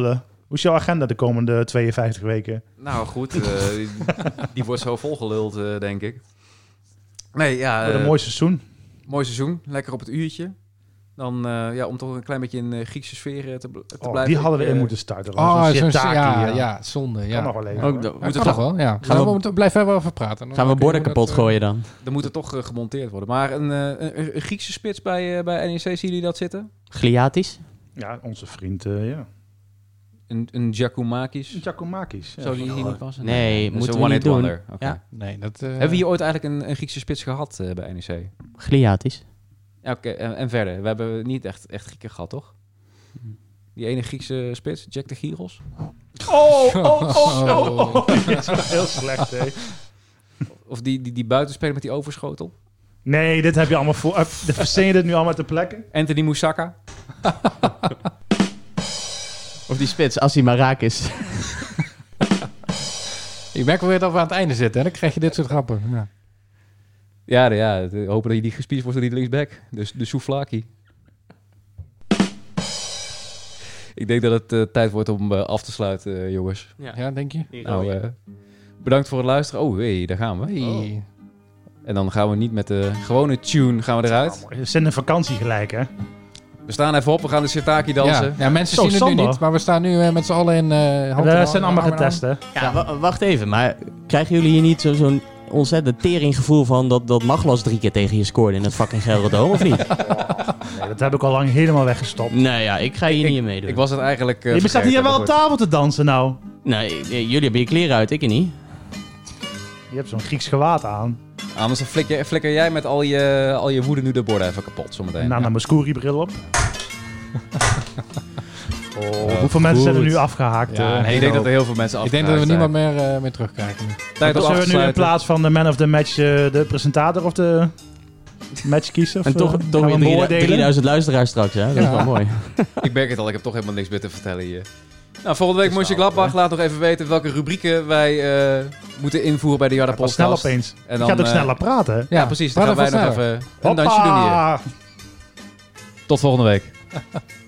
Speaker 4: Hoe is jouw agenda de komende tweeënvijftig weken?
Speaker 2: Nou goed, uh, die, die wordt zo volgeluld, uh, denk ik. Nee, ja...
Speaker 4: Uh, een mooi seizoen.
Speaker 2: Mooi seizoen, lekker op het uurtje. Dan, uh, ja, om toch een klein beetje in uh, Griekse sfeer te, te
Speaker 4: oh,
Speaker 2: blijven.
Speaker 4: Die hadden we
Speaker 2: uh,
Speaker 4: in moeten starten.
Speaker 3: Oh, zo'n
Speaker 4: shiitake,
Speaker 3: ja,
Speaker 4: ja.
Speaker 3: ja, zonde. Ja.
Speaker 4: Kan nog wel even.
Speaker 5: Ook de,
Speaker 3: Moet het toch wel, ja. Gaan we, we blijven er wel over praten. Dan
Speaker 5: gaan we borden kapot
Speaker 3: dat,
Speaker 5: gooien dan?
Speaker 2: Er moet er toch uh, gemonteerd worden. Maar een, uh, een, een Griekse spits bij, uh, bij N E C, zien jullie dat zitten?
Speaker 5: Gliatisch?
Speaker 4: Ja, onze vriend, uh, ja.
Speaker 2: Een, een Giacomakis?
Speaker 4: Giacomakis. Ja.
Speaker 2: Zou die hier niet passen?
Speaker 5: Nee, nee
Speaker 2: dat
Speaker 5: moeten
Speaker 2: we
Speaker 5: niet doen.
Speaker 2: Okay.
Speaker 5: Ja.
Speaker 3: Nee, dat, uh...
Speaker 2: Hebben we hier ooit eigenlijk een, een Griekse spits gehad uh, bij N E C?
Speaker 5: Gliatisch.
Speaker 2: Ja, oké. Okay. En, en verder? We hebben niet echt, echt Grieken gehad, toch? Die ene Griekse spits, Jack de Gyros?
Speaker 4: Oh, oh, oh, oh, oh. Die is wel heel slecht, hè.
Speaker 2: Of die, die, die buitenspeler met die overschotel?
Speaker 4: Nee, dit heb je allemaal voor... Verzin je dit nu allemaal ter plekke?
Speaker 2: Anthony Moussaka?
Speaker 5: Of die spits, als hij maar raak is.
Speaker 3: Ik merk wel weer dat we aan het einde zitten. En dan krijg je dit soort grappen. Ja,
Speaker 2: ja, ja hopen dat je die gespierd wordt door die linksback. Dus de Souflaki. Ik denk dat het uh, tijd wordt om uh, af te sluiten, uh, jongens.
Speaker 3: ja. ja, denk je?
Speaker 2: Nou, uh, bedankt voor het luisteren. Oh, hey, daar gaan we.
Speaker 3: Hey.
Speaker 2: Oh. En dan gaan we niet met de gewone tune gaan we eruit.
Speaker 4: Oh, we zijn een vakantie gelijk, hè?
Speaker 2: We staan even op, we gaan de sirtaki dansen.
Speaker 3: Ja, ja mensen
Speaker 4: Zo,
Speaker 3: zien het
Speaker 4: Sander.
Speaker 3: nu niet, maar we staan nu uh, met z'n allen in uh, hand.
Speaker 4: We zijn allemaal getest, hè?
Speaker 5: Ja, w- wacht even. Maar krijgen jullie hier niet zo, zo'n ontzettend teringgevoel van dat, dat Maglas drie keer tegen je scoorde in het fucking Gelderdoom, of niet?
Speaker 4: Nee, dat heb ik al lang helemaal weggestopt.
Speaker 5: Nee, ja, ik ga hier
Speaker 2: ik,
Speaker 5: niet in meedoen.
Speaker 2: Ik was het eigenlijk... Uh,
Speaker 4: je staat hier wel op tafel te dansen, nou.
Speaker 5: Nee, jullie hebben je kleren uit, ik niet.
Speaker 4: Je hebt zo'n Grieks gewaad aan.
Speaker 2: Anders dan flikker, flikker jij met al je, al je woede nu de borden even kapot zometeen.
Speaker 4: Nana
Speaker 2: Ja.
Speaker 4: Mouskouri-bril op. Oh,
Speaker 2: Uh,
Speaker 4: hoeveel mensen zijn er nu afgehaakt?
Speaker 3: Ja,
Speaker 4: uh,
Speaker 3: nee,
Speaker 2: Ik denk dat er heel veel mensen
Speaker 3: Ik denk dat we
Speaker 2: afgehaakt
Speaker 3: niemand meer, uh, meer terugkrijgen. Nu.
Speaker 2: Tijd om
Speaker 4: Dus
Speaker 2: af
Speaker 4: zullen
Speaker 2: te
Speaker 4: we nu in
Speaker 2: sluiten.
Speaker 4: plaats van de man of the match uh, de presentator of de match kiezen? Of,
Speaker 5: En toch,
Speaker 4: uh,
Speaker 5: toch
Speaker 4: gaan we
Speaker 5: weer
Speaker 4: beoordelen?
Speaker 5: drieduizend luisteraars straks, hè? Dat is
Speaker 3: Ja.
Speaker 5: wel mooi.
Speaker 2: Ik merk het al, ik heb toch helemaal niks meer te vertellen hier. Nou, volgende week Mönchengladbach. Laat nog even weten welke rubrieken wij uh, moeten invoeren bij de Jarda
Speaker 4: Ja, pas snel
Speaker 2: Podcast.
Speaker 4: opeens.
Speaker 2: En
Speaker 4: Je gaat ook
Speaker 2: uh,
Speaker 4: sneller praten, hè?
Speaker 2: Ja, precies. Dan
Speaker 3: praat
Speaker 2: gaan wij
Speaker 3: even
Speaker 2: nog
Speaker 3: sneller.
Speaker 2: even een dansje doen hier.
Speaker 4: Hoppa!
Speaker 2: Tot volgende week.